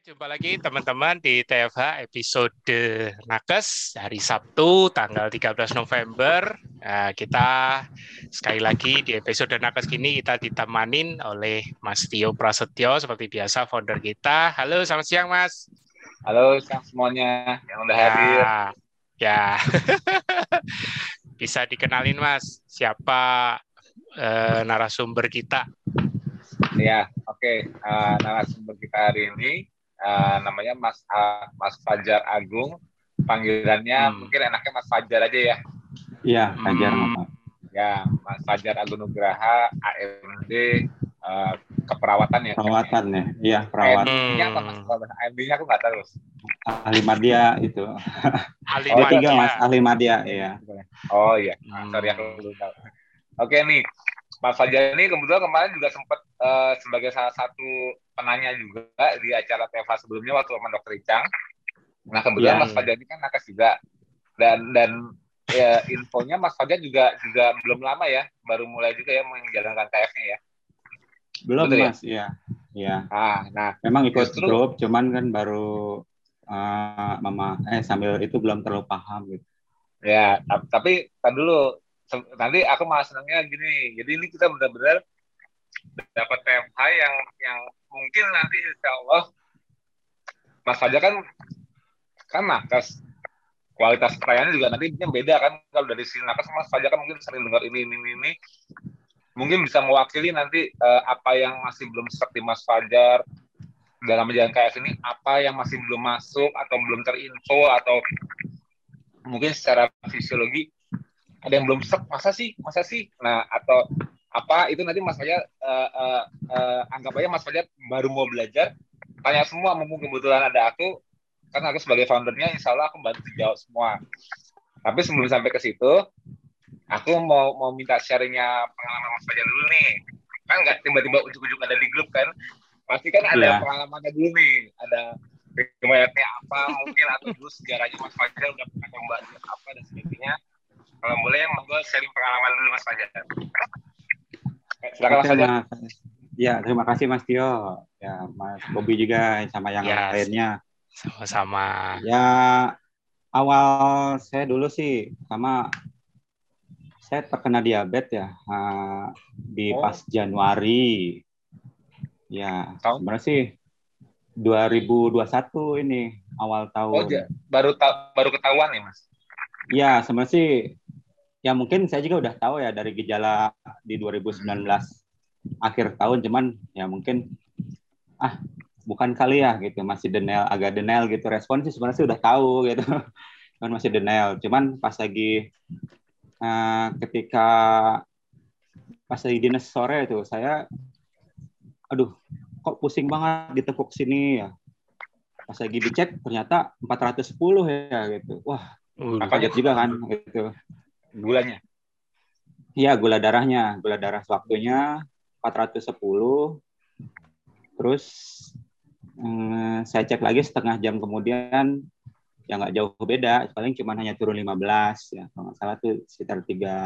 Jumpa lagi teman-teman di TFH episode Nakes hari Sabtu tanggal 13 November. Nah, kita sekali lagi di episode Nakes kini kita ditemanin oleh Mas Tio Prasetyo seperti biasa founder kita. Halo, selamat siang Mas. Halo siang semuanya yang udah hadir. Ya. Bisa dikenalin Mas, siapa narasumber kita? Ya, oke. Narasumber kita hari ini namanya Mas Fajar Agung. Panggilannya mungkin enaknya Mas Fajar aja ya. Iya, Fajar. Ya, Mas Fajar Agung Nugraha, AMD, keperawatan ya. Perawatan ya, iya perawatan. AMD-nya apa Mas? AMD-nya aku nggak tahu. Ahli Madya itu. Ahli Madya. Mas, Madya. Ahli Madya, iya. Oh iya, sorry aku belum tahu. Oke nih, Mas Fajar ini kebetulan kemarin juga sempat sebagai salah satu penanya juga di acara TFA sebelumnya waktu sama Dr. Icang. Nah kebetulan Mas Fajar ini kan nakes juga dan ya, infonya Mas Fajar juga belum lama ya, baru mulai juga ya menjalankan TF-nya ya. Belum betul, Mas, ya? Iya. Nah memang ikut grup, cuman kan baru sambil itu belum terlalu paham gitu. Ya, tapi kan dulu nanti aku malah senangnya gini. Jadi ini kita benar-benar dapat TFH yang mungkin nanti insya Allah Mas Fajar kan nakes, kualitas pelayanannya juga nanti beda kan. Kalau dari sini nakes Mas Fajar kan mungkin sering dengar ini mungkin bisa mewakili nanti apa yang masih belum seperti Mas Fajar dalam menjalankan KF ini, apa yang masih belum masuk atau belum terinfo, atau mungkin secara fisiologi ada yang belum sek, masa sih, nah atau apa itu nanti Mas Fajar anggap aja Mas Fajar baru mau belajar, tanya semua, mumpung kebetulan ada aku, kan aku sebagai foundernya, insya Allah aku bantu jawab semua. Tapi sebelum sampai ke situ, aku mau minta sharingnya pengalaman Mas Fajar dulu nih, kan nggak tiba-tiba ujuk-ujuk ada di grup kan, pasti kan ada pengalamannya dulu nih, ada riwayatnya apa mungkin, atau dulu sejarahnya Mas Fajar udah pernah coba apa dan sebagainya. Kalau boleh, monggo sharing pengalaman dulu Mas Fajar. Silakan Mas Fajar. Ya, terima kasih Mas Tio. Ya, Mas Bobi juga sama yang lainnya. Sama-sama. Ya, awal saya dulu sih saya terkena diabetes ya di pas Januari. Ya, sebenarnya sih 2021 ini awal tahun. Oh, baru ketahuan ya Mas? Ya, sebenarnya sih ya mungkin saya juga udah tahu ya dari gejala di 2019 akhir tahun, cuman ya mungkin bukan kali ya gitu, masih agak denial gitu. Respon sih sebenarnya sih udah tahu gitu. Cuman masih denial. Cuman pas lagi ketika pas lagi dinas sore itu saya kok pusing banget ditekuk sini ya. Pas lagi dicek ternyata 410 ya gitu. Wah, kaget juga kan gitu. Gulanya? Iya, gula darah waktunya 410. Terus saya cek lagi setengah jam kemudian, ya nggak jauh beda, paling cuma hanya turun 15 ya, kalau nggak salah tuh sekitar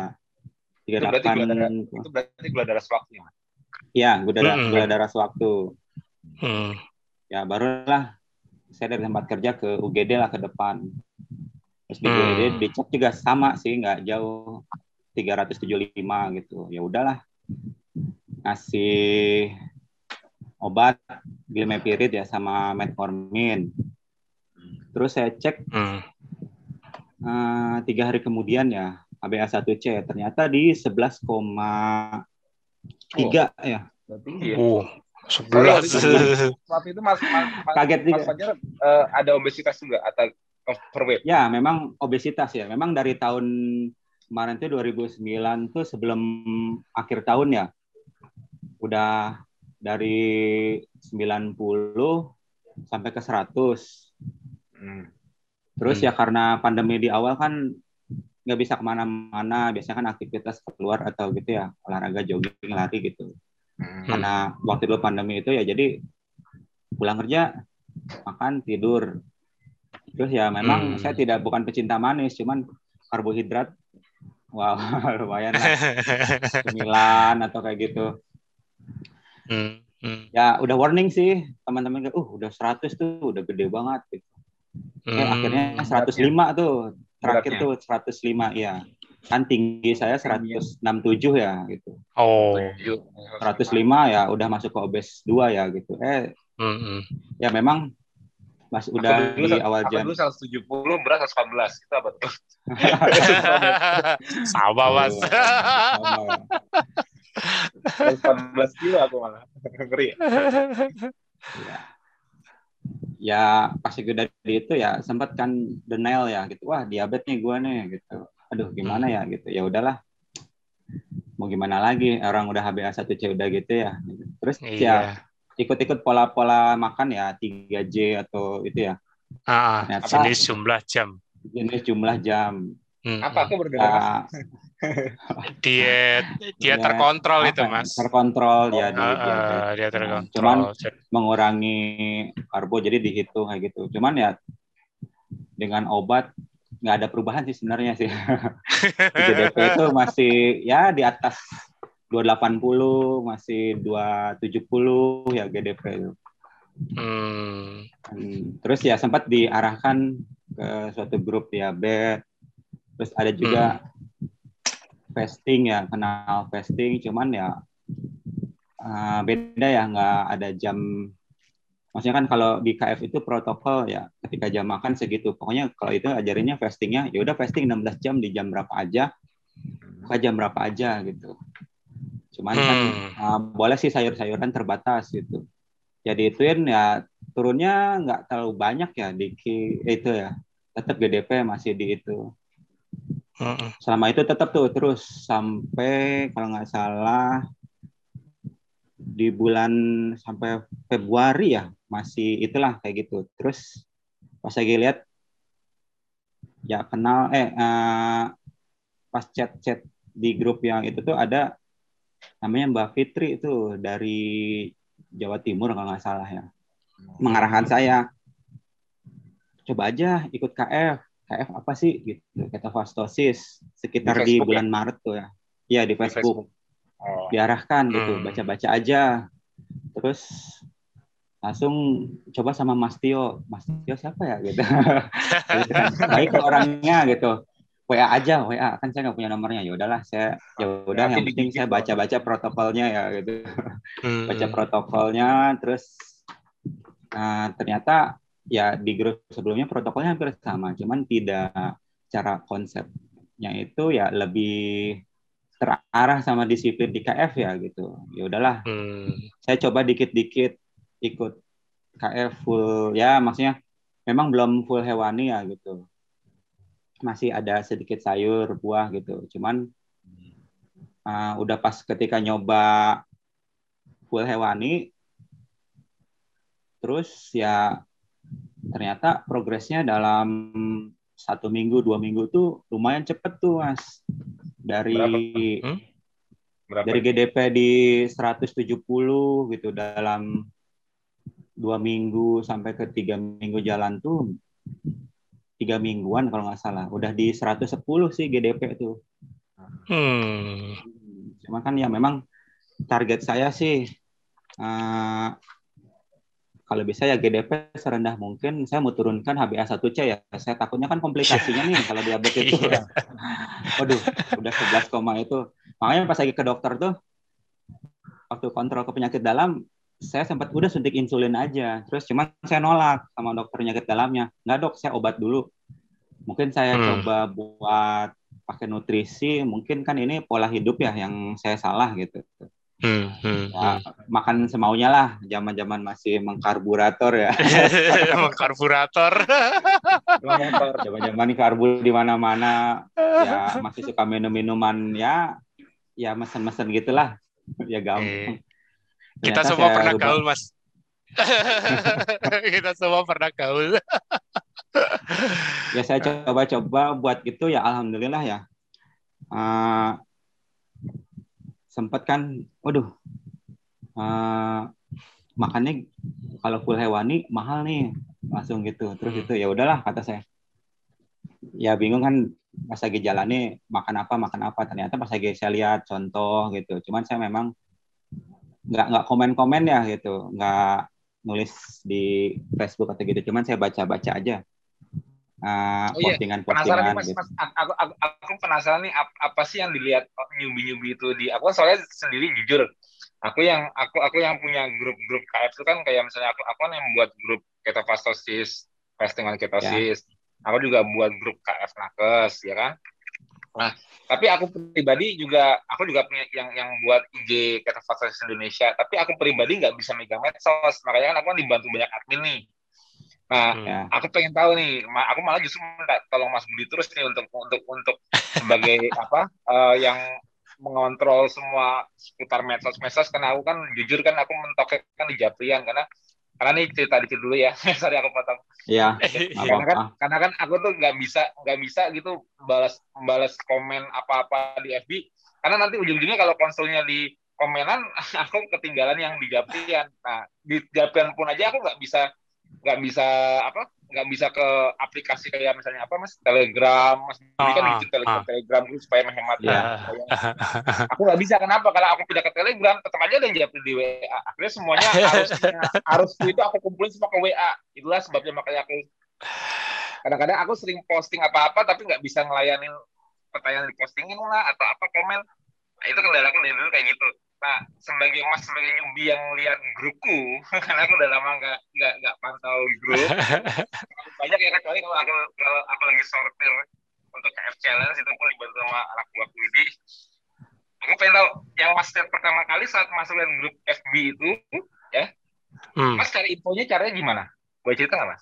38. Itu berarti gula darah sewaktu. Iya, gula darah sewaktu. Ya barulah saya dari tempat kerja ke UGD lah ke depan. Terus di UGD dicek juga sama sih, nggak jauh, 375 gitu. Ya udahlah, ngasih obat glimepiride ya sama metformin. Terus saya cek 3 hari kemudian ya HbA1c ternyata di 11,3 ya. Tinggi ya. 11. Waktu itu Mas kaget juga. Mas Fajar ada obesitas juga atau overweight? Ya, memang obesitas ya. Memang dari tahun kemarin tuh 2009 tuh sebelum akhir tahun ya. Udah dari 90 sampai ke 100. Terus ya karena pandemi di awal kan nggak bisa kemana-mana, biasanya kan aktivitas keluar atau gitu ya, olahraga, jogging, lari gitu. Karena waktu dulu pandemi itu ya jadi pulang kerja, makan, tidur. Terus ya memang saya bukan pecinta manis, cuman karbohidrat, lumayan lah, cemilan atau kayak gitu. Ya udah warning sih teman-teman, udah 100 tuh udah gede banget gitu. Akhirnya 105 tuh terakhir tuh 105 ya. Kan tinggi saya 167 ya gitu. Oh. 105 ya udah masuk ke obes 2 ya gitu. Ya memang Mas udah di awal jam. Aku dulu 170, berat 114. Itu apa tuh? Sama, Mas. Sama. 114 kilo aku malah. Ngeri. Ya pas gue dari itu ya sempat kan denial ya gitu. Wah, diabetes nih gue nih gitu. Aduh, gimana ya gitu. Ya udahlah. Mau gimana lagi, orang udah HbA1c udah gitu ya. Terus ya ikut-ikut pola-pola makan ya 3J atau itu ya. Ternyata jenis jumlah jam. Apa aku berdengar? Diet terkontrol itu, Mas. Terkontrol ya di diabetes. Dia terkontrol. Cuman mengurangi karbo jadi dihitung kayak gitu. Cuman ya dengan obat nggak ada perubahan sih sebenarnya sih. GDP itu masih ya di atas 280, masih 270 ya GDP itu. Terus ya sempat diarahkan ke suatu grup diabetes. Terus ada juga fasting ya, kenal fasting, cuman ya beda ya, nggak ada jam. Maksudnya kan kalau di KF itu protokol ya, ketika jam makan segitu. Pokoknya kalau itu ajarinnya fastingnya, ya udah fasting 16 jam di jam berapa aja, buka jam berapa aja gitu. Cuman kan boleh sih sayur-sayuran terbatas gitu. Jadi ituin ya turunnya nggak terlalu banyak ya itu ya, tetap GDP masih di itu. Selama itu tetap tuh terus sampai kalau nggak salah di bulan sampai Februari ya masih itulah kayak gitu. Terus pas lagi lihat ya kenal pas chat di grup yang itu tuh ada namanya Mbak Fitri itu dari Jawa Timur kalau nggak salah ya, mengarahkan saya coba aja ikut KF apa sih gitu, ketofastosis sekitar di bulan Maret tuh ya. Iya di Facebook. Diarahkan gitu, baca-baca aja. Terus langsung coba sama Mas Tio siapa ya gitu. Baik orangnya gitu. WA aja, WA kan saya nggak punya nomornya. Ya udahlah saya yang penting saya baca-baca protokolnya ya gitu. Baca protokolnya terus ternyata ya di grup sebelumnya protokolnya hampir sama, cuman tidak cara konsepnya itu ya lebih terarah sama disiplin di KF ya gitu. Ya udahlah. Saya coba dikit-dikit ikut KF full ya, maksudnya memang belum full hewani ya gitu. Masih ada sedikit sayur, buah gitu. Cuman udah pas ketika nyoba full hewani terus ya ternyata progresnya dalam 1 minggu 2 minggu tuh lumayan cepet tuh Mas. Dari GDP di 170 gitu dalam 2 minggu sampai ke 3 minggu jalan tuh 3 mingguan kalau nggak salah udah di 110 sih GDP tuh. Cuma kan ya memang target saya sih kalau bisa ya GDP serendah mungkin. Saya mau turunkan HbA1c ya. Saya takutnya kan komplikasinya nih kalau diabetes itu. Waduh, udah 11, itu. Makanya pas lagi ke dokter tuh, waktu kontrol ke penyakit dalam, saya sempat udah suntik insulin aja. Terus cuman saya nolak sama dokter penyakit dalamnya. Nggak dok, saya obat dulu. Mungkin saya coba buat pakai nutrisi. Mungkin kan ini pola hidup ya yang saya salah gitu. Ya, makan semaunya lah, zaman-zaman masih mengkarburator ya. Mengkarburator. Zaman-zaman karbu di mana-mana, ya masih suka minum-minuman ya mesen-mesen gitulah, ya gampang. Kita semua pernah gaul, Mas. Kita semua pernah gaul. Ya saya coba-coba buat gitu ya, alhamdulillah ya. Sempat kan, waduh, makannya kalau full hewani mahal nih, langsung gitu. Terus itu ya udahlah kata saya. Ya bingung kan pas lagi jalani makan apa. Ternyata pas lagi saya lihat contoh gitu. Cuman saya memang nggak komen-komen ya gitu, nggak nulis di Facebook atau gitu, cuman saya baca-baca aja Oh iya, penasaran nih postingan-postingan Mas. gitu. Aku penasaran nih apa sih yang dilihat nyubi-nyubi itu di aku kan soalnya sendiri jujur. Aku yang punya grup-grup KF itu kan kayak misalnya aku kan yang buat grup ketofastosis, fasting Ya, ketosis. Aku juga buat grup KF nakes, ya kan? Nah, tapi aku pribadi juga, aku juga punya yang buat IG ketofastosis Indonesia. Tapi aku pribadi nggak bisa megang medsos, makanya kan aku kan dibantu banyak admin nih. Nah, ya, aku pengen tahu nih, aku malah justru minta tolong Mas Budi terus nih untuk sebagai apa yang mengontrol semua seputar medsos-medsos, karena aku kan jujur kan aku mentoknya kan di Japrian karena nih cerita dikit dulu ya. Sorry aku potong. ya, nggak apa-apa. Karena kan aku tuh nggak bisa gitu balas komen apa-apa di FB, karena nanti ujung-ujungnya kalau konsulnya di komenan aku ketinggalan yang di Japrian. Nah, di Japrian pun aja aku nggak bisa apa nggak bisa ke aplikasi kayak misalnya apa Mas Telegram. Mas Budi kan bikin Telegram dulu supaya menghemat Ya, aku nggak bisa. Kenapa? Kalau aku pindah ke Telegram tetap aja ada yang japri di WA. Akhirnya semuanya harusku itu aku kumpulin semua ke WA. Itulah sebabnya makanya aku kadang-kadang aku sering posting apa-apa tapi nggak bisa ngelayanin pertanyaan di postingin lah atau apa komen. Nah, itu kendalaku dari dulu kayak gitu. Nah, sebagai newbie yang lihat grupku, karena aku udah lama nggak pantau grup, banyak ya, kecuali kalau aku lagi sortir untuk KF Challenge itu pun dibantu sama anak buahku ini. Aku pengen tahu yang Mas lihat pertama kali saat masuk ke grup FB itu, ya, Mas cari infonya caranya gimana? Boleh cerita nggak Mas?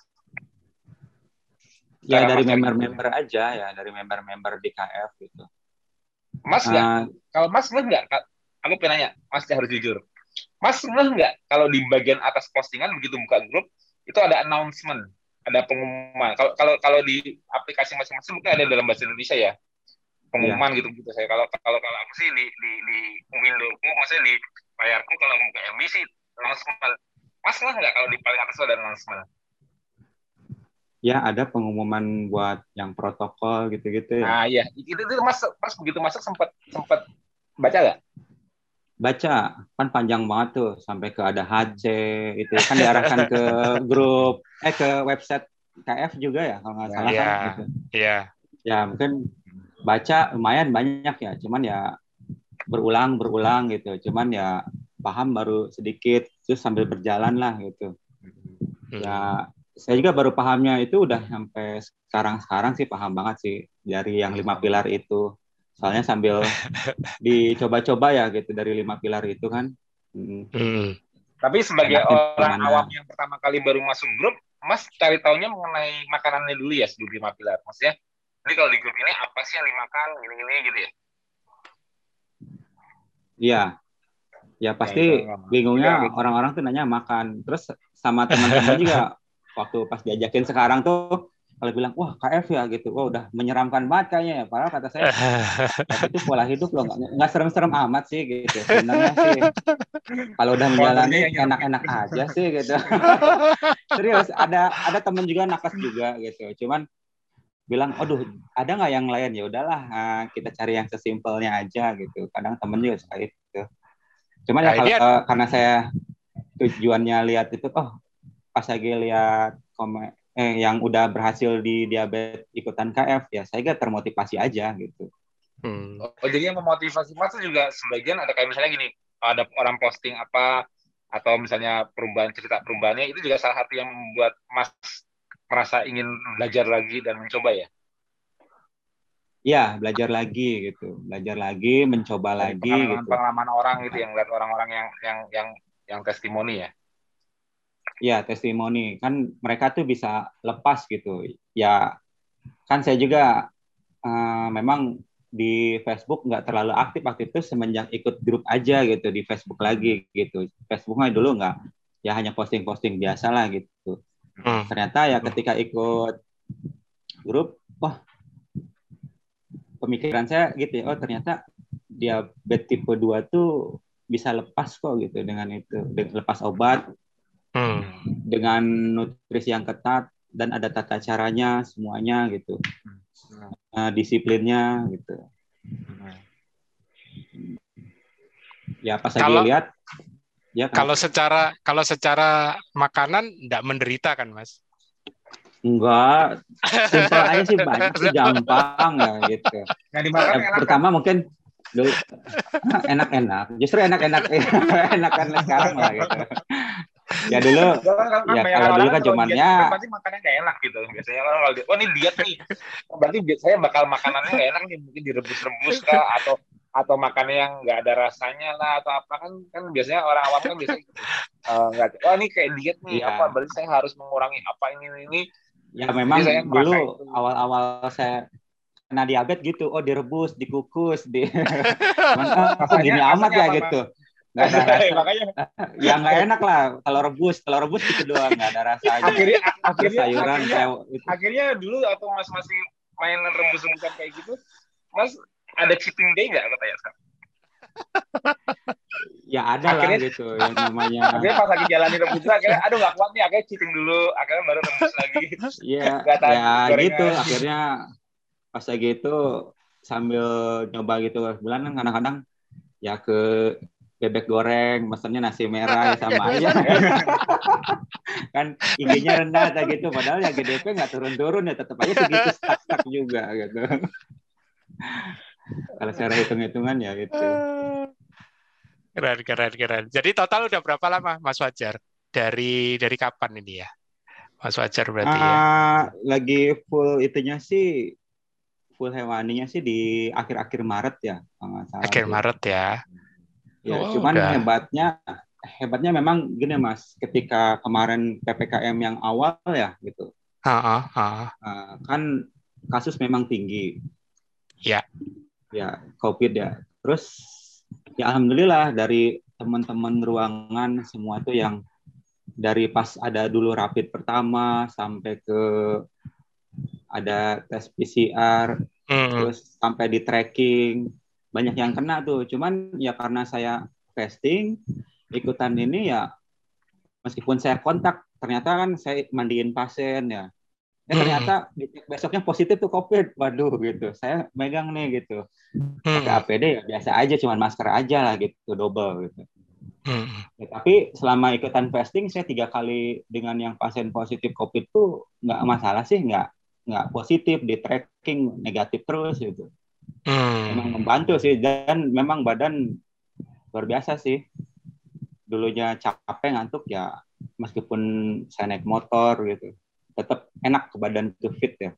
ya Cara dari Mas cari member-member infonya? aja ya, dari member-member di KF gitu. Mas nggak? Uh, Kalau Mas nggak? Aku pengen nanya, Mas harus jujur. Mas nggak kalau di bagian atas postingan begitu buka grup itu ada announcement, ada pengumuman. Kalau di aplikasi masing-masing mungkin ada dalam bahasa Indonesia ya, ya, pengumuman gitu saya. Kalau kalau kalau aku sih di Windowsku, maksudnya di layarku kalau aku buka MB sih announcement. Mas nggak kalau di paling atas ada announcement? ya ada pengumuman buat yang protokol gitu-gitu ya. Nah iya, itu mas begitu masuk sempat sempat baca nggak? Baca, kan panjang banget tuh sampai ke ada HC itu kan diarahkan ke grup ke website KF juga ya kalau nggak Nah, salah Iya, kan gitu. iya. Ya mungkin baca lumayan banyak ya, cuman ya berulang gitu, cuman ya paham baru sedikit, terus sambil berjalan lah gitu. Ya saya juga baru pahamnya itu udah sampai sekarang sih paham banget sih dari yang 5 pilar itu. Soalnya sambil dicoba-coba ya gitu dari 5 pilar itu kan. Tapi sebagai Enaknya di orang mana? awam yang pertama kali baru masuk grup, Mas cari taunya mengenai makanannya dulu ya sebelum 5 pilar. Maksudnya, ini kalau di grup ini apa sih yang dimakan, gini-gini gitu ya? Iya, ya Ya itu pasti juga aku. bingungnya orang-orang tuh nanya makan. Terus sama teman-teman juga waktu pas diajakin sekarang tuh kalau bilang wah KF ya gitu, wah udah menyeramkan banget kayaknya ya. Padahal kata saya KF itu pola hidup loh, nggak serem-serem amat sih gitu. Sebenarnya sih kalau udah Kontennya menjalani yang nyerem ya. enak-enak aja sih gitu. Serius, ada temen juga nakes juga gitu. Cuman bilang, aduh ada nggak yang lain, ya udahlah kita cari yang sesimpelnya aja gitu. Kadang temen juga suka itu. Cuman ya Nah, ini kalau karena saya tujuannya lihat itu, oh pas lagi lihat yang udah berhasil di diabetes ikutan KF ya, saya gak termotivasi aja gitu. Oh, jadi yang memotivasi Mas itu juga sebagian ada kayak misalnya gini, ada orang posting apa, atau misalnya cerita perubahannya, itu juga salah satu yang membuat Mas merasa ingin belajar lagi dan mencoba ya? Ya belajar lagi gitu, belajar lagi, mencoba Dari lagi gitu. pengalaman-pengalaman orang gitu, yang lihat orang-orang yang testimoni ya. Ya testimoni kan mereka tuh bisa lepas gitu. Ya kan saya juga memang di Facebook nggak terlalu aktif itu semenjak ikut grup aja gitu di Facebook lagi gitu. Facebooknya dulu nggak, ya hanya posting-posting biasa lah gitu. Ternyata ya ketika ikut grup, wah pemikiran saya gitu ya, oh ternyata diabetes tipe 2 tuh bisa lepas kok gitu dengan itu, lepas obat, dengan nutrisi yang ketat dan ada tata caranya semuanya gitu, disiplinnya gitu. Ya pas lagi Kalau lihat Ya kan? Kalau secara makanan enggak menderita kan, Mas? Enggak, simpel aja sih, banyak sih, gampang ya gitu. Yang dimakan Ya, enak pertama mungkin dulu enak-enak, justru enak-enak enakan sekarang lah gitu. Ya dulu, ya banyak kalau dulu orang kan kalau cuman diet ya, kan pasti makannya nggak enak gitu. Biasanya orang kalau diet, oh ini diet nih, berarti saya bakal makanannya nggak enak nih, mungkin direbus-rebus kah atau makannya yang nggak ada rasanya lah atau apa kan biasanya orang awam kan biasanya gitu. Nggak, oh ini kayak diet nih apa, ya, berarti saya harus mengurangi apa ini. ya Jadi saya memang merasa dulu itu. awal-awal saya kena diabetes gitu, oh direbus, dikukus, cuman kok gini Rasanya amat ya apa, gitu, nggak ada Mas? rasa, Makanya ya nggak enak lah kalau rebus gitu doang, nggak ada rasanya. Terus sayuran kayak itu, akhirnya dulu atau Mas masih main rebus-rebusan kayak gitu, Mas ada cheating day nggak katanya sekarang? ya ada lah Akhirnya gitu yang namanya. Akhirnya pas lagi jalanin rebusan, akhirnya aduh nggak kuat nih, akhirnya cheating dulu, akhirnya baru rebus lagi. Iya, Nggak tahan ya gitu. gorengan. Akhirnya pas lagi itu sambil nyoba gitu bulan kan kadang-kadang ya ke bebek goreng, mesennya nasi merah ya sama aja. Kan IG-nya rendah kayak gitu, padahal ya GDP nggak turun-turun ya tetap aja segitu stuck juga gitu. Kalau secara hitung-hitungan ya itu. Keren. Jadi total udah berapa lama, Mas Fajar? Dari kapan ini ya, Mas Fajar berarti ya? Lagi full itunya sih, full hewaninya sih di akhir-akhir Maret ya, kalau nggak salah Akhir tuh. Maret ya. Ya, Oh, cuman udah. hebatnya memang gini Mas, ketika kemarin PPKM yang awal ya gitu, kan kasus memang tinggi. Ya. Ya, COVID ya. Terus ya alhamdulillah dari teman-teman ruangan semua itu yang dari pas ada dulu rapid pertama sampai ke ada tes PCR, terus sampai di tracking, banyak yang kena tuh. Cuman ya karena saya testing, ikutan ini ya, meskipun saya kontak, ternyata kan saya mandiin pasien ya. Ternyata besoknya positif tuh COVID. Waduh gitu. Saya megang nih gitu. Pakai APD ya biasa aja, cuman masker aja lah gitu, double gitu. Ya, tapi selama ikutan fasting saya 3 kali dengan yang pasien positif COVID tuh nggak masalah sih, nggak positif, di tracking negatif terus gitu. Memang membantu sih, dan memang badan luar biasa sih. Dulunya capek ngantuk ya, meskipun saya naik motor gitu, tetap enak ke badan itu, fit ya.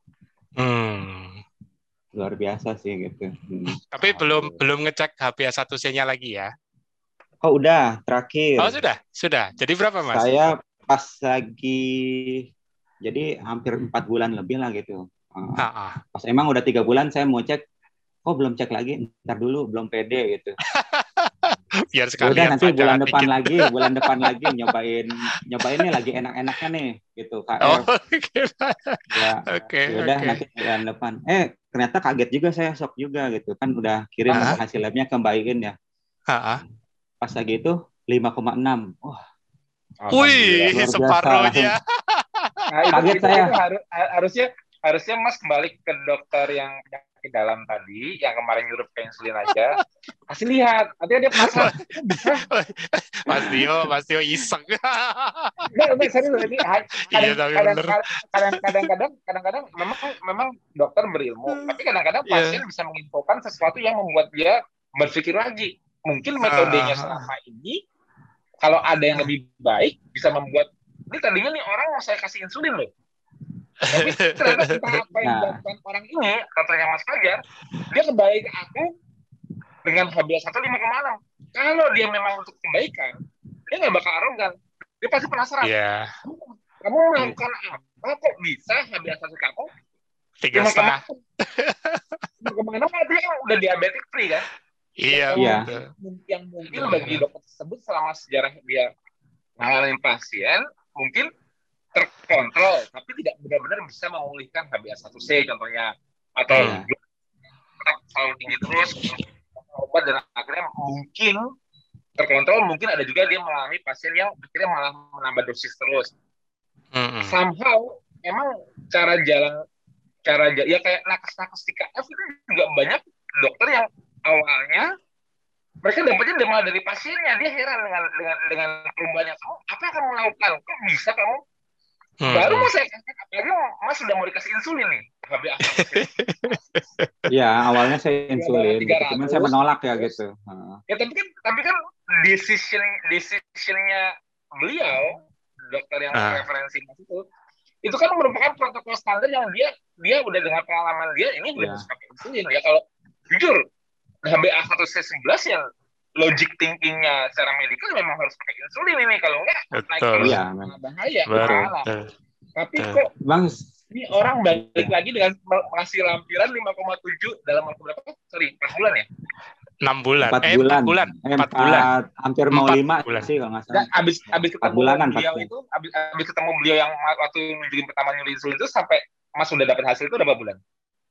Luar biasa sih gitu. Tapi belum ngecek HbA1c-nya lagi ya? Oh udah, terakhir. Oh sudah. Jadi berapa Mas? Saya pas lagi, jadi hampir 4 bulan lebih lah gitu. Pas emang udah 3 bulan saya mau cek, belum cek lagi, ntar dulu, belum pede gitu. Biar sekalian nanti bulan depan dikit. lagi nyobain nih lagi enak-enaknya nih gitu, KF. Udah nanti bulan depan. Ternyata kaget juga, saya shock juga gitu kan, udah kirim hasil labnya ke Mbak Iin ya. Pas lagi itu 5,6. Wah. Wih, separuhnya. Kaget saya. Harusnya Mas kembali ke dokter yang penyakit dalam tadi, yang kemarin nyuruh ke insulin aja. Kasih lihat, nanti dia penasaran. Bisa? Mas Tio iseng. Enggak, serius ini. Kadang-kadang memang dokter berilmu, tapi kadang-kadang pasien bisa menginfokan sesuatu yang membuat dia berpikir lagi. Mungkin metodenya selama ini, kalau ada yang lebih baik, bisa membuat, ini tadinya nih orang mau saya kasih insulin loh. Tapi ternyata entah apa yang dilakukan orang ini, katanya Mas Fajar, dia kebaik aku dengan HbA1 5,6. Kalau dia memang untuk kebaikan, dia nggak bakal arogan. Dia pasti penasaran. Yeah. Kamu melakukan apa kok bisa HbA1 kamu 3,5? 5,6 artinya udah diabetes free kan? Iya. Yang mungkin bagi dokter tersebut selama sejarah dia mengalami pasien, mungkin terkontrol, tapi tidak benar-benar bisa memulihkan HbA1c contohnya, atau selalu tinggi terus, obat, dan akhirnya mungkin terkontrol, mungkin ada juga dia mengalami pasien yang akhirnya malah menambah dosis terus. Somehow, emang cara ya kayak nakes di KF itu juga banyak dokter yang awalnya Mereka dapetnya malah dari pasiennya. Dia heran dengan perubahannya. Kamu apa yang kamu lakukan? Kok bisa kamu? Baru mau saya kasih, apalagi Mas sudah mau dikasih insulin nih. Iya, awalnya saya insulin, gitu. Cuman saya menolak ya gitu. Ya tapi kan decisionnya beliau, dokter yang referensi Mas itu kan merupakan protokol standar yang dia udah dengan pengalaman dia ini udah bisa pakai insulin. Ya kalau jujur HbA1c11 yang logic thinkingnya secara medikal memang harus pakai insulin ini, kalau enggak naik terus bahaya. Tapi kok Bang, ini orang balik lagi dengan masih lampiran 5,7 dalam waktu berapa? Sorry, 4 bulan ya? 6 bulan. 4 bulan. 4 bulan. Hampir mau 5 sih kalau nggak salah. Abis ketemu beliau itu, abis ketemu beliau yang waktu nunjukin pertama nyuruh insulin itu sampai Mas sudah dapat hasil itu berapa bulan?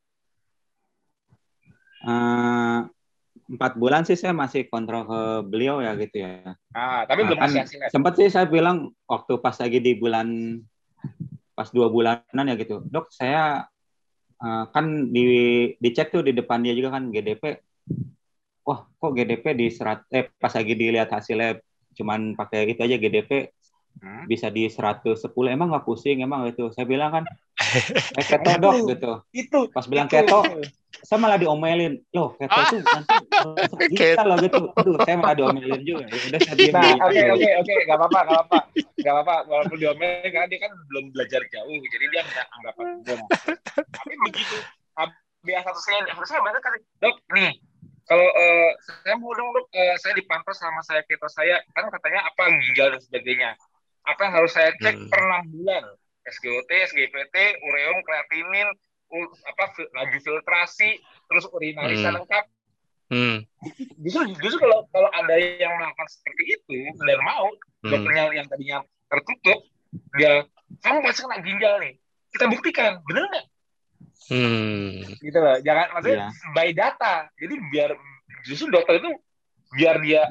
4 bulan sih saya masih kontrol ke beliau ya gitu ya. Tapi belum masih hasilnya. Sempat sih saya bilang waktu pas lagi di bulan pas 2 bulanan ya gitu, dok saya kan dicek tuh di depan dia juga kan GDP. Wah kok GDP pas lagi dilihat hasilnya cuman pakai itu aja GDP bisa di 110, emang nggak pusing emang gitu. Saya bilang kan keto dok gitu. Pas bilang keto saya malah diomelin, loh keto tuh nanti bisa loh gitu. Aduh, saya malah diomelin juga. Ya udah saya diam. Oke, nggak apa-apa. Walaupun diomelin karena dia kan belum belajar jauh, jadi dia nggak anggapan umum. Tapi begitu HbA1c harusnya banget kan, dok nih. Kalau saya mau dong dok, saya dipantau selama saya keto saya kan katanya apa ginjal dan sebagainya. Apa yang harus saya cek per 6 bulan? SGOT, SGPT, ureum, kreatinin, laju filtrasi, terus urinalisa lengkap. Justru kalau ada yang melakukan seperti itu dan mau dokternya yang tadinya tertutup, kamu pasti kena ginjal nih. Kita buktikan, bener nggak? Gitu loh, jangan maksudnya by data. Jadi biar justru dokter itu biar dia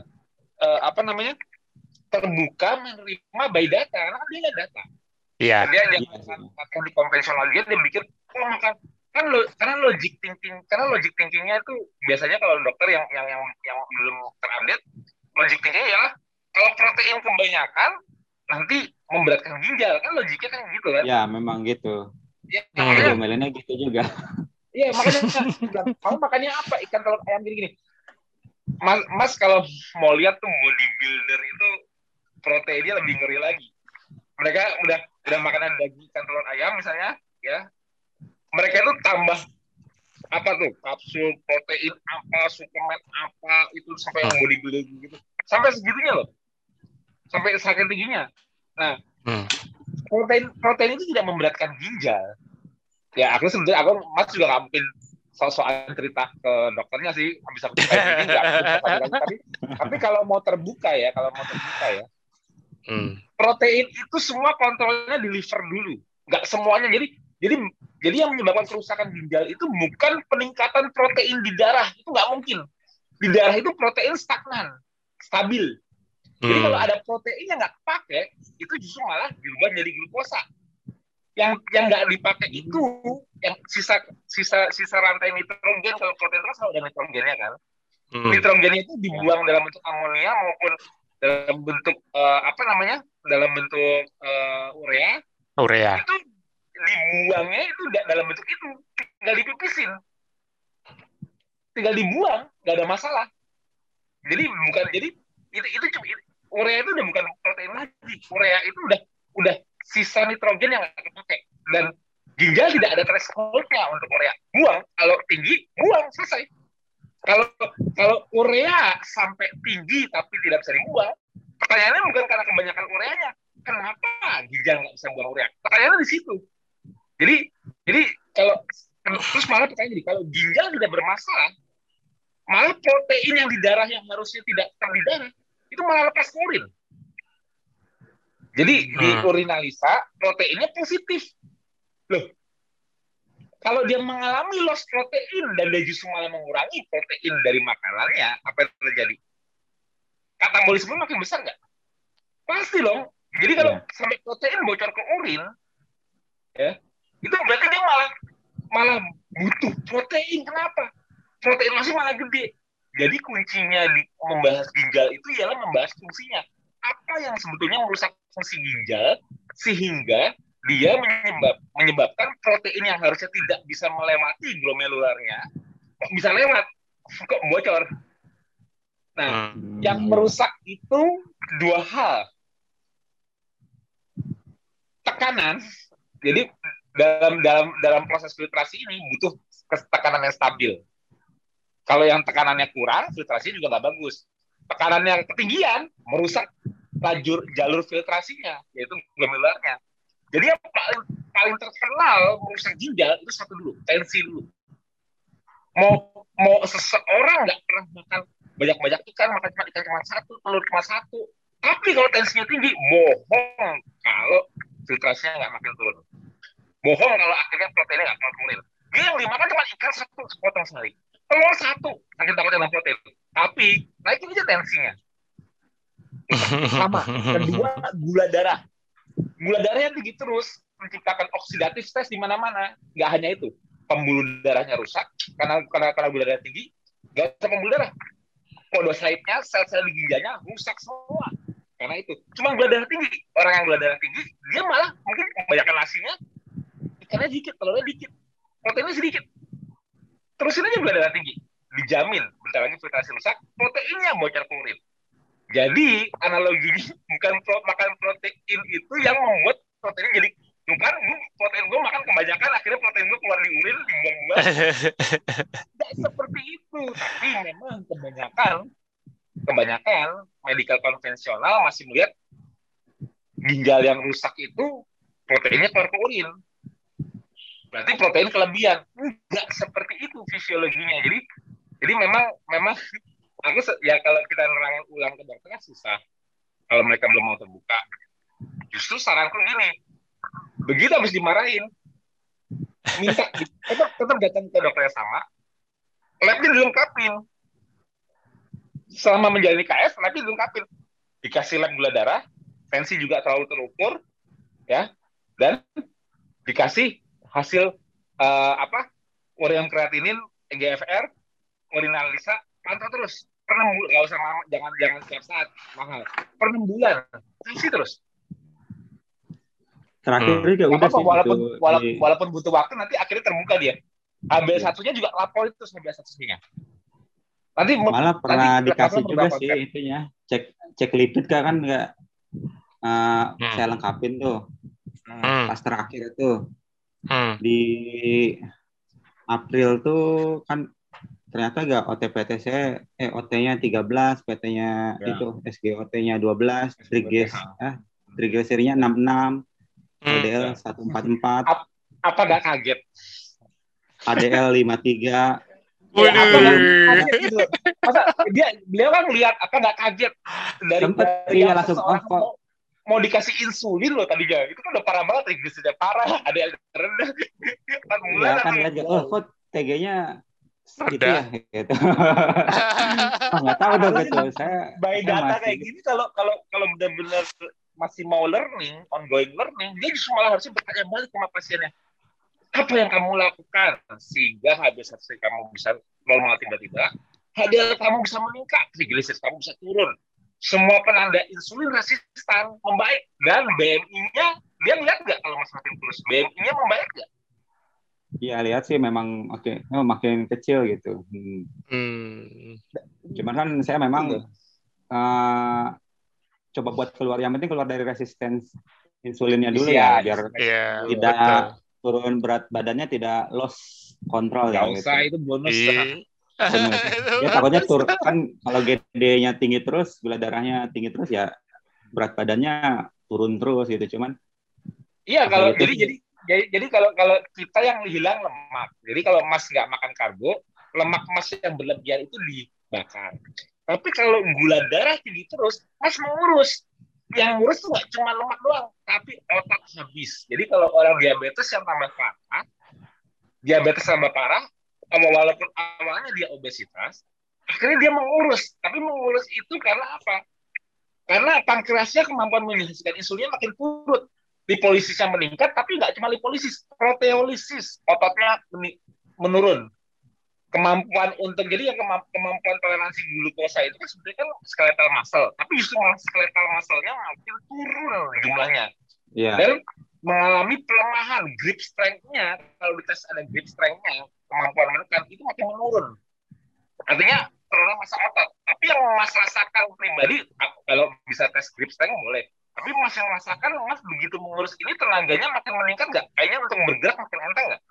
terbuka menerima by data, karena dia nggak data. Iya. Dia makan di konvensional dia mikir makan kan karena logic thinkingnya itu biasanya kalau dokter yang belum terupdate, logic thinkingnya ya kalau protein kebanyakan nanti memberatkan ginjal, kan logiknya kan gitu kan? Ya memang gitu. Ya, makanya gitu juga. Iya makanya kamu makannya apa, ikan telur ayam gini. Mas kalau mau lihat tuh bodybuilder itu proteinnya lebih ngeri lagi. Mereka udah makanan daging ikan telur ayam misalnya, ya. Mereka itu tambah apa tuh kapsul protein apa, suplemen apa itu sampai yang bodybuilder gitu. Sampai segitunya loh. Sampai saking tingginya. Nah, protein itu tidak memberatkan ginjal. Ya, sebetulnya Mas juga nggak mungkin soal cerita ke dokternya sih, bisa tapi kalau mau terbuka ya, protein itu semua kontrolnya di liver dulu, nggak semuanya. Jadi yang menyebabkan kerusakan ginjal itu bukan peningkatan protein di darah, itu nggak mungkin. Di darah itu protein stagnan, stabil. Jadi kalau ada protein yang nggak pakai, itu justru malah berubah jadi glukosa. Yang nggak dipakai itu, yang sisa rantai nitrogen. Kalau protein kan selalu ada nitrogennya kan. Nitrogennya itu dibuang dalam bentuk amonia maupun dalam bentuk dalam bentuk urea. Itu dibuangnya itu dalam bentuk itu, tinggal dipipisin, tinggal dibuang, nggak ada masalah. Jadi itu urea itu udah bukan protein lagi. Urea itu udah sisa nitrogen yang nggak dipakai, dan ginjal tidak ada thresholdnya untuk urea. Buang, kalau tinggi buang, selesai. Kalau urea sampai tinggi tapi tidak bisa dibuang, pertanyaannya bukan karena kebanyakan ureanya, kenapa ginjal nggak bisa buang urea? Pertanyaannya di situ. Jadi kalau terus malah pertanyaan jadi kalau ginjal tidak bermasalah, malah protein yang di darah yang harusnya tidak di darah itu malah lepas urin. Jadi di urinalisa proteinnya positif. Loh, kalau dia mengalami loss protein dan dia justru malah mengurangi protein dari makanannya, apa yang terjadi? Katabolisme makin besar nggak? Pasti dong. Jadi kalau sampai protein bocor ke urin, ya itu berarti dia malah butuh protein. Kenapa? Protein masih malah gede. Jadi kuncinya di membahas ginjal itu ialah membahas fungsinya. Apa yang sebetulnya merusak fungsi ginjal sehingga dia menyebabkan protein yang harusnya tidak bisa melewati glomerularnya kok bisa lewat, kok bocor. Nah, yang merusak itu dua hal. Tekanan. Jadi dalam proses filtrasi ini butuh tekanan yang stabil. Kalau yang tekanannya kurang, filtrasi juga nggak bagus. Tekanan yang ketinggian merusak jalur filtrasinya, yaitu glomerularnya. Jadi yang paling terkenal merusak ginjal itu satu dulu, tensi dulu. Mau seseorang nggak pernah makan banyak ikan, makan cuma ikan cuma satu, telur cuma satu. Tapi kalau tensinya tinggi, bohong kalau filtrasinya nggak makin turun. Bohong kalau akhirnya proteinnya nggak keluar. Dia yang dimakan cuma ikan satu sepotong sehari, telur satu, saking takutnya dalam protein. Tapi naikin aja tensinya. Sama. Kedua, gula darah. Gula darahnya tinggi terus, menciptakan oksidatif stres di mana-mana. Nggak hanya itu, pembuluh darahnya rusak karena gula darah tinggi. Nggak usah pembuluh darah, podosaitnya, sel-sel di ginjalnya rusak semua. Karena itu, cuma gula darah tinggi. Orang yang gula darah tinggi, dia malah mungkin kebanyakan nasinya, ikannya dikit, telurnya dikit, proteinnya sedikit. Terusin aja gula darah tinggi. Dijamin, bentar lagi filtrasi rusak, proteinnya bocor kulit. Jadi, analoginya bukan makan protein itu yang membuat proteinnya jadi, bukan protein gue makan kebanyakan, akhirnya protein gue keluar di urin, dibuang-buang. Tidak seperti itu. Tapi memang kebanyakan medikal konvensional masih melihat ginjal yang rusak itu proteinnya keluar ke urin. Berarti protein kelebihan. Enggak seperti itu fisiologinya. Jadi memang aku ya kalau kita nerangin ulang ke dokter kan susah. Kalau mereka belum mau terbuka. Justru saranku gini. Begitu habis dimarahin, minta tetap datang ke dokter yang sama. Labnya dilengkapin. Selama menjalani KS, labnya dilengkapin. Dikasih lab gula darah, tensi juga terlalu terukur, ya, dan dikasih hasil ureum kreatinin, EGFR, urinalisa, pantau terus. Per 6 bulan, nggak usah jangan setiap saat mahal. Per 6 bulan, tensi terus. Terakhir juga udah sih. Walaupun butuh waktu, nanti akhirnya terbuka dia. HbA1-nya juga lapor itu HbA1-nya. Nanti malah pernah dikasih juga sih itunya, cek lipid kan nggak saya lengkapin tuh pas terakhir itu di April tuh kan ternyata nggak OT-PT saya OT-nya 13, PT-nya itu SGOT-nya 12, triglyceridnya 66, LDL 144. Apa nggak kaget? ADL 53. Kaget gitu. Masa beliau kan lihat apa nggak kaget dari langsung mau dikasih insulin loh tadinya. Itu kan udah parah banget, triglyceridnya parah, ada yang rendah. Iya kan lihat kok TG-nya gitu ya gitu. Nggak tahu dong gitu. Saya by data kayak gini kalau benar-benar masih mau ongoing learning, dia justru malah harusnya bertanya balik sama pasiennya. Apa yang kamu lakukan sehingga HbA1c kamu bisa normal tiba-tiba, HDL kamu bisa meningkat, triglycerid kamu bisa turun. Semua penanda insulin resistan membaik, dan BMI-nya dia lihat nggak kalau Mas makin terus BMI-nya membaik nggak? Iya lihat sih memang makin kecil gitu. Cuman kan saya memang coba buat keluar, yang penting keluar dari resistensi insulinnya dulu ya biar tidak turun berat badannya, tidak loss control ya. Nggak usah gitu. Itu bonus. Ya takutnya kan kalau GD-nya tinggi terus, gula darahnya tinggi terus ya berat badannya turun terus gitu. Cuman iya kalau jadi kalau kita yang hilang lemak. Jadi kalau Mas nggak makan karbo, lemak Mas yang berlebihan itu dibakar. Tapi kalau gula darah tinggi terus, Mas mengurus. Yang ngurus tuh nggak cuma lemak doang, tapi otak habis. Jadi kalau orang diabetes yang tambah parah, walaupun awalnya dia obesitas, akhirnya dia mengurus. Tapi mengurus itu karena apa? Karena pankreasnya kemampuan menghasilkan insulinnya makin turun. Lipolisisnya meningkat, tapi nggak cuma lipolisis, proteolisis, ototnya menurun. kemampuan untuk jadi yang kemampuan toleransi glukosa itu kan sebenarnya kan skeletal muscle, tapi justru malah skeletal muscle-nya makin turun jumlahnya. Iya. Dan mengalami pelemahan grip strength-nya. Kalau dites ada grip strength-nya, kemampuan menekan itu makin menurun. Artinya penurunan massa otot. Tapi yang Mas rasakan pribadi, kalau bisa tes grip strength boleh. Tapi Mas yang rasakan, Mas begitu mengurus ini tenaganya makin meningkat nggak? Kayaknya untuk bergerak makin enteng nggak?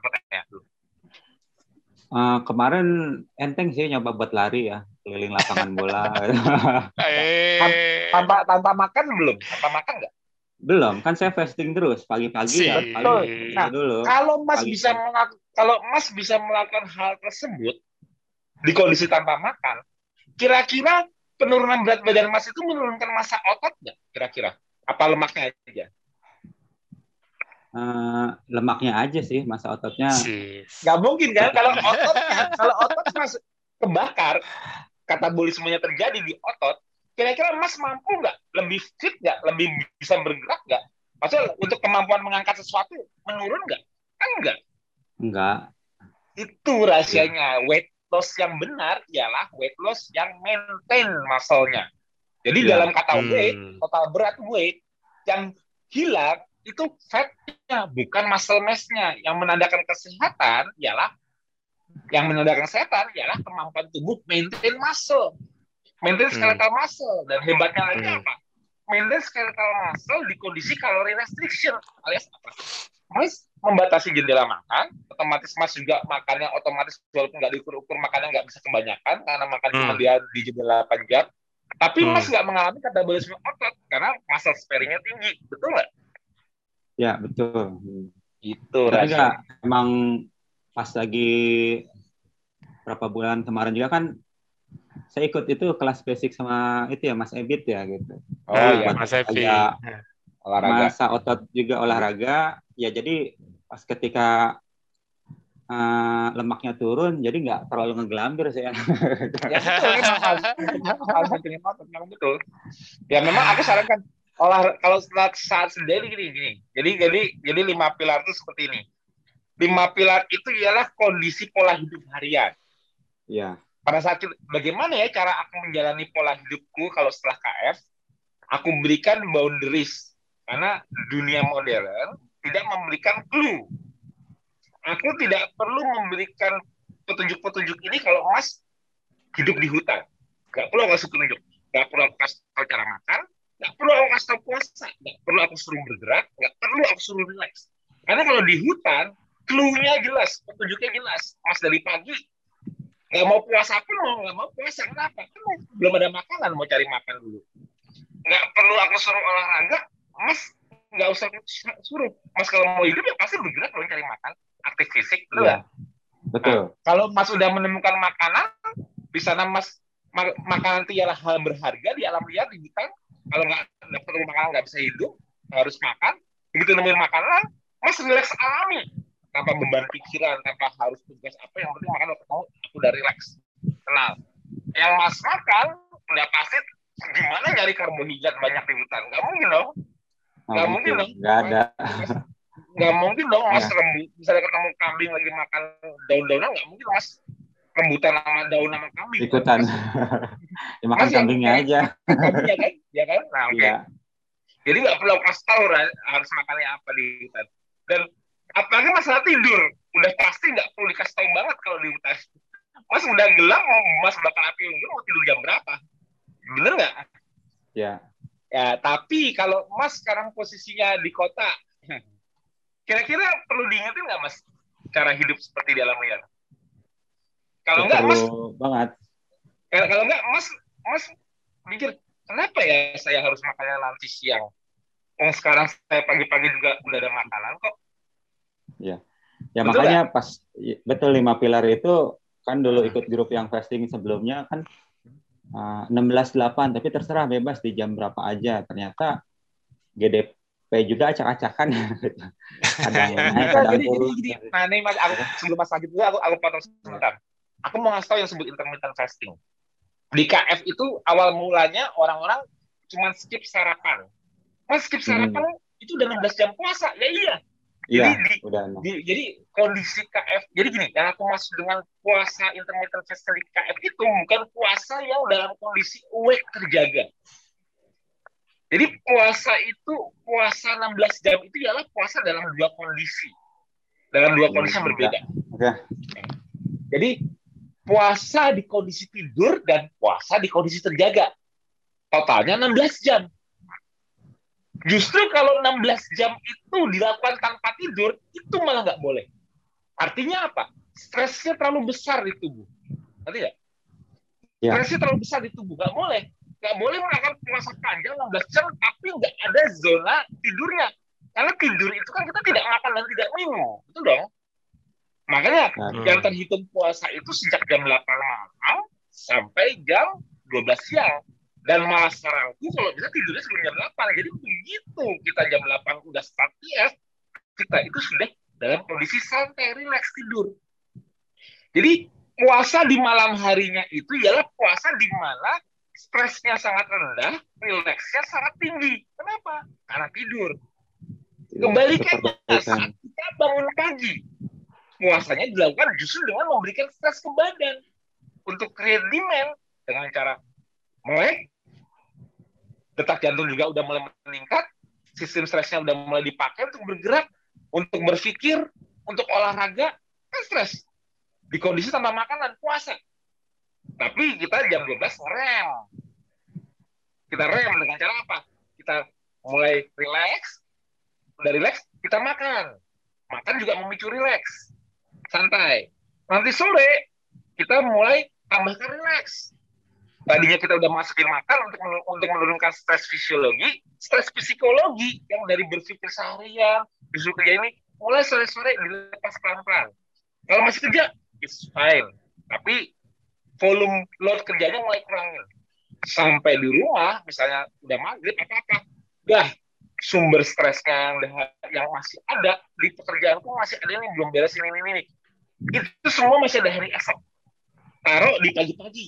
Kemarin enteng sih nyoba buat lari ya, keliling lapangan bola. Tanpa makan belum? Tanpa makan nggak? Belum, kan saya fasting terus pagi-pagi ya. Pagi nah, dulu. Kalau Mas bisa melakukan hal tersebut di kondisi tanpa makan, kira-kira penurunan berat badan Mas itu menurunkan massa otot nggak? Kira-kira? Apa lemaknya aja? Lemaknya aja sih, massa ototnya. Nggak mungkin kan? Kalau otot Mas kebakar, katabolismenya terjadi di otot, kira-kira Mas mampu nggak? Lebih fit nggak? Lebih bisa bergerak nggak? Maksudnya untuk kemampuan mengangkat sesuatu menurun nggak? Kan nggak? Enggak. Itu rahasianya. Weight loss yang benar ialah weight loss yang maintain muscle-nya. Jadi dalam kata weight, total berat weight, yang hilang itu fat-nya, bukan muscle mass-nya. Yang menandakan kesehatan ialah kemampuan tubuh maintain muscle. Maintain skeletal muscle. Dan hebatnya lagi apa? Maintain skeletal muscle di kondisi kalori restriction. Alias apa? Mas membatasi jendela makan, otomatis Mas juga makannya otomatis walaupun nggak diukur-ukur makannya nggak bisa kebanyakan karena makan cuma dia di jendela 8 jam. Tapi Mas nggak mengalami katabolisme otot karena muscle sparingnya tinggi, betul nggak? Ya betul. Itu rasanya. Emang pas lagi berapa bulan kemarin juga kan saya ikut itu kelas basic sama itu ya Mas Ebit ya gitu. Oh iya Mas Ebit. Olahraga. Masa otot juga olahraga. Ya jadi pas ketika lemaknya turun, jadi nggak terlalu ngegelambir sih ya. Ya betul. Ya memang aku sarankan kalau saat sendiri gini. Jadi 5 pilar itu seperti ini. 5 pilar itu ialah kondisi pola hidup harian. Iya. Pada saat bagaimana ya cara aku menjalani pola hidupku kalau setelah KF? Aku berikan boundaries karena dunia modern tidak memberikan clue. Aku tidak perlu memberikan petunjuk-petunjuk ini kalau Mas hidup di hutan. Gak perlu aku kasih petunjuk. Gak perlu aku kasih tahu cara makan. Gak perlu aku kasih tahu puasa. Gak perlu aku suruh bergerak. Gak perlu aku suruh relax. Karena kalau di hutan, clue-nya jelas, petunjuknya jelas. Mas dari pagi gak mau puasa pun gak mau puasa. Kenapa? Karena belum ada makanan, mau cari makan dulu. Gak perlu aku suruh olahraga. Mas nggak usah suruh. Mas kalau mau hidup ya pasti bergerak kalau cari makan, aktif fisik, betul nggak? Betul. Nah, kalau Mas sudah menemukan makanan, di sana Mas makanan itu ialah hal berharga di alam liar di hutan. Kalau nggak dapat makanan nggak bisa hidup, harus makan. Begitu nemuin makanan, Mas relax alami, tanpa beban pikiran, tanpa harus tugas apa. Yang penting makan waktu mau, aku udah relax, tenang. Yang Mas makan, udah pasti gimana nyari karbohidrat banyak di hutan? Nggak mungkin dong. Nggak mungkin dong. Nggak ada. Nggak mungkin dong Mas misalnya ketemu kambing lagi makan daun-daunan, nggak mungkin Mas rebutan sama daun sama kambing. Ikutan. Ya, makan kambingnya aja. Kambingnya kan? Ya kan? Nah, oke. Okay. Jadi nggak perlu kasih tahu harus makannya apa di hutan. Dan apalagi masalah tidur, udah pasti nggak perlu dikasih tahu banget kalau di hutan. Mas udah gelap, Mas bakal api unggun, mau tidur jam berapa? Bener nggak? Ya. Ya, tapi kalau Mas sekarang posisinya di kota, kira-kira perlu diingetin nggak Mas cara hidup seperti di alam liar? Kalau nggak Mas, banget. Kalau nggak Mas mikir kenapa ya saya harus makannya nanti siang? Sekarang saya pagi-pagi juga udah ada makanan kok. Ya, ya betul makanya gak? Pas betul 5 pilar itu kan dulu ikut grup yang fasting sebelumnya kan 16-8, tapi terserah bebas di jam berapa aja. Ternyata GDP juga acak-acakan. Kadang naik, kadang turun. Nah ini Mas, sebelum Mas lanjut dulu, aku potong sebentar. Aku mau ngasih tahu yang disebut intermittent fasting. Di KF itu awal mulanya orang-orang cuma skip sarapan. Mas skip sarapan itu udah 16 jam puasa. Ya iya. Iya, jadi kondisi KF, jadi gini, yang aku maksud dengan puasa intermittent fasting KF itu bukan puasa yang dalam kondisi awake terjaga. Jadi puasa 16 jam itu ialah puasa dalam dua kondisi. Dalam dua kondisi yang berbeda. Okay. Jadi puasa di kondisi tidur dan puasa di kondisi terjaga. Totalnya 16 jam. Justru kalau 16 jam itu dilakukan tanpa tidur, itu malah nggak boleh. Artinya apa? Stresnya terlalu besar di tubuh. Ngerti nggak? Ya. Stresnya terlalu besar di tubuh. Nggak boleh. Nggak boleh melakukan puasa panjang 16 jam, tapi nggak ada zona tidurnya. Karena tidur itu kan kita tidak makan dan tidak minum. Betul dong? Makanya yang terhitung puasa itu sejak jam 8 malam sampai jam 12 siang. Dan malah sekarang itu kalau bisa tidurnya sebelum jam 8. Jadi begitu kita jam 8 udah start TS, kita itu sudah dalam kondisi santai, rileks tidur. Jadi puasa di malam harinya itu ialah puasa di mana stresnya sangat rendah, rileksnya sangat tinggi. Kenapa? Karena tidur. Kembalikannya saat kita bangun pagi. Puasanya dilakukan justru dengan memberikan stres ke badan. Untuk create demand dengan cara melek, detak jantung juga udah mulai meningkat, sistem stresnya udah mulai dipakai untuk bergerak, untuk berpikir, untuk olahraga, kan stres. Di kondisi tanpa makanan, puasa. Tapi kita jam 12 ngerem. Kita rem dengan cara apa? Kita mulai relax, udah relax, kita makan. Makan juga memicu relax. Santai. Nanti sore, kita mulai tambahkan relax. Tadinya kita udah masukin makan untuk menurunkan stres fisiologi, stres psikologi yang dari berpikir seharian, disuruh kerja ini, mulai sore-sore dilepas pelan-pelan. Kalau masih kerja, it's fine. Tapi volume load kerjanya mulai kurangin. Sampai di rumah, misalnya udah maghrib apa-apa, sumber stresnya yang masih ada di pekerjaan pun masih ada yang belum beres ini. Itu semua masih ada hari esok. Taruh di pagi-pagi.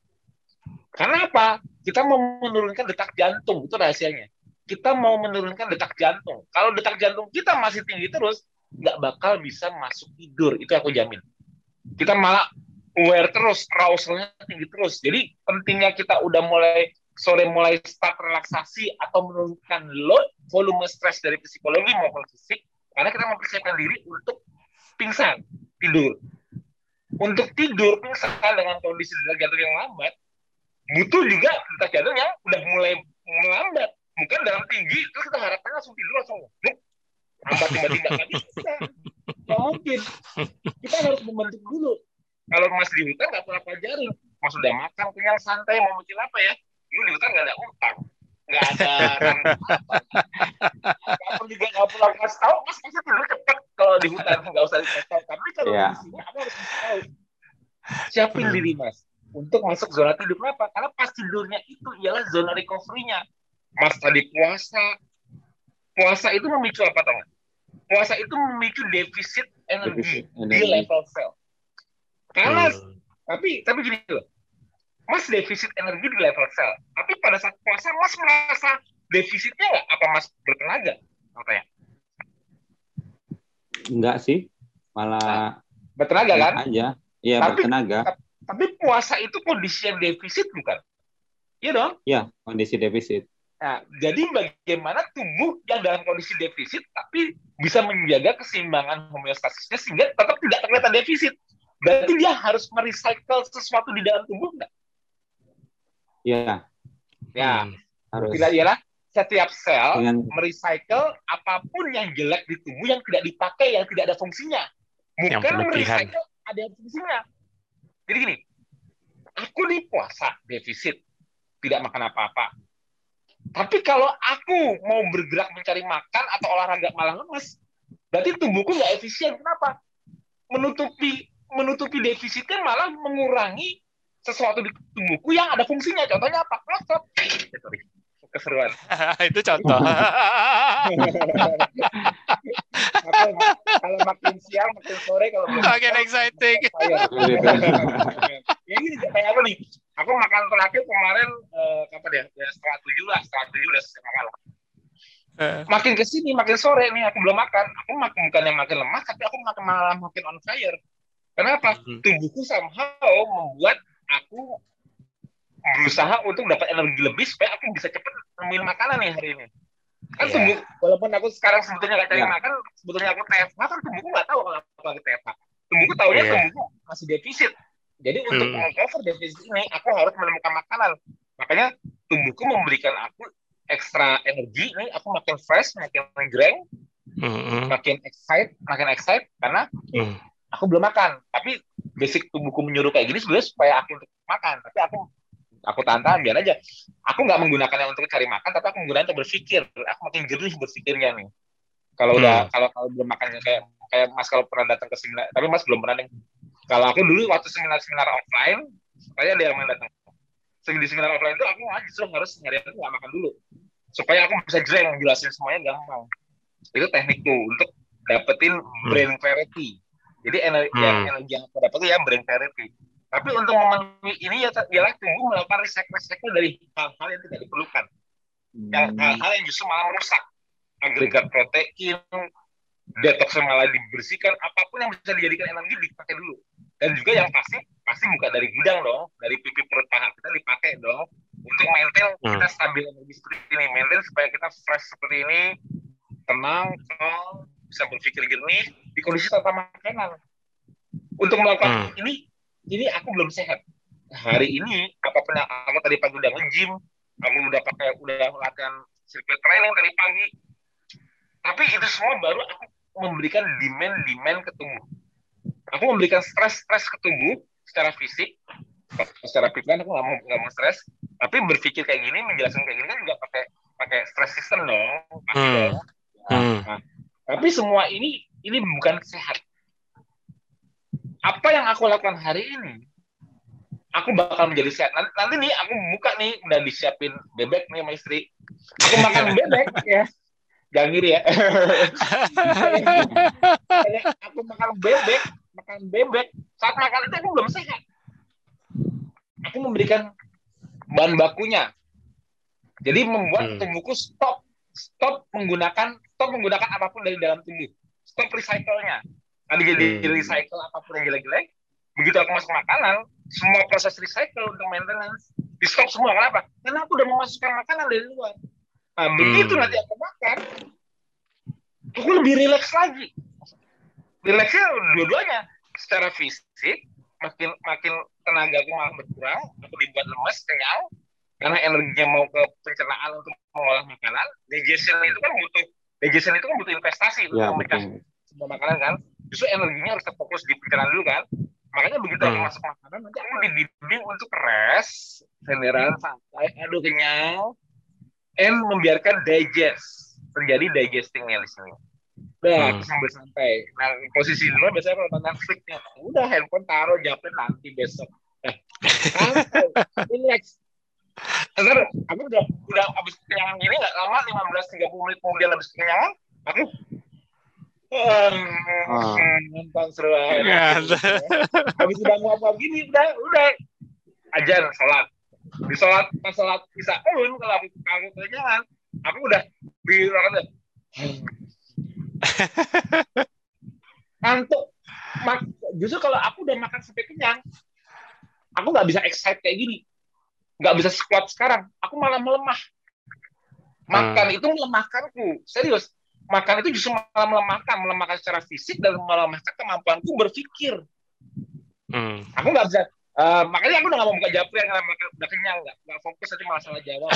Karena apa? Kita mau menurunkan detak jantung, itu rahasianya. Kita mau menurunkan detak jantung. Kalau detak jantung kita masih tinggi terus, nggak bakal bisa masuk tidur. Itu aku jamin. Kita malah aware terus, arousal-nya tinggi terus. Jadi pentingnya kita udah mulai sore mulai start relaksasi atau menurunkan load, volume stres dari psikologi maupun fisik, karena kita mempersiapkan diri untuk pingsan, tidur. Untuk tidur pingsan dengan kondisi detak jantung yang lambat, butuh juga detak jantung yang udah mulai melambat. Bukan dalam tinggi, terus kita harapkan langsung tidur langsung lambat tiba-tiba. Nggak bisa. Nggak mungkin. Kita harus membentuk dulu. Kalau masih di hutan nggak pernah pelajarin. Mas udah makan, kenyang, santai, mau mikir apa ya? Ini di hutan nggak ada utang. Nggak ada apa. Juga nggak perlu kasih tahu, mas bisa tidur cepet kalau di hutan. Nggak usah dikasih tahu. Tapi kalau di sini, apa harus kasih tahu? Siapin diri, mas. Untuk masuk zona tidur. Kenapa? Karena pas tidurnya itu ialah zona recovery-nya. Mas tadi puasa itu memicu apa tau nggak? Puasa itu memicu defisit energi di level sel. Karena tapi gini loh, Mas defisit energi di level sel. Tapi pada saat puasa Mas merasa defisitnya nggak? Apa Mas bertenaga? Katanya? Enggak sih, malah bertenaga kan? Aja, iya bertenaga. Tapi puasa itu kondisi yang defisit bukan? Iya dong? Iya, kondisi defisit. Nah, jadi bagaimana tubuh yang dalam kondisi defisit tapi bisa menjaga keseimbangan homeostasisnya sehingga tetap tidak terlihat defisit. Berarti dia harus merecycle sesuatu di dalam tubuh enggak? Iya. Ya, harus. Tidak ialah setiap sel merecycle apapun yang jelek di tubuh yang tidak dipakai, yang tidak ada fungsinya. Bukan merecycle ada fungsinya. Jadi gini, aku nih puasa defisit, tidak makan apa-apa. Tapi kalau aku mau bergerak mencari makan atau olahraga malah lemas, berarti tubuhku nggak efisien. Kenapa? Menutupi defisitnya malah mengurangi sesuatu di tubuhku yang ada fungsinya. Contohnya apa? Otot. Keseruan. Itu contoh. Kalau makin siang, makin sore, kalau makin exciting. Ya ini kayak apa nih? Aku makan terakhir kemarin kapan ya? 6:30 lah, 6:30 udah selesai makan. Makin ke sini, makin sore nih aku belum makan. Aku bukan yang makin lemah, tapi aku malah makin on fire. Kenapa? Tubuhku somehow membuat aku berusaha untuk dapat energi lebih supaya aku bisa cepat nemuin makanan nih hari ini. Kan tubuh, walaupun aku sekarang sebetulnya nggak cari makan, sebetulnya aku TFH, kan tubuhku nggak tahu kalau aku lagi TFH. Tubuhku tahunya tubuhku masih defisit. Jadi untuk meng-cover defisit ini, aku harus menemukan makanan. Makanya tubuhku memberikan aku ekstra energi nih, aku makin fresh, makin greng, makin excited karena aku belum makan. Tapi basic tubuhku menyuruh kayak gini sebenarnya supaya aku untuk makan. Tapi aku tahan biar aja. Aku nggak menggunakannya untuk cari makan, tapi aku menggunakannya untuk berpikir. Aku makin jernih berpikirnya nih. Kalau belum makannya kayak Mas kalau pernah datang ke seminar, tapi Mas belum pernah nih. Kalau aku dulu waktu seminar offline, supaya ada yang datang. Di seminar offline itu aku justru harus nyari aku nggak makan dulu, supaya aku bisa jelasin semuanya gampang. Itu teknikku untuk dapetin brain clarity. Jadi energi yang aku dapetin ya brain clarity. Tapi untuk memenuhi ini ialah tunggu melakukan recycle dari hal-hal yang tidak diperlukan, yang hal-hal yang justru malah merusak agregat protein, detox malah dibersihkan, apapun yang bisa dijadikan energi dipakai dulu. Dan juga yang pasti bukan dari gudang dong, dari pipi perut paha kita dipakai dong untuk maintain kita stabil energi seperti ini, maintain supaya kita fresh seperti ini, tenang, calm, bisa berpikir jernih di kondisi tanpa makanan. Untuk melakukan ini aku belum sehat. Hari ini apapun yang aku tadi pagi udah nge-gym, aku udah latihan circuit training tadi pagi. Tapi itu semua baru aku memberikan demand ke tubuh. Aku memberikan stres ke tubuh secara fisik, secara pikiran aku nggak mau stres. Tapi berpikir kayak gini, menjelaskan kayak gini kan juga pakai stress system dong, pasti dong. Nah, tapi semua ini bukan sehat. Apa yang aku lakukan hari ini, aku bakal menjadi sehat. Nanti nih aku buka nih, udah disiapin bebek nih sama istri. Aku makan bebek ya. Jangan ngiri ya. Aku makan bebek. Saat makan itu aku belum sehat. Aku memberikan bahan bakunya. Jadi membuat tubuhku stop menggunakan apapun dari dalam tubuh. Stop recycle-nya. Nanti jadi recycle apapun yang jelek-jelek. Begitu aku masuk makanan, semua proses recycle untuk maintenance di stop semua. Kenapa? Karena aku udah memasukkan makanan dari luar. Nah, begitu nanti aku makan, aku lebih rileks lagi. Rileksnya dua-duanya. Secara fisik, makin tenaga aku malah berkurang, aku dibuat lemas, kenyang, karena energinya mau ke pencernaan untuk mengolah makanan. Digestion itu kan butuh investasi untuk memecah semua makanan kan. Justru energinya harus terfokus di pencernaan dulu kan. Makanya begitu aku masuk makanan, nanti aku dibimbing untuk rest, senderan, santai, aduh kenyang, and membiarkan terjadi digestingnya di sini. Udah, sambil santai. Nah, posisi dulu biasanya kalau nonton Netflix, udah handphone taruh, japin nanti besok. Santai, relax. Ntar aku udah habis kenyangan gini nggak lama, 15-30 menit kemudian habis kenyangan, aku nonton seru aja. Habis udah nguap-nguap gini, udah ajar sholat. Pas sholat bisa kalau aku kenyangan, aku udah di ruangan ngantuk. Justru kalau aku udah makan sampai kenyang, aku nggak bisa excited kayak gini, nggak bisa squat sekarang, aku malah melemah. Makan itu melemahkanku, serius. Makan itu justru malah melemahkan secara fisik dan melemahkan kemampuanku berpikir. Aku nggak bisa, makanya aku udah nggak mau buka japri karena udah kenyang, nggak fokus aja malah salah jawab.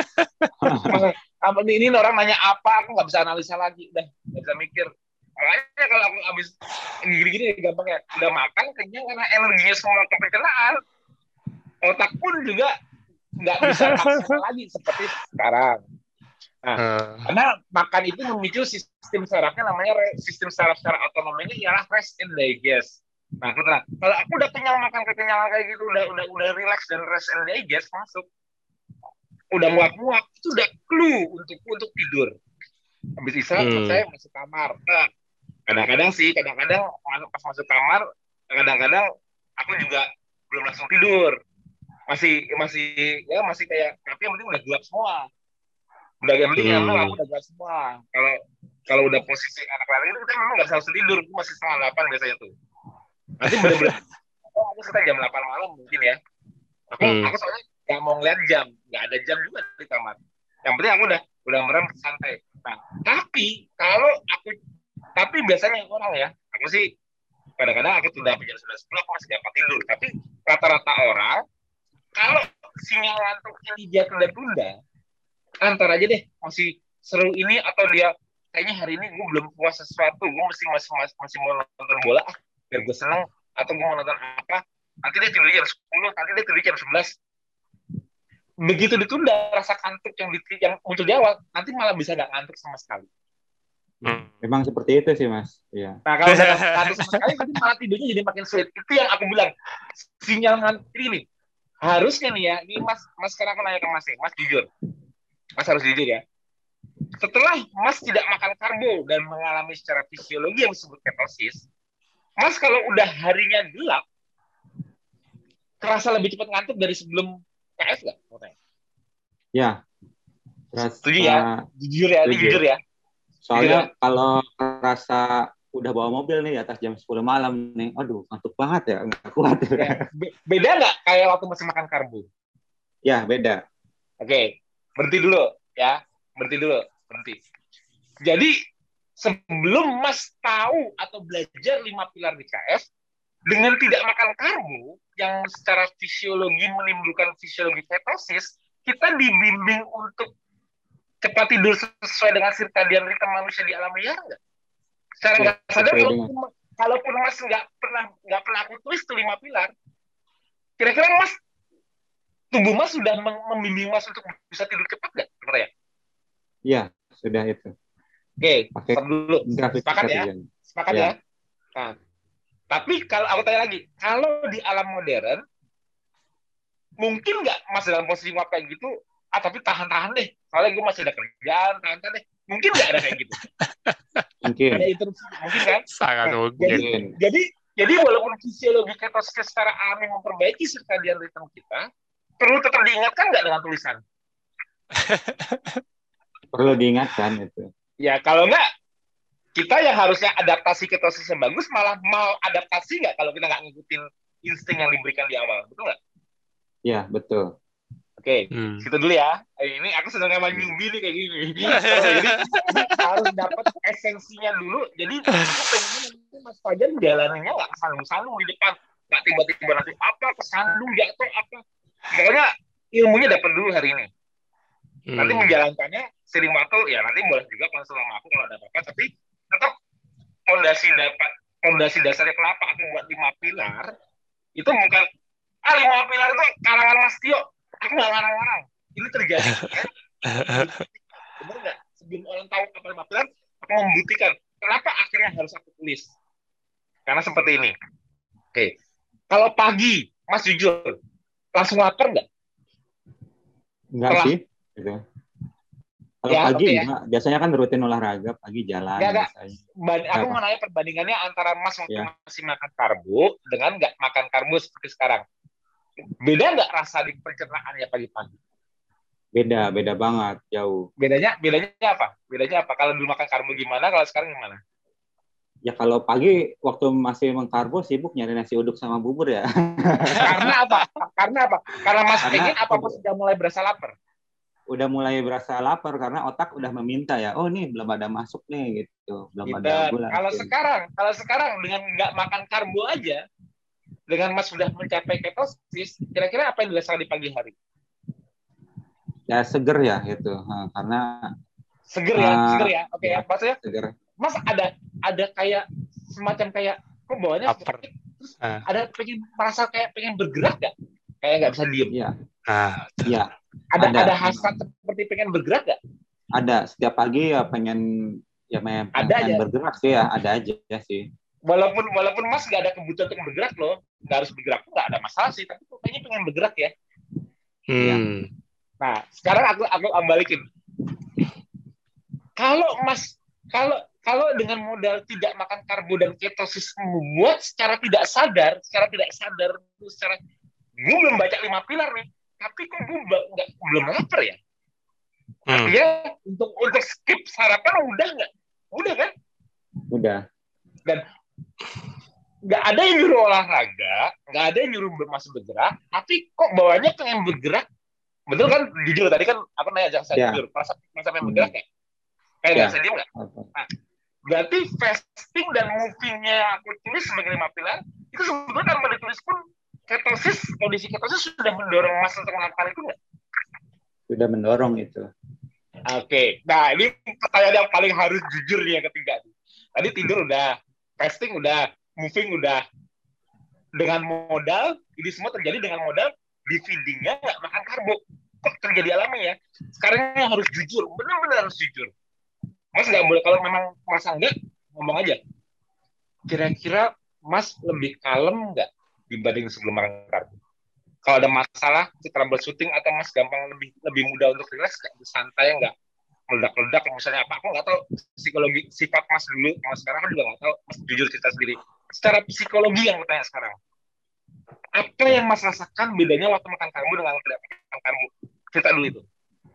Ini orang nanya apa, aku nggak bisa analisa lagi, udah nggak bisa mikir. Makanya kalau aku habis gini-gini gampang ya, udah makan kenyang karena energinya semua ke pencernaan, otak pun juga nggak bisa maksimal lagi seperti sekarang. Nah, karena makan itu memicu sistem sarafnya, namanya sistem saraf secara otonomnya ialah rest and digest. Nah, kalau aku udah kenyang, makan kekenyangan kayak gitu, udah relax dan rest and digest masuk, udah muak-muak, itu udah clue untuk tidur. Habis istirahat saya masuk kamar. Nah, kadang-kadang pas masuk kamar, kadang-kadang aku juga belum langsung tidur, masih kayak, tapi yang penting udah gelap semua. Udah yang penting aku udah gerak semua. Kalau udah posisi anak lari itu kita memang nggak bisa tidur, masih setengah 8 biasanya tuh. Nanti bener-bener aku sekitar jam 8 malam mungkin ya. Aku soalnya nggak mau ngeliat jam, nggak ada jam juga di kamar. Yang penting aku udah merem santai. Nah, tapi biasanya orang ya, aku sih kadang-kadang aku tunda jam 11 aku masih dapat tidur. Tapi rata-rata orang kalau sinyal ngantuknya dia tunda-tunda, antar aja deh masih seru ini atau dia kayaknya hari ini gue belum puas sesuatu, gue masih mau nonton bola biar gue seneng, atau gue mau nonton apa, nanti dia tidur jam 10, nanti dia tidur jam 11. Begitu ditunda rasa kantuk yang muncul di awal, nanti malah bisa nggak ngantuk sama sekali. Memang seperti itu sih Mas. Iya. Nah kalau nggak ngantuk sama sekali, nanti malah tidurnya jadi makin sulit. Itu yang aku bilang, sinyal ngantuk ini harusnya nih ya, ini Mas sekarang aku nanya ke Mas nih, Mas jujur, Mas harus jujur ya. Setelah Mas tidak makan karbo dan mengalami secara fisiologi yang disebut ketosis, Mas kalau udah harinya gelap, terasa lebih cepat ngantuk dari sebelum KF nggak? Ya. Setuju ya? Jujur ya. Soalnya kalau rasa udah bawa mobil nih atas jam 10 malam nih, aduh ngantuk banget ya, nggak kuat. Ya. Beda nggak kayak waktu masih makan karbo? Ya, beda. Oke, berhenti dulu. Jadi sebelum Mas tahu atau belajar 5 pilar di KF, dengan tidak makan karbo yang secara fisiologi menimbulkan fisiologi ketosis, kita dibimbing untuk cepat tidur sesuai dengan sirkadian ritme manusia di alam liar nggak? Secara nggak sadar, kalaupun Mas nggak pernah aku tulis tuh 5 pilar, kira-kira Mas tubuh Mas sudah membimbing Mas untuk bisa tidur cepat nggak? Sebenarnya? Iya, sudah itu. Oke, dulu. Sepakat ya? Sepakat ya? Nah, tapi kalau aku tanya lagi, kalau di alam modern, mungkin nggak Mas dalam posisi nguap kayak gitu, tapi tahan deh, soalnya gue masih ada kerjaan, tahan deh. Mungkin nggak ada kayak gitu? Mungkin. Ada interupsi, mungkin kan? Sangat mungkin. Jadi walaupun fisiologi ketosis secara alami memperbaiki sirkadian ritme kita, perlu tetap diingatkan nggak dengan tulisan? Perlu diingatkan itu. Ya, kalau nggak, kita yang harusnya adaptasi ketosis yang bagus malah mau adaptasi nggak kalau kita nggak ngikutin insting yang diberikan di awal, betul nggak? Iya, betul. Oke, situ dulu ya. Ini aku sedang sama newbie nih kayak gini. Jadi harus dapat esensinya dulu. Jadi aku pengen Mas Fajar jalanannya nggak kesandung-sandung di depan, nggak tiba-tiba nanti apa kesandung jatuh apa. Pokoknya ilmunya dapat dulu hari ini. Nanti menjalankannya sering waktu ya nanti boleh juga konsul sama aku kalau ada apa-apa. Tapi tetap fondasi dasarnya kenapa aku buat 5 pilar itu bukan 5 pilar itu karangan Mas Tio. Aku nggak ngarang-ngarang. Ini terjadi. Benar nggak? Sebelum orang tahu apa 5 pilar, aku membuktikan kenapa akhirnya harus aku tulis. Karena seperti ini. Oke. Kalau pagi, Mas jujur, langsung lapar nggak? Enggak sih. Gitu. Kalau ya, pagi enggak. Ya. Biasanya kan rutin olahraga, pagi jalan. Aku mau nanya perbandingannya antara Mas waktu masih makan karbo dengan nggak makan karbo seperti sekarang. Beda nggak rasa di pencernaan ya pagi-pagi? Beda banget, jauh. Bedanya apa? Kalau dulu makan karbo gimana, kalau sekarang gimana? Ya kalau pagi waktu masih mengkarbo sibuk nyari nasi uduk sama bubur ya. Karena apa? Karena Mas pengen apa Mas sudah mulai berasa lapar? Udah mulai berasa lapar karena otak udah meminta ya. Oh nih belum ada masuk nih gitu, belum ada gula. Kalau sekarang dengan nggak makan karbo aja, dengan Mas sudah mencapai ketosis, kira-kira apa yang dirasakan di pagi hari? Ya seger ya itu, karena seger ya. Oke ya, maksudnya seger. Mas ada kayak semacam kayak kok bawahnya seperti, terus ada merasa kayak pengen bergerak nggak? Kayak nggak bisa diem. Iya. Iya. Ada hasrat seperti pengen bergerak nggak? Ada. Setiap pagi ya pengen bergerak sih ya, ada aja sih. Walaupun Mas nggak ada kebutuhan untuk bergerak loh, nggak harus bergerak nggak ada masalah sih, tapi kayaknya pengen bergerak ya. Ya. Nah, sekarang aku balikin. Kalau dengan modal tidak makan karbo dan ketosis membuat secara tidak sadar, gue belum baca 5 pilar nih, tapi kok gue belum lapar ya? Artinya untuk skip sarapan udah nggak? Udah kan? Udah. Dan nggak ada yang nyuruh olahraga, nggak ada yang nyuruh masih bergerak, tapi kok bawaannya pengen bergerak. Betul kan? Jujur tadi kan aku nanya jangan saya jujur, merasa pengen bergerak nggak? Kayak nggak bisa diem nggak? Nah, berarti fasting dan moving-nya yang aku tulis sebagai 5 pilar itu sebetulnya tanpa ditulis pun kondisi ketosis sudah mendorong mas untuk melakukan itu nggak? Sudah mendorong itu. Oke, nah ini pertanyaan yang paling harus jujur nih yang ketiga. Tadi tidur udah, fasting udah, moving udah. Dengan modal, ini semua terjadi dengan modal di feeding-nya nggak makan karbo. Kok terjadi alami ya? Sekarang yang harus jujur, benar-benar harus jujur. Mas nggak boleh, kalau memang Mas enggak, ngomong aja. Kira-kira Mas lebih kalem nggak dibanding sebelum makan karbo? Kalau ada masalah, troubleshooting atau Mas gampang lebih mudah untuk relax, santai nggak? Meledak-ledak misalnya apa? Aku nggak tahu psikologi sifat Mas dulu, Mas sekarang kan juga nggak tahu. Mas jujur cerita sendiri. Secara psikologi yang bertanya sekarang, apa yang Mas rasakan bedanya waktu makan karbo dengan tidak makan karbo? Cerita dulu itu.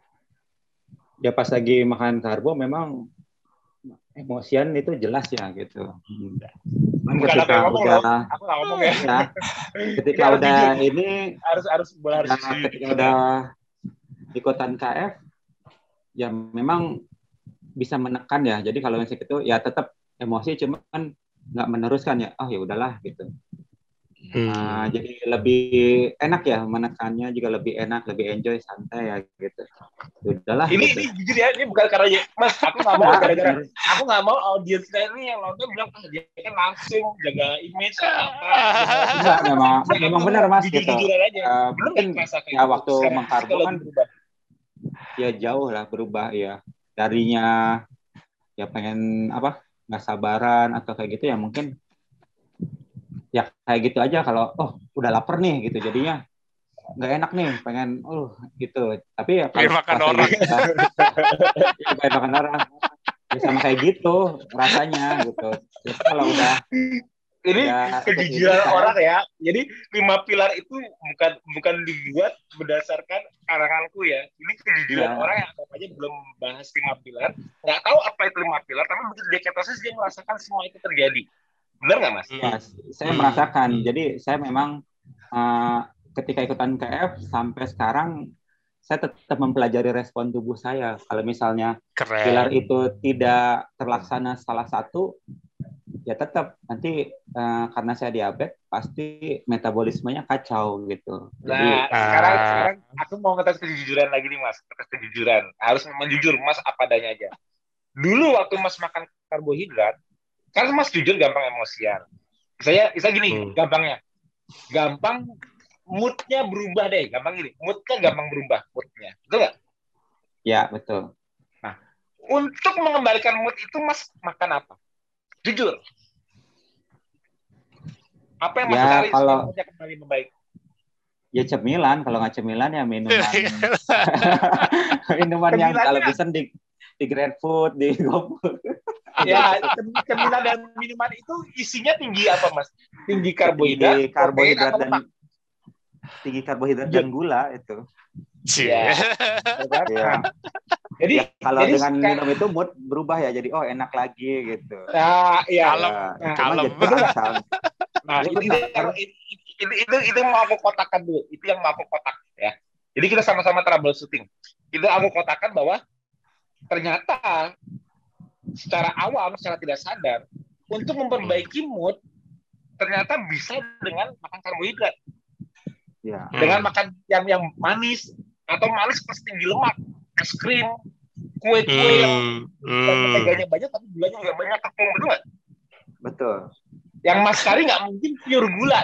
Ya pas lagi makan karbo memang emosian itu jelas ya gitu. Bukan aku yang ngomong loh, aku nggak ngomong ya. Ketika udah jujur. Ini harus ketika udah ikutan KF, ya memang bisa menekan ya. Jadi kalau misalnya itu ya tetap emosi, cuman nggak meneruskan ya. Oh ya udahlah gitu. Jadi lebih enak ya menekannya, juga lebih enak, lebih enjoy, santai ya gitu. Udahlah. Ini gitu. ini jujur ya, ini bukan karena ya, Mas, aku nggak mau gara-gara aku nggak mau audiensnya ini yang nonton bilang dia kan langsung jaga image apa. Enggak, memang benar Mas gitu. Mungkin ya waktu mengkarbo kan ya jauh lah berubah ya. Darinya ya pengen apa nggak sabaran atau kayak gitu ya mungkin ya kayak gitu aja. Kalau udah lapar nih gitu jadinya nggak enak nih pengen gitu, tapi ya pengen makan orang pengen makan orang ya sama kayak gitu rasanya gitu. Jadi kalau udah ini kejujuran orang ya. Jadi 5 pilar itu bukan dibuat berdasarkan karanganku ya. Ini kejujuran orang yang apa aja belum bahas 5 pilar, nggak tahu apa itu 5 pilar, tapi begitu dia ketosis dia merasakan semua itu terjadi. Benar nggak Mas? Ya, saya merasakan. Jadi saya memang ketika ikutan KF sampai sekarang saya tetap mempelajari respon tubuh saya. Kalau misalnya pilar itu tidak terlaksana salah satu, ya tetap nanti karena saya diabetes pasti metabolismenya kacau gitu. Nah, sekarang aku mau ngetes kejujuran lagi nih Mas. Kejujuran. Harus menjujur Mas apa adanya aja. Dulu waktu Mas makan karbohidrat, kan Mas jujur gampang emosian. Saya gini, gampang mood-nya berubah deh, gampang gini. Mood-nya gampang berubah, mood-nya. Betul nggak? Ya, betul. Nah, untuk mengembalikan mood itu Mas makan apa? Jujur. Apa yang Mas cari supaya mood-nya kembali membaik? Ya cemilan, kalau nggak cemilan ya minuman. Minuman yang kalau bisa di GrabFood, di GoFood. Ya, cemilan dan minuman itu isinya tinggi apa Mas? Tinggi karbohidrat, tinggi karbohidrat dan gula itu. Iya. Ya. Jadi kalau dengan minum itu mood berubah ya, jadi enak lagi gitu. Nah, iya. Kalem. Nah, itu mau aku kotakkan dulu. Itu yang mau aku kotak ya. Jadi kita sama-sama troubleshooting. Itu aku kotakkan bahwa ternyata secara awam, secara tidak sadar, untuk memperbaiki mood ternyata bisa dengan makan karbohidrat. Ya. Dengan makan yang manis atau manis plus tinggi lemak, es krim, kue-kue yang menteganya banyak tapi gulanya juga banyak, tepung, betul nggak? Betul. Yang Mas Kari nggak mungkin pure gula,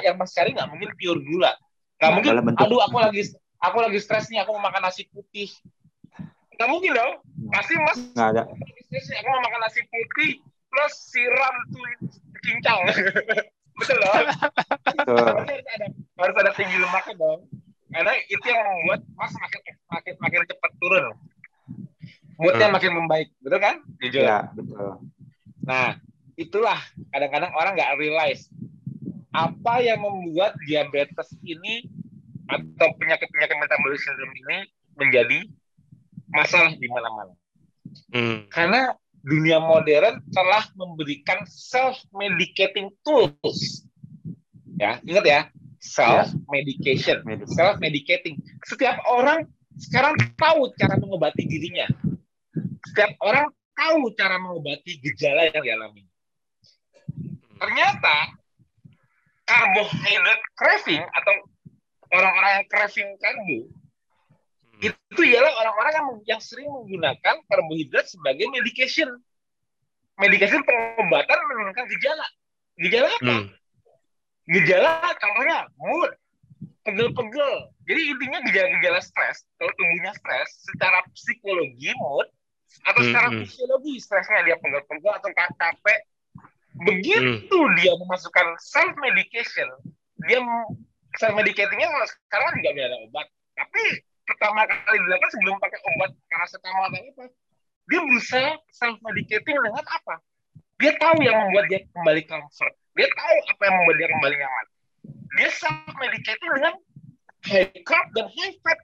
nggak mungkin. Aduh, aku lagi stres nih, aku mau makan nasi putih. Nggak mungkin dong. Pasti Mas nggak ada. Aku mau makan nasi putih plus siram tuh cincang. Betul dong? Harus ada tinggi lemaknya dong. Karena itu yang membuat Mas makin cepat turun. Moodnya makin membaik. Betul kan? Jujur. Ya, betul. Nah, itulah kadang-kadang orang nggak realize apa yang membuat diabetes ini atau penyakit metabolisme ini menjadi masalah di mana-mana. Hmm. Karena dunia modern telah memberikan self-medicating tools. Ya, ingat ya, self-medication, self-medicating. Setiap orang sekarang tahu cara mengobati dirinya. Setiap orang tahu cara mengobati gejala yang dialami. Ternyata carbohydrate craving atau orang-orang yang craving karbo itu ialah orang-orang yang sering menggunakan karbohidrat sebagai medication pengobatan menurunkan gejala. Gejala apa? Gejala contohnya mood, pegel-pegel. Jadi intinya gejala-gejala stres. Kalau tubuhnya stres, secara psikologi mood atau secara fisiologi stresnya dia pegel-pegel atau capek. Begitu dia memasukkan self medication, dia self medicatingnya sekarang juga tidak ada obat. Tapi pertama kali dilakukan sebelum pakai obat paracetamol atau apa, dia berusaha self medicating dengan apa? Dia tahu yang membuat dia kembali comfort. Dia tahu apa yang membuat dia kembali nyaman. Dia self medicating dengan high carb dan high fat.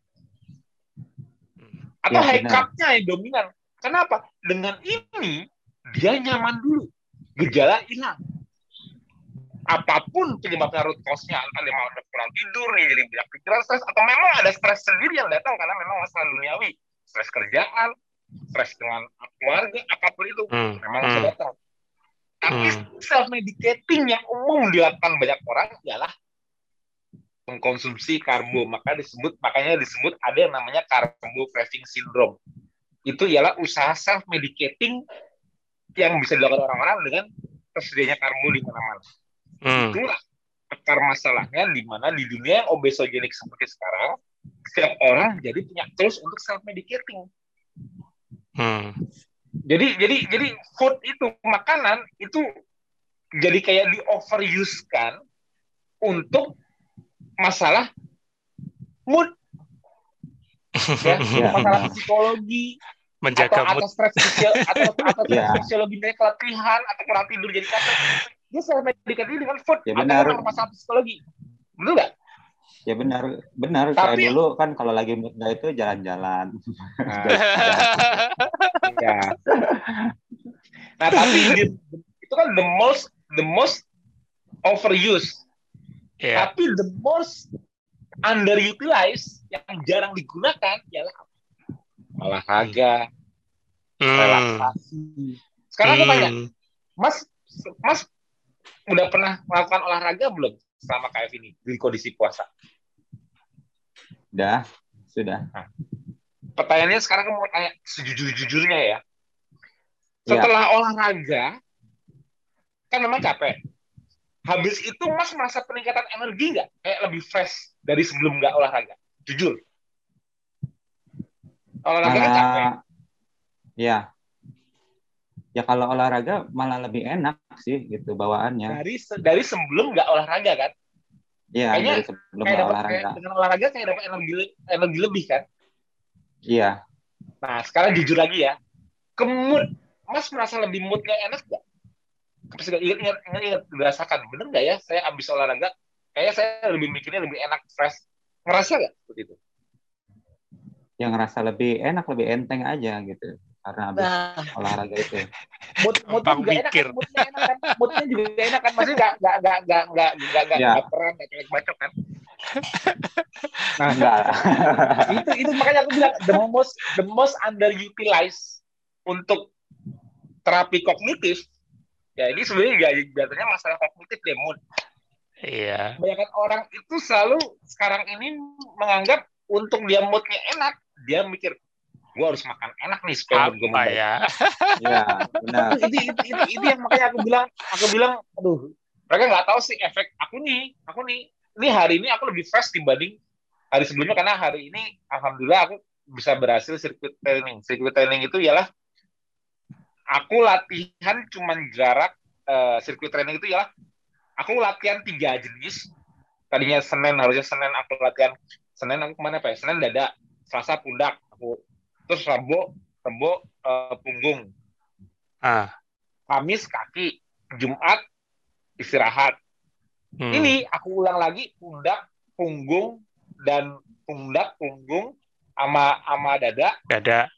Atau high carb-nya yang dominan. Kenapa? Dengan ini dia nyaman dulu. Gejala hilang. Apapun penyebabnya root cause-nya, entah dia mau ada kurang tidur, jadi banyak pikiran stres, atau memang ada stres sendiri yang datang karena memang masalah duniawi, stres kerjaan, stres dengan keluarga, apapun itu memang bisa datang. Tapi self-medicating yang umum dilakukan banyak orang ialah mengkonsumsi karbo, makanya disebut ada yang namanya carbo craving syndrome. Itu ialah usaha self-medicating yang bisa dilakukan orang-orang dengan tersedianya karbo di mana-mana. Itulah akar masalahnya di mana di dunia yang obesogenik seperti sekarang, setiap orang jadi punya tools untuk self-medicating. Jadi food itu, makanan itu jadi kayak di overuse-kan untuk masalah mood, ya, masalah psikologi, menjaga atau stres fisiologi dari keletihan atau kurang tidur jadi capek. Dia self-medicating dengan food atau masalah psikologi. Betul nggak? Ya benar. Kayak dulu kan kalau lagi mood nggak itu jalan-jalan. Ya. Nah tapi itu kan the most overuse. Yeah. Tapi the most underutilized yang jarang digunakan ialah olahraga, relaksasi. Sekarang aku tanya, Mas udah pernah melakukan olahraga belum selama KF ini di kondisi puasa? Sudah. Nah, pertanyaannya sekarang aku mau tanya sejujur-jujurnya ya. Setelah olahraga, kan memang capek. Habis itu Mas merasa peningkatan energi nggak? Kayak lebih fresh dari sebelum nggak olahraga? Jujur. Olahraga kan capek. Ya kalau olahraga malah lebih enak sih gitu bawaannya. Dari sebelum nggak olahraga kan? Iya, dari sebelum nggak olahraga. Dengan olahraga kayak dapat energi lebih kan? Iya. Nah sekarang jujur lagi ya, Mas merasa lebih moodnya enak nggak? Ingat dirasakan, bener nggak ya? Saya abis olahraga, kayaknya saya lebih mikirnya lebih enak, fresh. Ngerasa nggak seperti itu? Yang ngerasa lebih enak, lebih enteng aja gitu. Karena habis olahraga itu. Moodnya juga enak kan? Moodnya juga enak kan? Maksudnya nggak peran, nggak colek bacok kan? Nah, enggak. itu makanya aku bilang the most underutilized untuk terapi kognitif. Ya ini sebenarnya biasanya masalah kognitif deh, mood. Iya. Banyak orang itu selalu sekarang ini menganggap untuk dia moodnya enak, dia mikir gue harus makan enak nih supaya mood gue membaik. Ya, benar. Itu yang makanya aku bilang, aduh, mereka nggak tahu sih efek aku nih. Ini hari ini aku lebih fresh dibanding hari sebelumnya karena hari ini alhamdulillah aku bisa berhasil circuit training. Circuit training itu ialah aku latihan cuman jarak circuit training itu ialah aku latihan 3 jenis. Tadinya harusnya Senin aku latihan. Senin aku kemana Pak? Senin dada, Selasa pundak, terus Rabu punggung. Kamis kaki, Jumat istirahat. Ini aku ulang lagi pundak, punggung sama dada.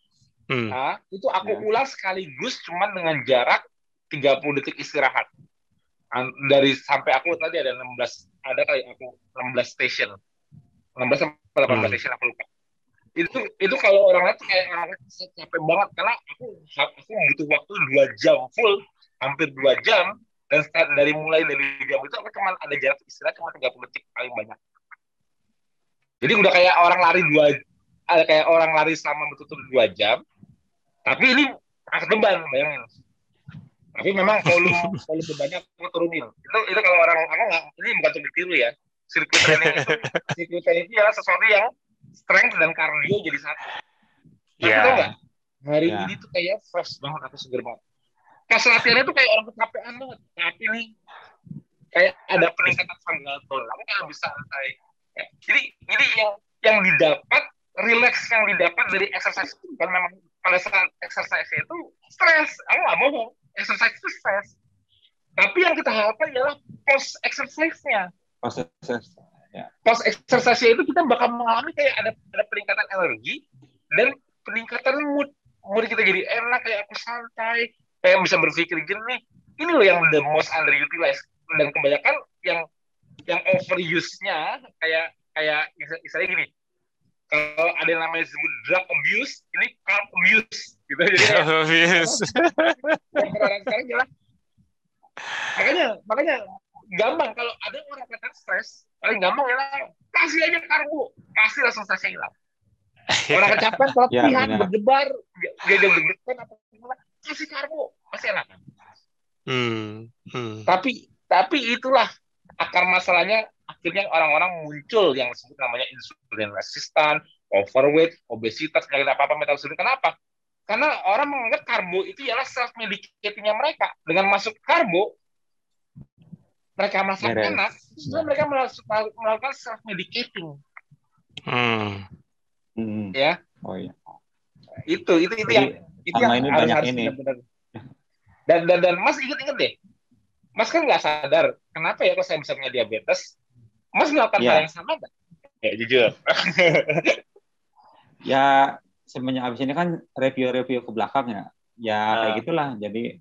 Nah, itu aku ulas sekaligus cuman dengan jarak 30 detik istirahat. Dari sampai aku tadi ada 16, ada kali aku 16 station. 16 sampai 18 station aku lupa. Itu kalau orang lain tuh kayak capek banget karena aku butuh waktu 2 jam full, hampir 2 jam, dan dari jam itu aku cuma ada jarak istirahat cuma 30 detik paling banyak. Jadi udah kayak orang lari selama betul-betul 2 jam, tapi ini angkat beban, bayangin. Tapi memang volume bebannya aku turunin. Itu kalau orang aku nggak, ini bukan untuk ditiru ya. Sirkuit training itu adalah sesuatu yang strength dan cardio jadi satu. Tapi tau nggak? Hari ini tuh kayak fresh banget, aku seger banget. Pas latihannya tuh kayak orang kecapean banget. Tapi nih kayak ada peningkatan stamina tulang. Aku kayak bisa santai. Jadi yang didapat, relax yang didapat dari exercise itu kan memang pada saat exercise itu stres. Aku nggak bohong, exercise itu stres. Tapi yang kita harapkan adalah post exercise-nya. Post exercise itu kita bakal mengalami kayak ada peningkatan energi dan peningkatan mood kita jadi enak, kayak aku santai, kayak bisa berpikir jernih. Ini loh yang the most underutilized, dan kebanyakan yang overuse-nya kayak misalnya gini, kalau ada yang namanya disebut drug abuse, ini carb abuse gitu. Jadi orang sekarang jelas. Makanya gampang kalau ada orang kata stres, paling gampang ya kasih aja karbo, pasti langsung stresnya hilang. Orang kecapean, latihan, berdebar, dia deg-degan apa gimana, kasih karbo, pasti enak. Tapi itulah akar masalahnya, akhirnya orang-orang muncul yang disebut namanya insulin resistan, overweight, obesitas, nggak apa-apa metabolisme. Kenapa? Karena orang menganggap karbo itu ialah self-medicating-nya mereka. Dengan masuk karbo, mereka merasa enak, sebenarnya mereka melakukan self-medicating. Ya. Oh iya. Itu yang ini banyak harus ini. Benar-benar. Dan Mas ingat deh, Mas kan nggak sadar kenapa ya kalau saya bisa punya diabetes. Mas melakukan hal yang sama nggak? Ya jujur. Ya semenjak abis ini kan review ke belakang ya kayak gitulah. Jadi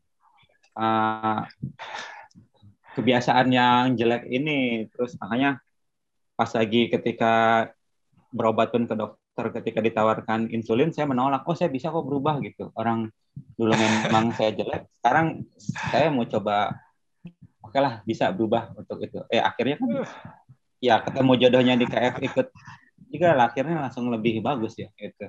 kebiasaan yang jelek ini, terus makanya pas lagi ketika berobat pun ke dokter, ketika ditawarkan insulin saya menolak. Oh, saya bisa kok berubah gitu. Orang dulu memang saya jelek, sekarang saya mau coba, oke lah bisa berubah untuk itu. Akhirnya kan ya ketemu jodohnya di KF, ikut juga lah, akhirnya langsung lebih bagus ya gitu.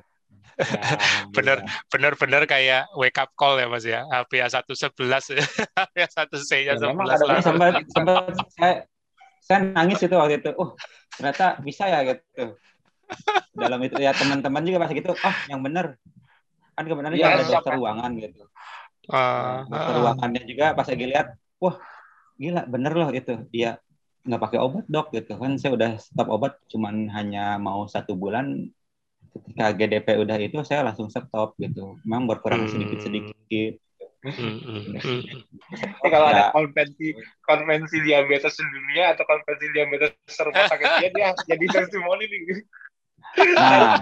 Bener kayak wake up call ya Mas ya. HbA 111 HbA 1C-nya 11 sampai saya nangis itu waktu itu. Ternyata bisa ya gitu. Dalam itu ya teman-teman juga pasti gitu. Yang bener. Kan kebenaran ada dokter ruangan gitu. Dokter ruangannya juga pas lagi lihat, wah gila bener loh itu. Dia nggak pakai obat dok gitu kan. Saya udah stop obat cuman hanya mau 1 bulan. Ketika GDP udah itu saya langsung stop gitu. Memang berkurang sedikit-sedikit. Kalau ada konvensi diabetes dunia atau konvensi diabetes rumah sakit dia jadi testimoni nih. Nah,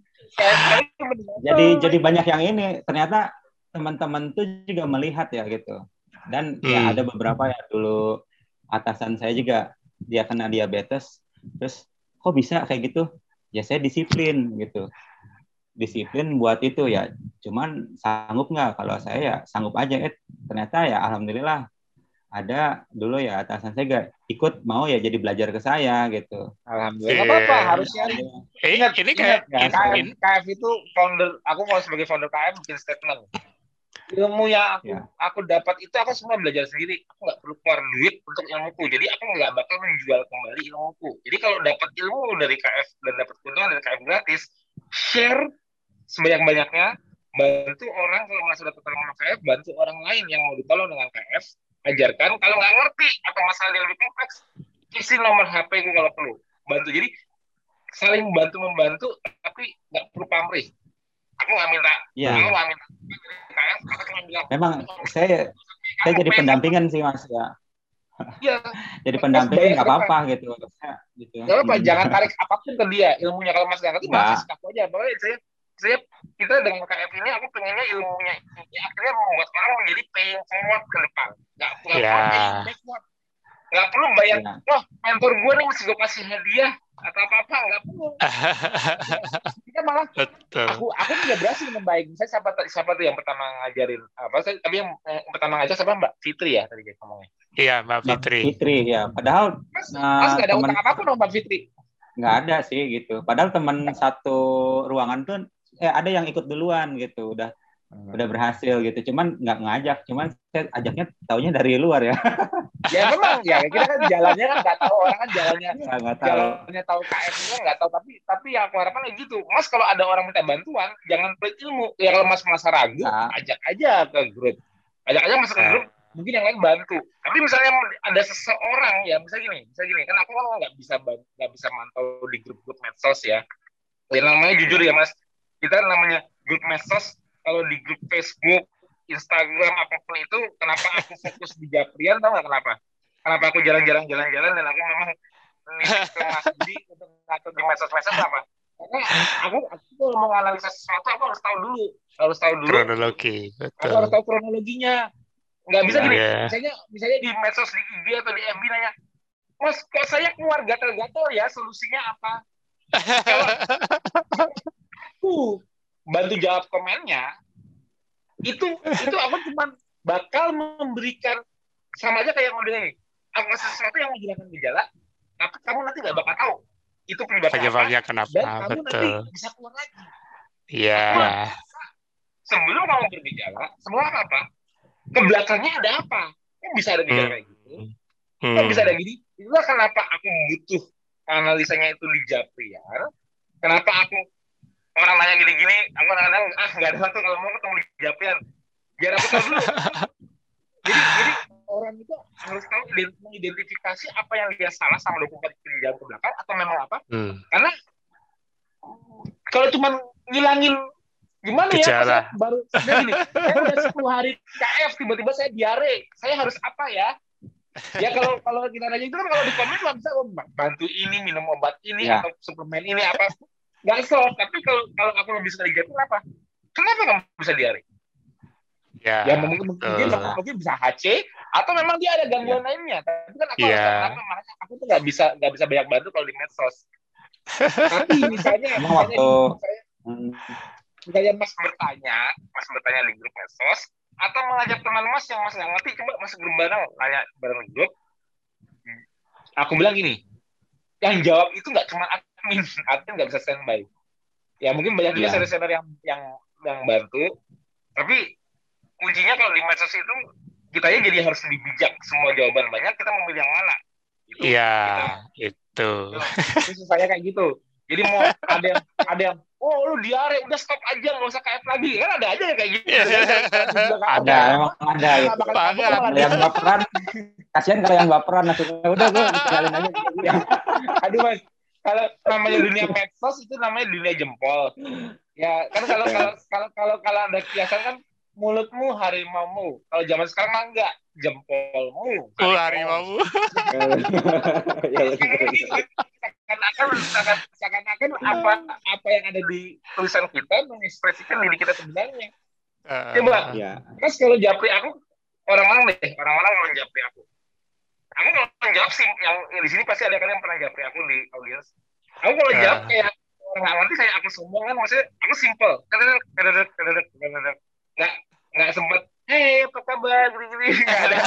jadi banyak yang ini. Ternyata teman-teman tuh juga melihat ya gitu. Dan ya ada beberapa ya dulu atasan saya juga dia kena diabetes. Terus kok bisa kayak gitu? Ya saya disiplin gitu. Disiplin buat itu ya. Cuman sanggup nggak? Kalau saya ya sanggup aja. Ternyata ya alhamdulillah ada dulu ya atasan saya gak ikut mau ya jadi belajar ke saya gitu. Alhamdulillah. Nggak apa-apa, harusnya. Ingat KF itu founder, aku mau sebagai founder KF bikin statement. Ilmu yang aku dapat itu aku semua belajar sendiri. Aku nggak perlu keluar duit untuk ilmuku. Jadi aku nggak bakal menjual kembali ilmuku. Jadi kalau dapat ilmu dari KF dan dapat keuntungan dari KF gratis, share sebanyak-banyaknya, bantu orang kalau merasa dapat tolong KF, bantu orang lain yang mau ditolong dengan KF, ajarkan. Kalau nggak ngerti atau masalah yang lebih kompleks, isi nomor HP ku kalau perlu. Bantu. Jadi saling bantu-membantu, tapi nggak perlu pamrih. Aku nggak minta. Aku nggak minta. Memang saya jadi pendampingan sih Mas ya. Iya. Jadi pendampingan nggak apa-apa gitu. Nggak apa-apa, jangan tarik apapun ke dia ilmunya. Kalau Mas nggak ngerti, Mas kasih aku aja. Pokoknya saya kita dengan KF ini aku pengennya ilmunya ini akhirnya membuat orang menjadi paying forward ke depan, nggak perlu paying backward, nggak perlu bayar. Wah, mentor gue nih mesti gue kasih hadiah atau apa nggak perlu. Kita malah aku tidak berhasil membaik. Saya siapa tuh yang pertama ngajarin apa? Tapi yang pertama ngajar siapa, Mbak Fitri ya tadi ngomongnya. Iya, Mbak Fitri. Fitri ya. Padahal Mas nggak ada utang apapun sama Mbak Fitri. Nggak ada sih gitu. Padahal teman satu ruangan tuh ada yang ikut duluan gitu, udah berhasil gitu. Cuman nggak ngajak, cuman saya ajaknya taunya dari luar ya. Ya memang ya kita kan jalannya kan nggak tahu, orang kan jalannya nggak tahu. Jalannya tahu KF itu nggak tahu, tapi yang aku harapkan kayak gitu. Mas kalau ada orang minta bantuan, jangan pelit ilmu. Ya kalau Mas merasa ragu, ajak aja ke grup. Ajak aja masuk ke grup, mungkin yang lain bantu. Tapi misalnya ada seseorang ya, misalnya gini, kan aku kan nggak bisa mantau di grup-grup medsos ya. Yang namanya jujur ya Mas, kita namanya grup medsos, kalau di grup Facebook, Instagram apapun itu, kenapa aku fokus di Japrian, tau nggak kenapa? Kenapa aku jarang-jarang jalan-jalan dan aku memang ke Mas Budi untuk ngatur di medsos-medsos apa? Karena aku mau menganalisa sesuatu, aku harus tahu dulu kronologi. Betul. Aku harus tahu kronologinya. Nggak bisa gini, misalnya di medsos, di IG atau di FB nanya, Mas, kok saya keluar gatal-gatal ya, solusinya apa? Kalau aku bantu jawab komennya, itu aku cuma bakal memberikan, sama aja kayak modelnya ini, aku kasih sesuatu yang menghilangkan gejala, tapi kamu nanti nggak bakal tahu itu penyebabnya kenapa, dan kamu nanti bisa keluar lagi. Iya. Sebelum kamu bergejala, semua apa? Ke belakangnya ada apa? Kok bisa ada gejala kayak gitu? Kok bisa ada gini? Itulah kenapa aku butuh analisanya itu di Japrian. Kenapa aku orang nanya gini-gini, aku kadang-kadang nggak ada waktu kalau mau ketemu di Japrian. Biar aku tahu dulu. Jadi orang itu harus tahu mengidentifikasi apa yang dia salah sama dokumen penjelasan ke belakang atau memang apa. Karena kalau cuma ngilangin gimana gejala. Ya, baru gini, saya udah 10 hari KF, tiba-tiba saya diare, saya harus apa ya? Ya kalau kita nanya itu kan kalau di komen nggak bisa bantu ini, minum obat ini atau suplemen ini apa, nggak solve. Tapi kalau aku lebih bisa diganti kenapa kamu bisa diare? Ya mungkin bisa HC atau memang dia ada gangguan lainnya. Tapi kan aku harus tahu makanya aku tuh nggak bisa banyak bantu kalau di medsos. Tapi misalnya Mas bertanya di grup medsos atau mengajak teman Mas yang Mas nggak ngerti, coba masuk grup bareng, nanya bareng grup. Aku bilang gini, yang jawab itu nggak cuma admin nggak bisa standby. Ya mungkin banyak juga senior yang bantu, tapi kuncinya kalau di medsos itu kitanya jadi harus lebih bijak. Semua jawaban banyak, kita memilih yang mana? Iya, itu. Itu susahnya kayak gitu. Jadi mau ada yang lu diare, udah stop aja, nggak usah KF lagi. Kan ada aja yang kayak gitu. Ada, emang ada. Ada yang baperan. Kasihan kalau yang baperan. Udah gue tinggalin aja. Aduh Mas, kalau namanya dunia medsos itu namanya dunia jempol. Ya kan kalau ada kiasan kan mulutmu harimaumu. Kalau zaman sekarang mah enggak, jempolmu harimaumu. Seakan-akan apa yang ada di tulisan kita mengekspresikan diri kita sebenarnya. Coba, Mas kalau japri aku, orang-orang kalau japri aku kalau menjawab sih, yang di sini pasti ada kalian yang pernah japri aku di audiens. Aku kalau jawab kayak orang nggak ngerti, kayak aku sombong kan, maksudnya aku simple, nggak sempet, hey apa kabar, gini-gini, nggak ada.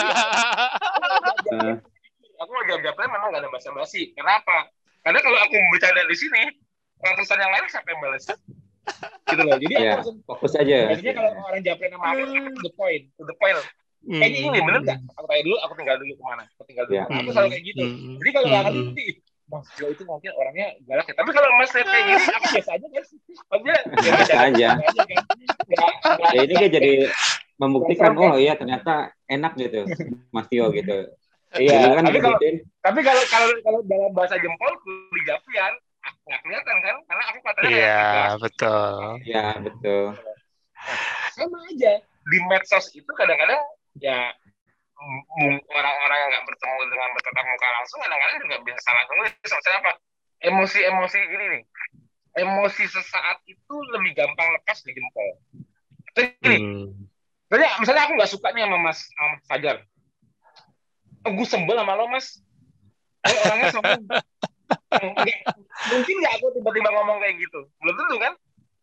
Aku mau jawab-jawabnya memang nggak ada basa-basi. Kenapa? Karena kalau aku bercanda di sini, ratusan yang lain siapa yang balas? Gitu loh. Jadi aku fokus aja. Biasanya kalau orang jawabnya nama aku to the point. Kayaknya ini bener nggak? Aku tanya dulu, aku tinggal dulu kemana? Aku selalu kayak gitu. Jadi kalau nggak ngerti, Mas Jo itu mungkin orangnya galak ya. Tapi kalau Mas kayak gini, aku biasa aja guys. Maksudnya biasa aja. Ya ini kan jadi membuktikan, oh iya ternyata enak gitu, Mas Tio gitu. Iya, kan tapi kalau dalam bahasa jempol di Japrian nggak kelihatan kan, karena aku katanya betul. Iya betul. Sama aja di medsos itu kadang-kadang ya orang-orang yang nggak bertemu dengan bertatap muka langsung kadang-kadang juga bisa salah nulis. Misalnya apa? Emosi ini nih. Emosi sesaat itu lebih gampang lepas di jempol. Terus gini, misalnya aku nggak suka nih sama Mas Fajar. Gue sebel sama lo, Mas. Orangnya sombong. Mungkin nggak aku tiba-tiba ngomong kayak gitu. Belum tentu kan?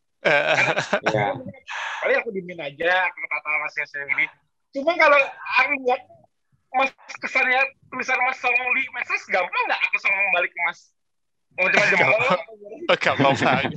Paling aku diemin aja, aku kata Masnya sendiri. Cuma kalau aku lihat Mas kesannya tulisan Mas songong di medsos, gampang nggak aku songong balik ke Mas? Mau cuma jempol gampang banget.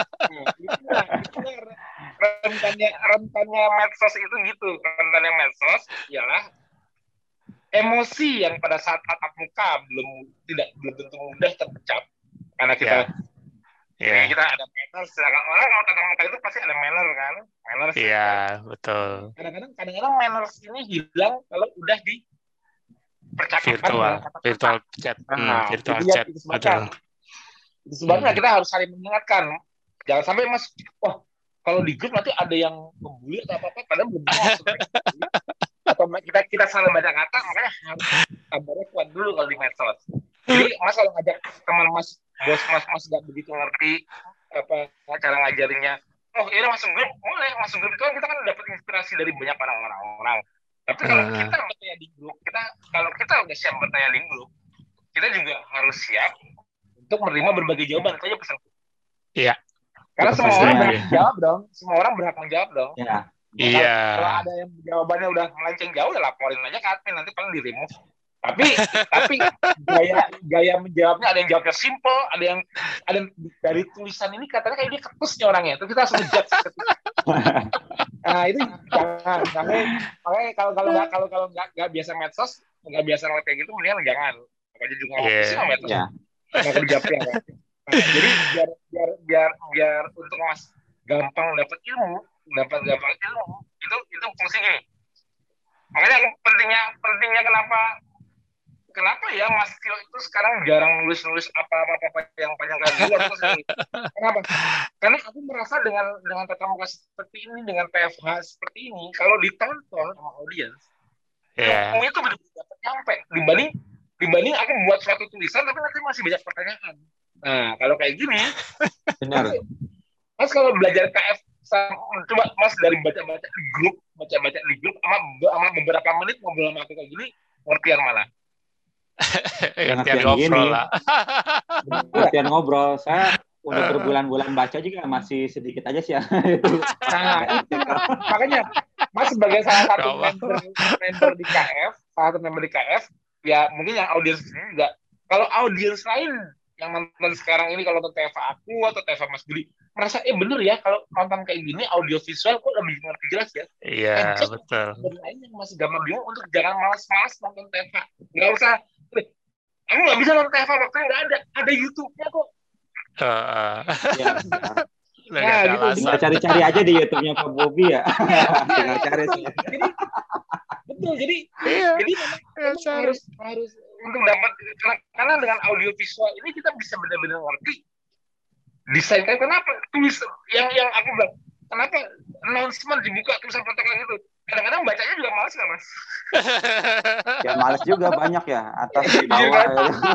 rentannya medsos itu gitu. Rentannya medsos ialah emosi yang pada saat tatap muka belum tentu mudah terpecah karena kita kita ada manners. Sedangkan orang kalau tatap muka itu pasti ada manner kan? Manners. Iya, betul. Kadang-kadang manners ini hilang kalau udah di percakapan virtual chat. Virtual chat. Itu sebabnya kita harus saling mengingatkan. Jangan sampai Mas, kalau di grup nanti ada yang membuli atau apa-apa, padahal belum tahu. Atau kita salah baca kata, makanya harus sabarnya kuat dulu kalau di medsos. Jadi Mas kalau ngajak teman Mas, bos Mas nggak begitu ngerti apa cara ngajarinnya. Ini masuk grup, boleh masuk grup itu kan kita kan dapat inspirasi dari banyak orang-orang. Tapi kalau kita bertanya di grup, kalau kita udah siap bertanya di grup, kita juga harus siap untuk menerima berbagai jawaban. Itu aja pesanku. Iya. Karena semua orang berhak menjawab dong. Semua orang berhak menjawab dong. Iya. Kalau ada yang jawabannya udah melenceng jauh, ya laporin aja ke admin, nanti paling di-remove. Tapi gaya menjawabnya ada yang jawabnya simple, ada yang dari tulisan ini katanya kayak dia ketus nih orangnya. Terus kita harus ngejudge. Nah itu jangan. Makanya kalau nggak biasa medsos, nggak biasa ngeliat kayak gitu, mendingan jangan. Makanya juga ngomong sih medsos. Nggak kerjanya. Jadi biar untuk Mas gampang dapat ilmu itu fungsinya. Makanya pentingnya kenapa ya Mas Tio itu sekarang jarang nulis apa yang panjang kayak dulu. Kenapa? Karena aku merasa dengan tatap muka seperti ini, dengan PFH seperti ini, kalau ditonton sama audiens, ilmu itu benar-benar dapat nyampe. Dibanding aku buat suatu tulisan tapi nanti masih banyak pertanyaan. Nah, kalau kayak gini, benar. Mas kalau belajar KF, coba Mas dari baca-baca di grup sama beberapa menit ngobrol sama aku kayak gini, ngerti yang mana? Ngertian ngobrol lah. Ngertian ngobrol. Saya udah berbulan-bulan baca juga masih sedikit aja sih ya. Makanya Mas sebagai salah satu member di KF, ya mungkin yang audiens ini juga. Kalau audiens lain yang nonton sekarang ini, kalau nonton TV aku atau TV Mas Budi, merasa bener ya kalau nonton kayak gini audio visual kok lebih ngerti jelas ya. Iya, betul. Dan lain yang masih gampang bingung untuk jangan malas-malas nonton TV. Nggak usah. Aku nggak bisa nonton TV waktunya nggak ada YouTube-nya kok. Gitu. Tinggal cari-cari aja di YouTube-nya Pak Bobi ya. Tinggal cari sih. Jadi harus untuk dapat, karena dengan audio visual ini kita bisa benar-benar ngerti desain. Kenapa tulis yang aku bilang, kenapa announcement dibuka tulisan protokol itu, kadang-kadang bacanya juga malas nggak Mas? Ya malas juga, banyak ya atas di bawah.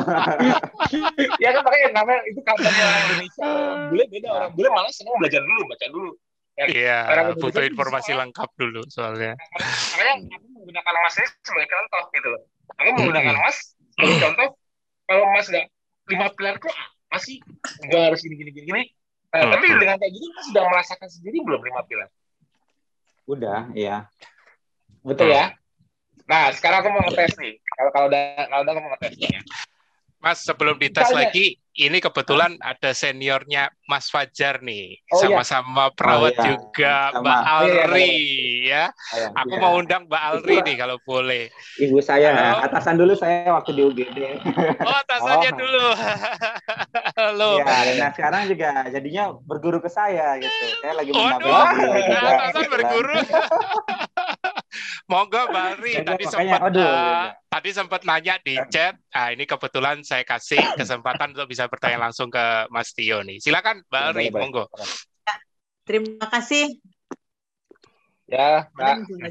Ya kan, makanya namanya itu kampanye orang Indonesia. Bule beda, orang bule malas senang baca dulu. Iya, butuh informasi lengkap dulu soalnya. Makanya aku menggunakan Mas ini sebagai contoh gitu loh. Aku menggunakan Mas sebagai contoh. Kalau Mas nggak 5 pilar kok masih gue harus gini. Tapi dengan kayak gini Mas sudah merasakan sendiri belum 5 pilar? Udah, iya. Betul ya. Nah sekarang aku mau ngetes nih. Kalau udah aku mau ngetes nih ya. Mas, sebelum dites lagi, ini kebetulan ada seniornya Mas Fajar nih, sama-sama perawat juga, Mbak Alri ya. Aku mau undang Mbak Alri nih kalau boleh. Ibu saya, atasan dulu saya waktu di UGD. Oh, atasannya dulu. Halo. Ya, nah sekarang juga jadinya berguru ke saya gitu. Saya lagi atasan berguru. Monggo Mbak Alri, tadi sempat nanya di chat. Ini kebetulan saya kasih kesempatan untuk bisa bertanya langsung ke Mas Tio nih. Silakan Mbak Alri, monggo. Terima kasih. Ya, Mbak.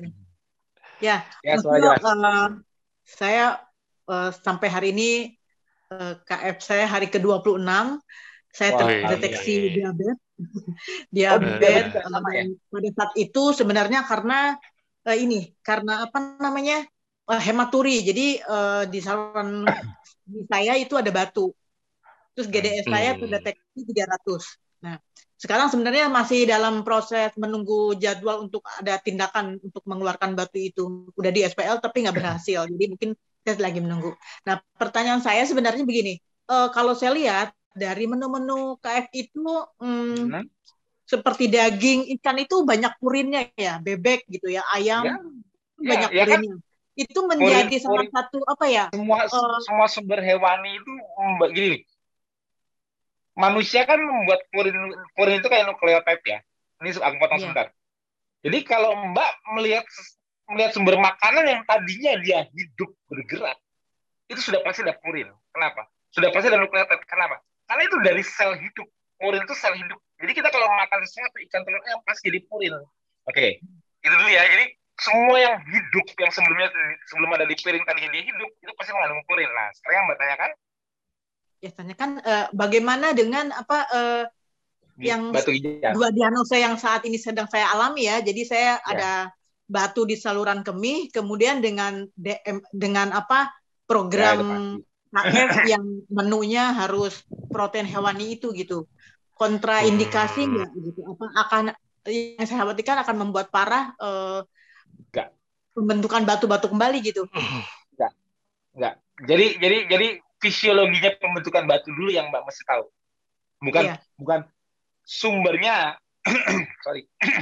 Saya sampai hari ini KF saya hari ke-26. Saya terdeteksi diabetes. Diabetes. juga sama ya? Dan pada saat itu sebenarnya karena karena apa namanya hematuri. Jadi di saluran di saya itu ada batu. Terus GDS saya itu deteksi 300. Nah, sekarang sebenarnya masih dalam proses menunggu jadwal untuk ada tindakan untuk mengeluarkan batu itu. Udah di SPL tapi nggak berhasil. Jadi mungkin saya lagi menunggu. Nah, pertanyaan saya sebenarnya begini. Kalau saya lihat dari menu-menu KF itu seperti daging, ikan itu banyak purinnya ya, bebek gitu ya, ayam banyak purinnya. Kan? Itu menjadi salah satu apa ya? Semua sumber hewani itu gini. Manusia kan membuat purin itu kayak nukleotid ya. Ini aku potong sebentar. Jadi kalau Mbak melihat sumber makanan yang tadinya dia hidup bergerak, itu sudah pasti ada purin. Kenapa? Sudah pasti ada nukleotid. Kenapa? Karena itu dari sel hidup. Purin itu sel hidup. Jadi kita kalau makan sesuatu ikan telur ayam pasti jadi purin. Oke, itu dulu ya. Jadi semua yang hidup yang sebelum ada di piring tadinya dia hidup itu pasti mengandung purin. Nah, sekarang yang Mbak tanyakan, tanyakan bagaimana dengan apa yang dua diagnosa yang saat ini sedang saya alami ya. Jadi saya ada batu di saluran kemih, kemudian dengan apa program KF yang menunya harus protein hewani itu gitu. Kontraindikasi nggak gitu? Apa akan yang saya khawatirkan akan membuat parah pembentukan batu-batu kembali gitu? Enggak. Jadi fisiologinya pembentukan batu dulu yang Mbak mesti tahu. Bukan sumbernya. Sorry.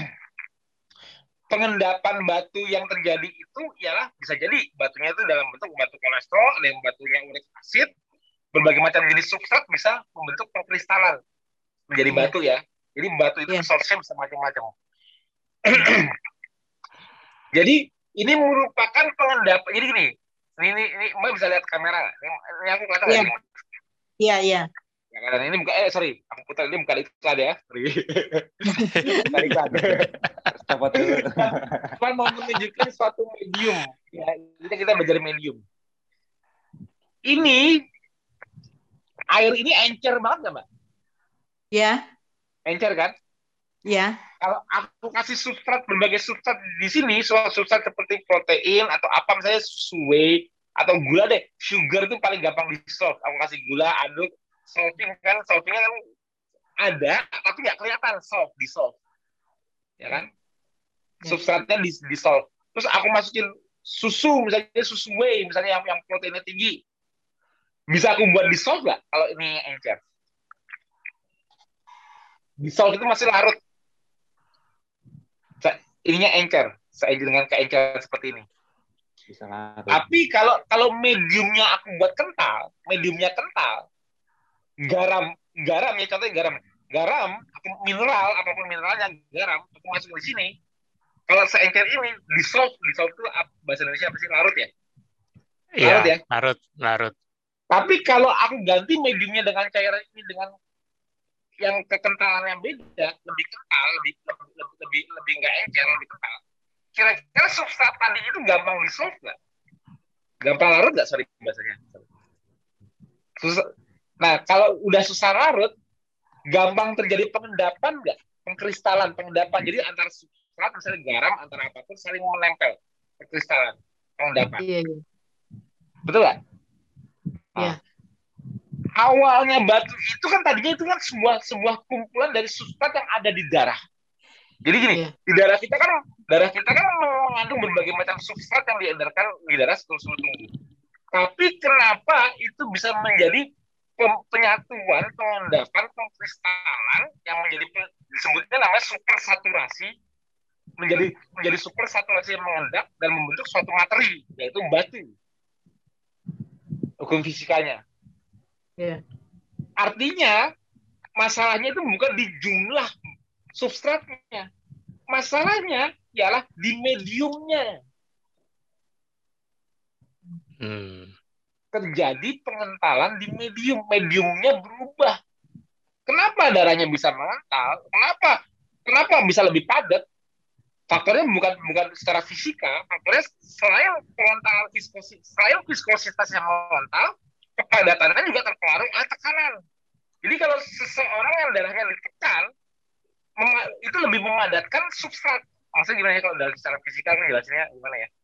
Pengendapan batu yang terjadi itu ialah bisa jadi batunya itu dalam bentuk batu kolesterol, ada yang batunya uric acid, berbagai macam jenis substrat bisa membentuk perkristalan menjadi batu ya. Jadi batu itu source-nya bisa macam-macam. Jadi ini merupakan pengendapan. Jadi gini, ini Mbak bisa lihat kamera. Ini aku kelihatan nggak? Iya. Ya, karena ini bukan, aku putar ini bukan iklan ya. Bukan iklan. Coba dulu. Cuma mau menunjukkan suatu medium. Ya, kita belajar medium. Ini air ini encer banget nggak, Mbak? Iya. Encer kan? Iya. Kalau aku kasih substrat, berbagai substrat di sini, substrat seperti protein atau apa misalnya whey atau gula deh, sugar itu paling gampang dissolve. Aku kasih gula, aduk, solvingnya kan ada, tapi nggak kelihatan dissolve, ya kan? Substratnya dissolve. Terus aku masukin susu, misalnya susu whey, misalnya yang proteinnya tinggi, bisa aku buat dissolve nggak? Kalau ini encer, dissolve itu masih larut. Ininya encer, dengan keenceran seperti ini. Bisa larut. Tapi kalau mediumnya aku buat kental, garam ya, contohnya garam mineral, apapun mineralnya garam, aku masuk di sini. Kalau seencer ini dissolve itu bahasa Indonesia apa sih, larut ya? Larut ya? Larut. Tapi kalau aku ganti mediumnya dengan cairan ini dengan yang kekentalan yang beda, lebih kental, lebih nggak encer, lebih kental. Kira-kira substrat tadi itu gampang dissolve nggak? Gampang larut nggak, sorry bahasanya? Nah, kalau udah susah larut, gampang terjadi pengendapan nggak? Pengendapan. Jadi antara substrat, misalnya garam, antara apapun saling menempel. Pengkristalan, pengendapan. Iya. Betul nggak? Iya. Awalnya batu itu kan tadinya itu kan sebuah kumpulan dari substrat yang ada di darah. Jadi gini, di darah kita kan mengandung berbagai macam substrat yang diedarkan di darah seluruh tubuh. Tapi kenapa itu bisa menjadi penyatuan, pengendapan, pengkristalan yang disebutnya namanya supersaturasi, menjadi supersaturasi yang mengendap dan membentuk suatu materi, yaitu batu. Hukum fisikanya. Artinya masalahnya itu bukan di jumlah substratnya, masalahnya ialah di mediumnya. Terjadi pengentalan di mediumnya berubah. Kenapa darahnya bisa mengental? Kenapa bisa lebih padat? Faktornya bukan secara fisika, faktornya selain pengentalan viskositas yang mengental, kepadatannya juga terpengaruh oleh tekanan. Jadi kalau seseorang yang darahnya ditekan, itu lebih memadatkan substrat. Maksudnya gimana ya kalau dari secara fisika kan jelasinnya gimana ya?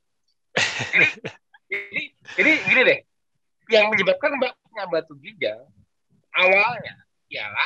Jadi gini deh, yang menyebabkan Mbak punya batu ginjal awalnya ialah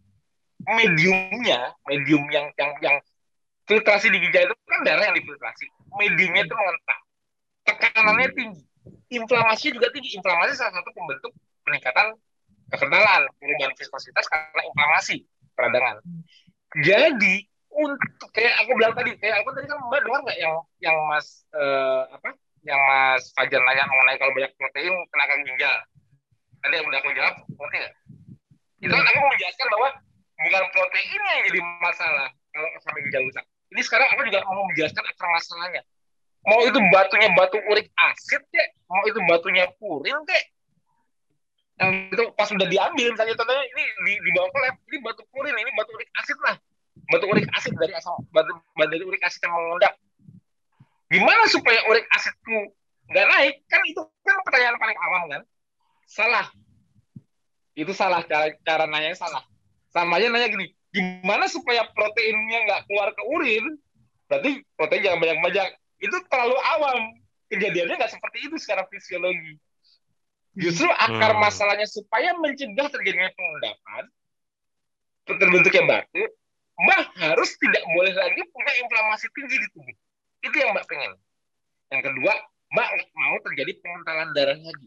medium yang filtrasi di ginjal itu kan darah yang difiltrasi. Mediumnya itu mengental, tekanannya tinggi, inflamasi juga tinggi. Inflamasi salah satu pembentuk peningkatan kekentalan, perubahan viskositas karena inflamasi peradangan. Jadi untuk kayak aku bilang tadi, kayak aku tadi kan Mbak dengar nggak yang Mas yang Mas Fajar nanya mengenai kalau banyak protein kena ginjal. Tadi yang udah aku jawab, ngerti nggak? Itu kan aku menjelaskan bahwa bukan proteinnya yang jadi masalah kalau sampai ginjal rusak. Ini sekarang aku juga mau menjelaskan akar masalahnya. Mau itu batunya batu urik asid kek, mau itu batunya purin kek. Yang itu pas udah diambil misalnya contohnya ini dibawa ke lab, ini batu purin, ini batu urik asid lah. Batu urik asid dari asal batu urik asid yang mengendap. Gimana supaya urik asidku nggak naik? Kan itu kan pertanyaan paling awam kan? Salah. Itu salah, cara nanya salah. Sama aja nanya gini, gimana supaya proteinnya nggak keluar ke urin? Berarti protein jangan banyak-banyak. Itu terlalu awam. Kejadiannya nggak seperti itu secara fisiologi. Justru akar masalahnya supaya mencegah terjadinya pengendapan, terbentuknya batu, Mbak harus tidak boleh lagi punya inflamasi tinggi di tubuh. Itu yang Mbak pengen. Yang kedua, Mbak nggak mau terjadi pengentalan darah lagi.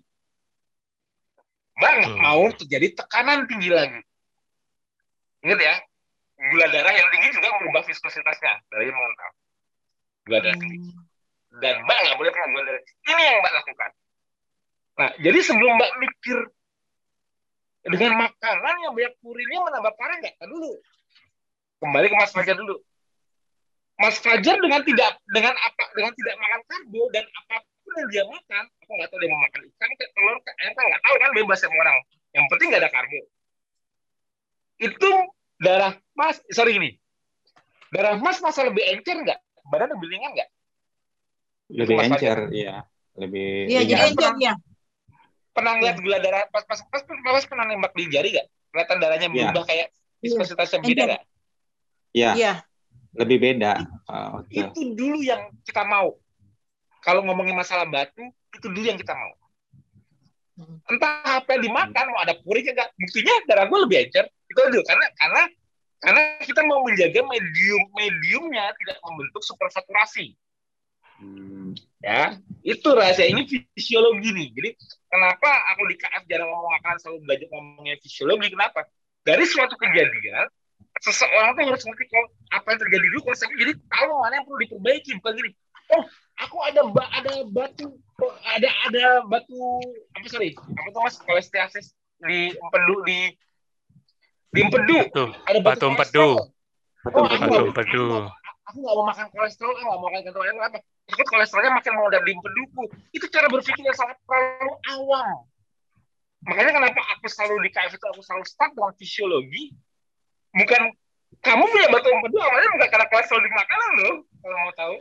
Mbak nggak mau terjadi tekanan tinggi lagi. Ingat ya, gula darah yang tinggi juga merubah viskositasnya dari mengental. Gula darah tinggi. Dan Mbak nggak boleh punya gula darah. Ini yang Mbak lakukan. Nah, jadi sebelum Mbak mikir dengan makanan yang banyak purinnya menambah parah nggak? Dulu. Kembali ke Mas Fajar dulu. Mas Fajar dengan tidak makan karbo dan apapun yang dia makan, aku nggak tahu dia mau makan ikan, telur, ayam, kan nggak tahu kan, bebas sama orang. Yang penting nggak ada karbo. Itu darah Mas masa lebih encer nggak? Badan lebih ringan nggak? Lebih encer, iya. Lebih. Iya, jadi encer ya. Pernah lihat gula darah pas pernah nembak di jari nggak? Kelihatan darahnya berubah kayak viskositasnya beda nggak? Iya. Lebih beda. Itu dulu yang kita mau. Kalau ngomongin masalah batu, itu dulu yang kita mau. Entah apa yang dimakan, mau ada purinnya nggak? Buktinya darah gue lebih encer. Itu dulu karena kita mau menjaga mediumnya tidak membentuk supersaturasi. Ya, itu rahasia. Ini fisiologi nih. Jadi kenapa aku di KF jarang ngomong makanan, selalu belajar ngomongnya fisiologi? Kenapa? Dari suatu kejadian, seseorang tuh harus ngerti kalau apa yang terjadi dulu, kalau saya jadi tahu mana yang perlu diperbaiki. Bukan gini, oh aku ada batu apa tuh Mas, kolesteasis di empedu ada batu empedu. Aku nggak mau makan kolesterol, nggak mau makan kolesterol, apa? Takut kolesterolnya makin mengundang di empeduku. Itu cara berpikir yang sangat terlalu awam. Makanya kenapa aku selalu di KF itu aku selalu start dengan fisiologi. Bukan kamu punya batu empedu awalnya bukan karena kolesterol di makanan loh, kalau mau tahu.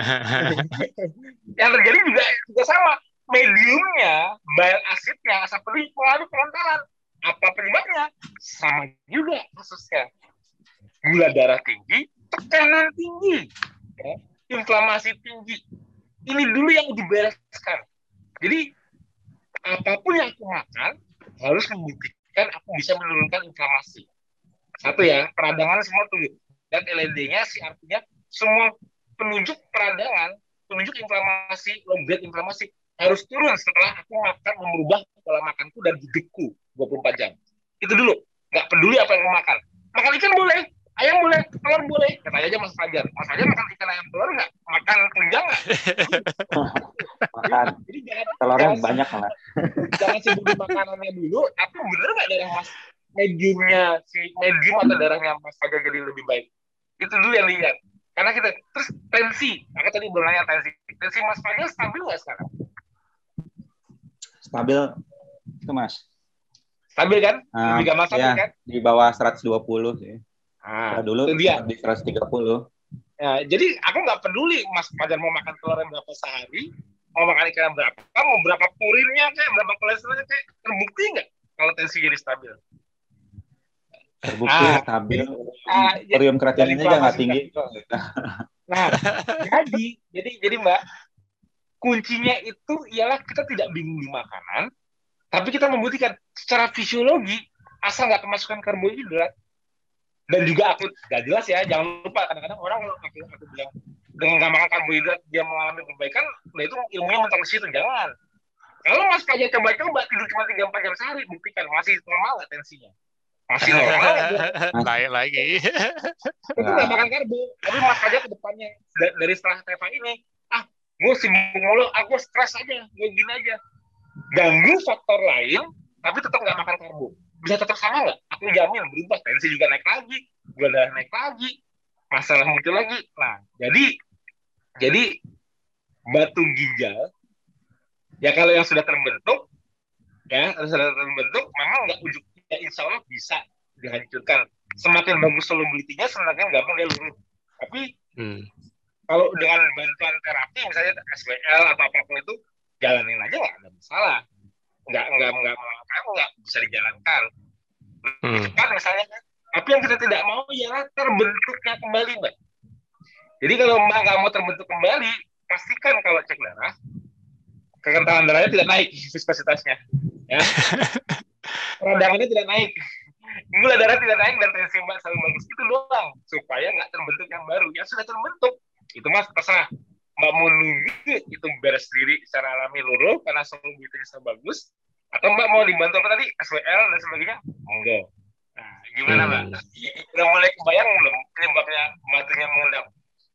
Yang terjadi juga sama, mediumnya, bile acidnya, asam pelik pengaruh pengentalan. Apa penyebabnya? Sama juga kasusnya. Gula darah tinggi, tekanan tinggi, inflamasi tinggi. Ini dulu yang dibereskan. Jadi apapun yang aku makan harus membuktikan aku bisa menurunkan inflamasi. Satu ya, peradangan semua tuh. Dan LND-nya sih artinya semua penunjuk peradangan, penunjuk inflamasi, low grade inflamasi harus turun setelah aku makan, merubah pola makanku dan hidupku 24 jam. Itu dulu. Nggak peduli apa yang aku makan. Makan ikan boleh, ayam boleh, telur boleh. Kata aja Mas Fajar. Mas Fajar makan ikan, ayam, telur nggak? Makan tunjang nggak? Makan. Jadi telurnya banyak lah. Jangan sibuk di makanannya dulu. Tapi bener nggak darah Mas medium atau darahnya Mas Fajar jadi lebih baik? Itu dulu yang lihat. Karena kita terus tensi. Aku tadi belum nanya tensi Mas Fajar stabil nggak sekarang? Stabil itu Mas. Stabil kan? Lebih gampang stabil kan? Di bawah 120 sih. Dulu dia di 130. Ya, jadi aku nggak peduli Mas Fajar mau makan telur yang berapa sehari, mau makan ikan berapa, mau berapa purinnya kayak, berapa kolesterolnya kayak, terbukti nggak kalau tensi jadi stabil? Terbukti stabil. jadi Sodium kreatinin aja nggak inflamasi tinggi. Nah, jadi Mbak, kuncinya itu ialah kita tidak bingung di makanan, tapi kita membuktikan secara fisiologi asal nggak kemasukan karbohidrat. Dan juga aku nggak jelas ya, jangan lupa kadang-kadang orang kalau aku bilang dengan nggak makan karbohidrat dia mengalami perbaikan, nah itu ilmunya mentok di situ. Jangan. Kalau Mas Fajar coba-coba tidur cuma 3-4 jam sehari, buktikan masih normal nggak tensinya? Masih normal. Naik lagi. Itu nggak makan karbo. Tapi Mas Fajar ke depannya dari setelah TEFA ini, gue sibuk mulu, aku stres aja, gue gini aja. Ganggu faktor lain, tapi tetap nggak makan karbo. Bisa tetap sama nggak? Aku jamin berubah, tensi juga naik lagi, gula darah naik lagi, masalah muncul lagi. Nah, jadi batu ginjal, ya kalau yang sudah terbentuk, memang nggak ujungnya, insya Allah bisa dihancurkan. Semakin bagus solubility-nya, semakin gampang dia luruh. Tapi kalau dengan bantuan terapi, misalnya SBL atau apapun itu, jalanin aja nggak ada masalah. Nggak bisa dijalankan. Cepat misalnya kan. Tapi yang kita tidak mau ialah terbentuknya kembali, Mbak. Jadi kalau Mbak nggak mau terbentuk kembali, pastikan kalau cek darah, kekentalan darahnya tidak naik viskositasnya, ya. Peradangannya tidak naik, gula darah tidak naik, dan tensi Mbak selalu bagus. Itu doang, supaya nggak terbentuk yang baru. Yang sudah terbentuk, itu Mas terserah. Mbak mau nunggu itu beres sendiri secara alami luruh karena solubilitasnya selalu bagus, atau Mbak mau dibantu apa tadi, SWL dan sebagainya, monggo. Nah, gimana Mbak? Udah mulai kebayang belum penyebabnya batunya mengendap?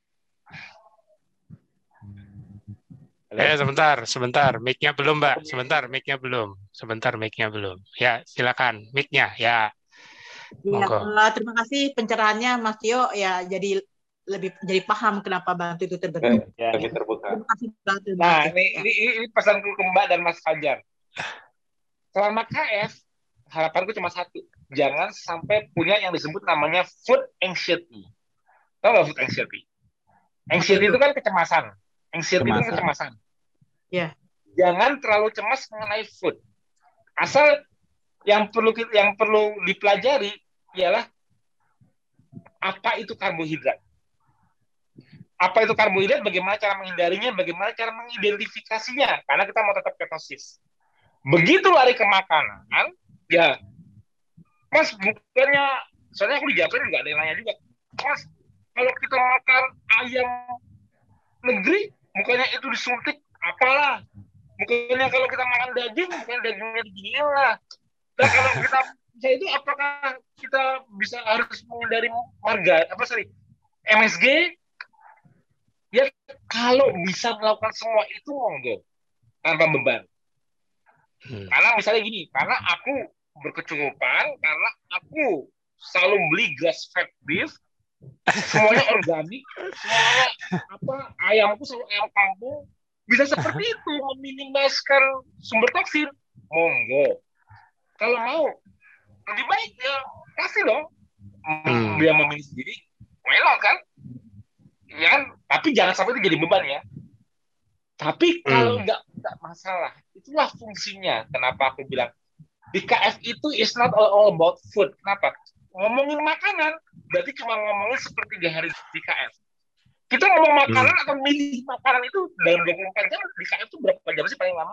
Sebentar. Mic-nya belum, Mbak. Sebentar, mic-nya belum. Ya, silakan. Mic-nya, ya. Terima kasih pencerahannya, Mas Tio. Ya, jadi paham kenapa batu itu terbentuk. Lebih terbuka. Terima kasih banget. Nah, ini pesanku ke Mbak dan Mas Fajar. Selama KF, harapanku cuma satu. Jangan sampai punya yang disebut namanya food anxiety. Tahu nggak food anxiety? Anxiety itu kan kecemasan. Anxiety itu kecemasan. Ya. Jangan terlalu cemas mengenai food. Asal yang perlu dipelajari ialah apa itu karbohidrat. Apa itu karbohidrat, bagaimana cara menghindarinya, bagaimana cara mengidentifikasinya, karena kita mau tetap ketosis. Begitu lari ke makanan, ya, Mas, bukannya, soalnya aku di Japan juga ada yang nanya juga, Mas, kalau kita makan ayam negeri, bukannya itu disuntik, apalah. Bukannya kalau kita makan daging, bukan dagingnya diginiin lah. Dan kalau kita bisa itu, apakah kita bisa harus menghindari MSG? Ya, kalau bisa melakukan semua itu, monggo. Tanpa beban. Karena misalnya gini, karena aku berkecukupan, karena aku selalu beli grass-fed beef, semuanya organik, semuanya ayamku selalu ayam kampung, bisa seperti itu, meminimaliskan sumber toksin, monggo. Kalau mau, lebih baik ya kasih dong. Dia memilih sendiri, melok kan? Ya kan? Tapi jangan sampai itu jadi beban ya. Tapi kalau nggak masalah, itulah fungsinya. Kenapa aku bilang di KF itu is not all about food. Kenapa? Ngomongin makanan, berarti cuma ngomongin sepertiga hari di KF. Kita ngomong makanan atau milih makanan itu dalam 24 jam, di KF itu berapa jam sih paling lama?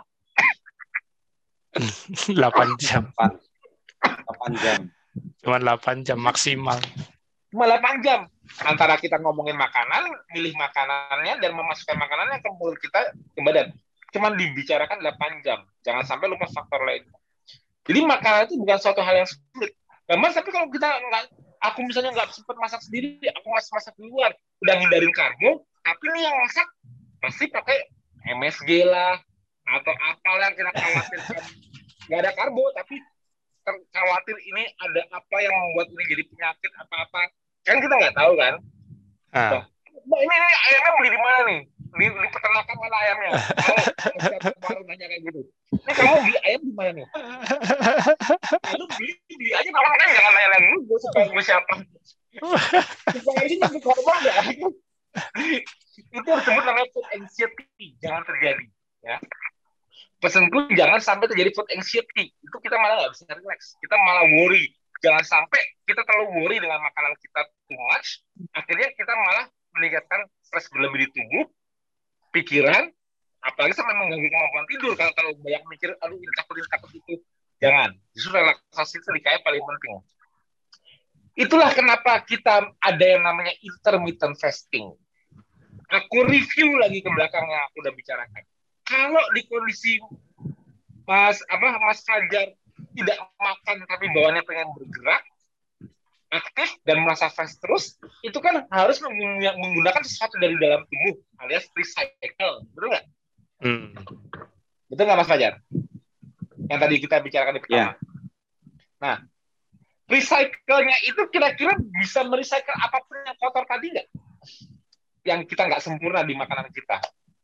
8 jam. 8 jam. Cuma 8 jam maksimal. Cuma 8 jam. Antara kita ngomongin makanan, milih makanannya, dan memasukkan makanannya ke mulut kita, ke badan. Cuma dibicarakan 8 jam. Jangan sampai lupa faktor lain. Jadi makanan itu bukan suatu hal yang sulit. Mas, tapi kalau kita aku misalnya nggak sempat masak sendiri, aku masak di luar, udah ngindarin karbo, tapi nih yang masak pasti pakai MSG lah, atau apalah yang kita khawatirkan. Nggak ada karbo, tapi khawatir ini ada apa yang membuat ini jadi penyakit apa-apa. Kan kita nggak tahu kan. Mbak, ini ayamnya beli di mana nih? Di peternakan mana ayamnya? Baru nanya kayak gitu. Ini kamu beli ayam di mana nih? Lu beli aja kalau kan jangan nanya dulu. Gue suka gue siapa? Supaya ini jadi korban ya. Itu disebut namanya food anxiety. Jangan terjadi. Ya. Pesanku jangan sampai terjadi food anxiety. Itu kita malah nggak bisa relax. Kita malah worry. jangan sampai kita terlalu worry dengan makanan kita too much, akhirnya kita malah meningkatkan stres berlebih di tubuh, pikiran, apalagi sampai mengganggu kemampuan tidur. Kalau terlalu banyak mikir, aduh ini takut itu, jangan. Justru relaksasi itu kayak paling penting. Itulah kenapa kita ada yang namanya intermittent fasting. Aku review lagi ke belakang yang aku udah bicarakan. Kalau di kondisi Mas Fajar tidak makan tapi bawaannya pengen bergerak, aktif dan merasa fresh terus, itu kan harus menggunakan sesuatu dari dalam tubuh alias recycle, betul nggak? Betul nggak Mas Fajar? Yang tadi kita bicarakan di pertama. Nah, recycle-nya itu kira-kira bisa merecycle apapun yang kotor tadi nggak? Yang kita nggak sempurna di makanan kita.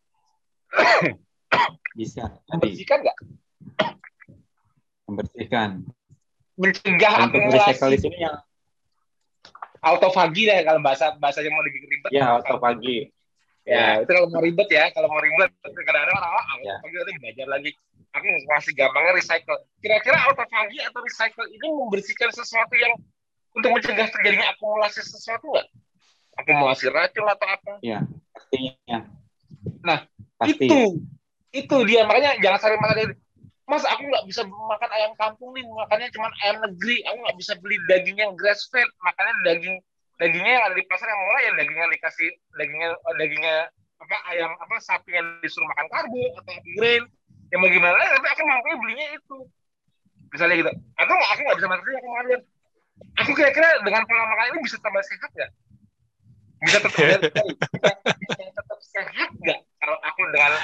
Bisa. Membersihkan nggak? Membersihkan. Mencegah akumulasi. Di sini yang autofagi deh kalau bahasanya mau ribet. Ya, autofagi. Ya, itu kalau mau ribet ya. Kalau mau ribet, kadang-kadang orang autofagi nanti belajar lagi. Aku masih gampangnya recycle. Kira-kira autofagi atau recycle ini membersihkan sesuatu yang untuk mencegah terjadinya akumulasi sesuatu nggak? Akumulasi racun atau apa? Ya, pastinya. Nah, itu dia. Makanya jangan sampai makan. Mas, aku nggak bisa makan ayam kampung nih, makannya cuma ayam negeri. Aku nggak bisa beli daging yang grass fed, makanya dagingnya yang ada di pasar yang murah ya dagingnya dikasih dagingnya ayam sapi yang disuruh makan karbo atau grain. Ya mau gimana? Tapi aku mampunya belinya itu. Misalnya gitu. Atau aku nggak bisa makan aku makan. Aku kira-kira dengan pola makan ini bisa tambah sehat nggak? Bisa tetap sehat nggak kalau aku dengan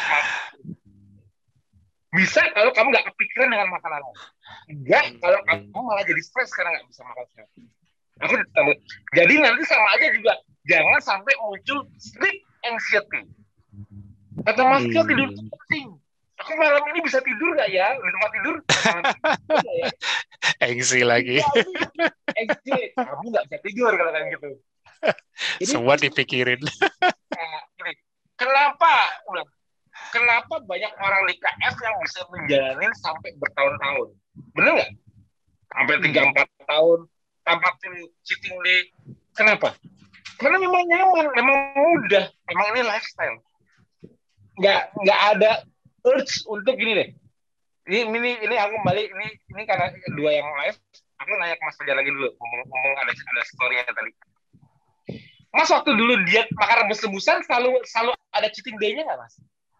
bisa kalau kamu nggak kepikiran dengan makanan. Enggak kalau kamu malah jadi stres karena nggak bisa makan sehat. Jadi nanti sama aja juga jangan sampai muncul sleep anxiety. Kata Mas Kio tidur itu penting. Aku malam ini bisa tidur nggak ya di tempat tidur? Ya? Angsi lagi. Angsi, kamu nggak bisa tidur kalau kayak gitu. Jadi, semua dipikirin. Kenapa banyak orang di KF yang bisa menjalani sampai bertahun-tahun? Bener nggak? Sampai 3-4 tahun tanpa cheating day. Kenapa? Karena memang nyaman, memang mudah, memang ini lifestyle. Nggak ada urge untuk gini deh. Ini aku balik ini karena dua yang live. Aku nanya ke Mas Fajar lagi dulu. Ngomong ada story-nya tadi. Mas waktu dulu diet makan rebus-rebusan selalu ada cheating day-nya nggak Mas?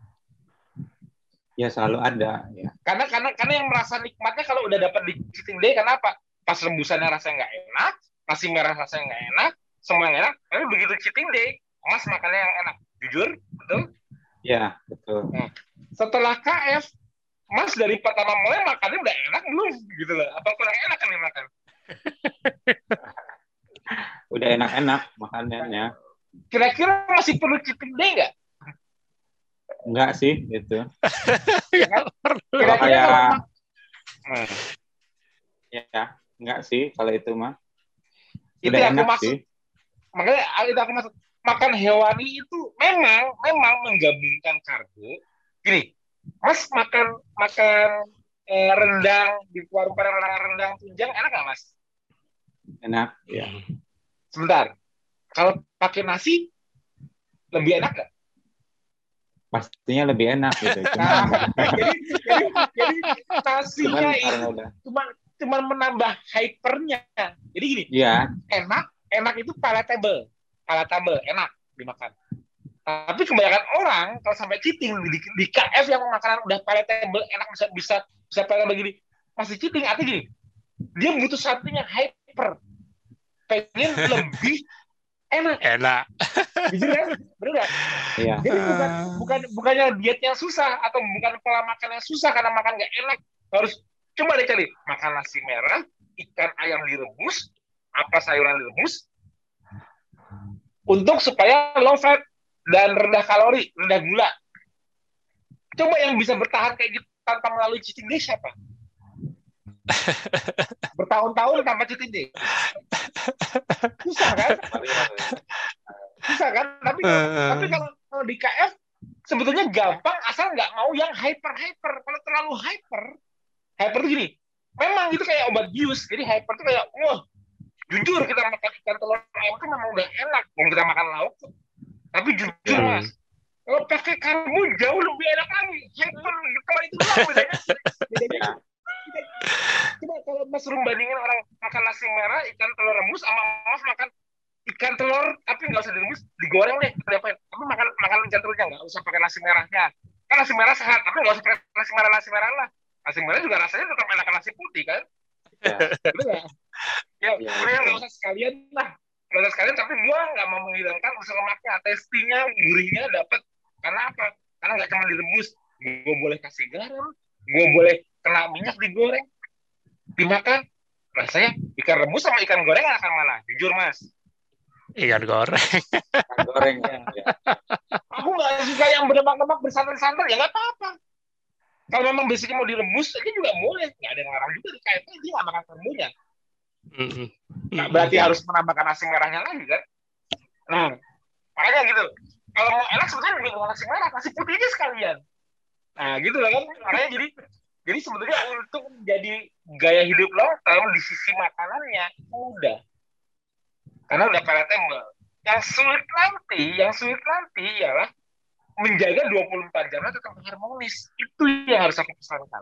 Ya selalu ada. Ya. Karena yang merasa nikmatnya kalau udah dapat di cheating day, kenapa? Pas rebusannya rasanya nggak enak, nasi merah rasanya nggak enak, semua enak. Tapi begitu cheating day, Mas makannya yang enak. Jujur, betul? Ya betul. Nah, setelah KF, Mas dari pertama mulai makannya udah enak belum? Gitu loh. Apa kurang enak kan yang makan? Udah enak-enak makanannya. Kira-kira masih perlu cheating day nggak? Enggak sih, gitu. Kira-kira ya, enggak sih kalau itu mah. Itu yang aku maksud. Makanya itu aku maksud. Makan hewani itu memang menggabungkan karbo. Gini, Mas makan rendang di warung Padang rendang tunjang enak nggak Mas? Enak, ya. Sebentar, kalau pakai nasi lebih enak nggak? Pastinya lebih enak gitu. Jadi nasinya itu cuma menambah hypernya. Jadi gini, ya. enak itu palatable, enak dimakan. Tapi kebanyakan orang kalau sampai cheating di KF yang makanan udah palatable, enak bisa palatable begini, masih cheating artinya gini. Dia butuh something yang hyper. Pengen lebih enak. Jujur kan? Bener nggak? Iya. Jadi bukannya diet yang susah atau bukan pola makan yang susah karena makan nggak enak. Harus coba deh cari makan nasi merah, ikan ayam direbus, apa sayuran direbus, untuk supaya low fat dan rendah kalori, rendah gula. Coba yang bisa bertahan kayak gitu tanpa melalui cheating day siapa? Bertahun-tahun tanpa cheating day. Susah kan? Tapi kalau di KF sebetulnya gampang asal nggak mau yang hyper. Kalau terlalu hyper itu gini, memang itu kayak obat bius. Jadi hyper tuh kayak, wah, jujur kita makan ikan telur ayam kan memang udah enak. Mau kita makan lauk, tapi jujur Mas, kalau pakai karbo jauh lebih enak lagi. Hyper gitu itu doang bedanya. Coba kalau Mas Rum bandingin orang makan nasi merah, ikan telur rebus, sama Mas makan ikan telur tapi nggak usah direbus, digoreng deh, diapain? Tapi makan ikan telurnya nggak usah pakai nasi merahnya. Kan nasi merah sehat, tapi nggak usah pakai nasi merah lah. Nasi merah juga rasanya tetap enak nasi putih kan? Betul nggak? Ya, nggak usah sekalian lah. Nggak usah sekalian, tapi gua nggak mau menghilangkan unsur lemaknya, testingnya, gurihnya dapat. Karena apa? Karena nggak cuma direbus, gua boleh kasih garam, gua boleh kena minyak digoreng, dimakan. Rasanya ikan rebus sama ikan goreng akan mana? Jujur Mas. Ikan goreng. Ikan goreng ya. Aku nggak suka yang berlemak-lemak bersantan-santan, ya nggak apa-apa. Kalau memang basicnya mau direbus aja juga boleh, nggak ada yang larang juga. Di KFC dia nggak makan karbonya. Nah, berarti harus menambahkan nasi merahnya lagi kan? Nah, makanya gitu. Kalau mau enak sebetulnya bukan nasi merah, nasi putihnya sekalian. Nah, gitu lah kan. Makanya jadi sebetulnya untuk menjadi gaya hidup long term di sisi makanannya mudah. Karena udah palatable. Yang sulit nanti ialah menjaga 24 jamnya tetap harmonis. Itu yang harus aku pesankan.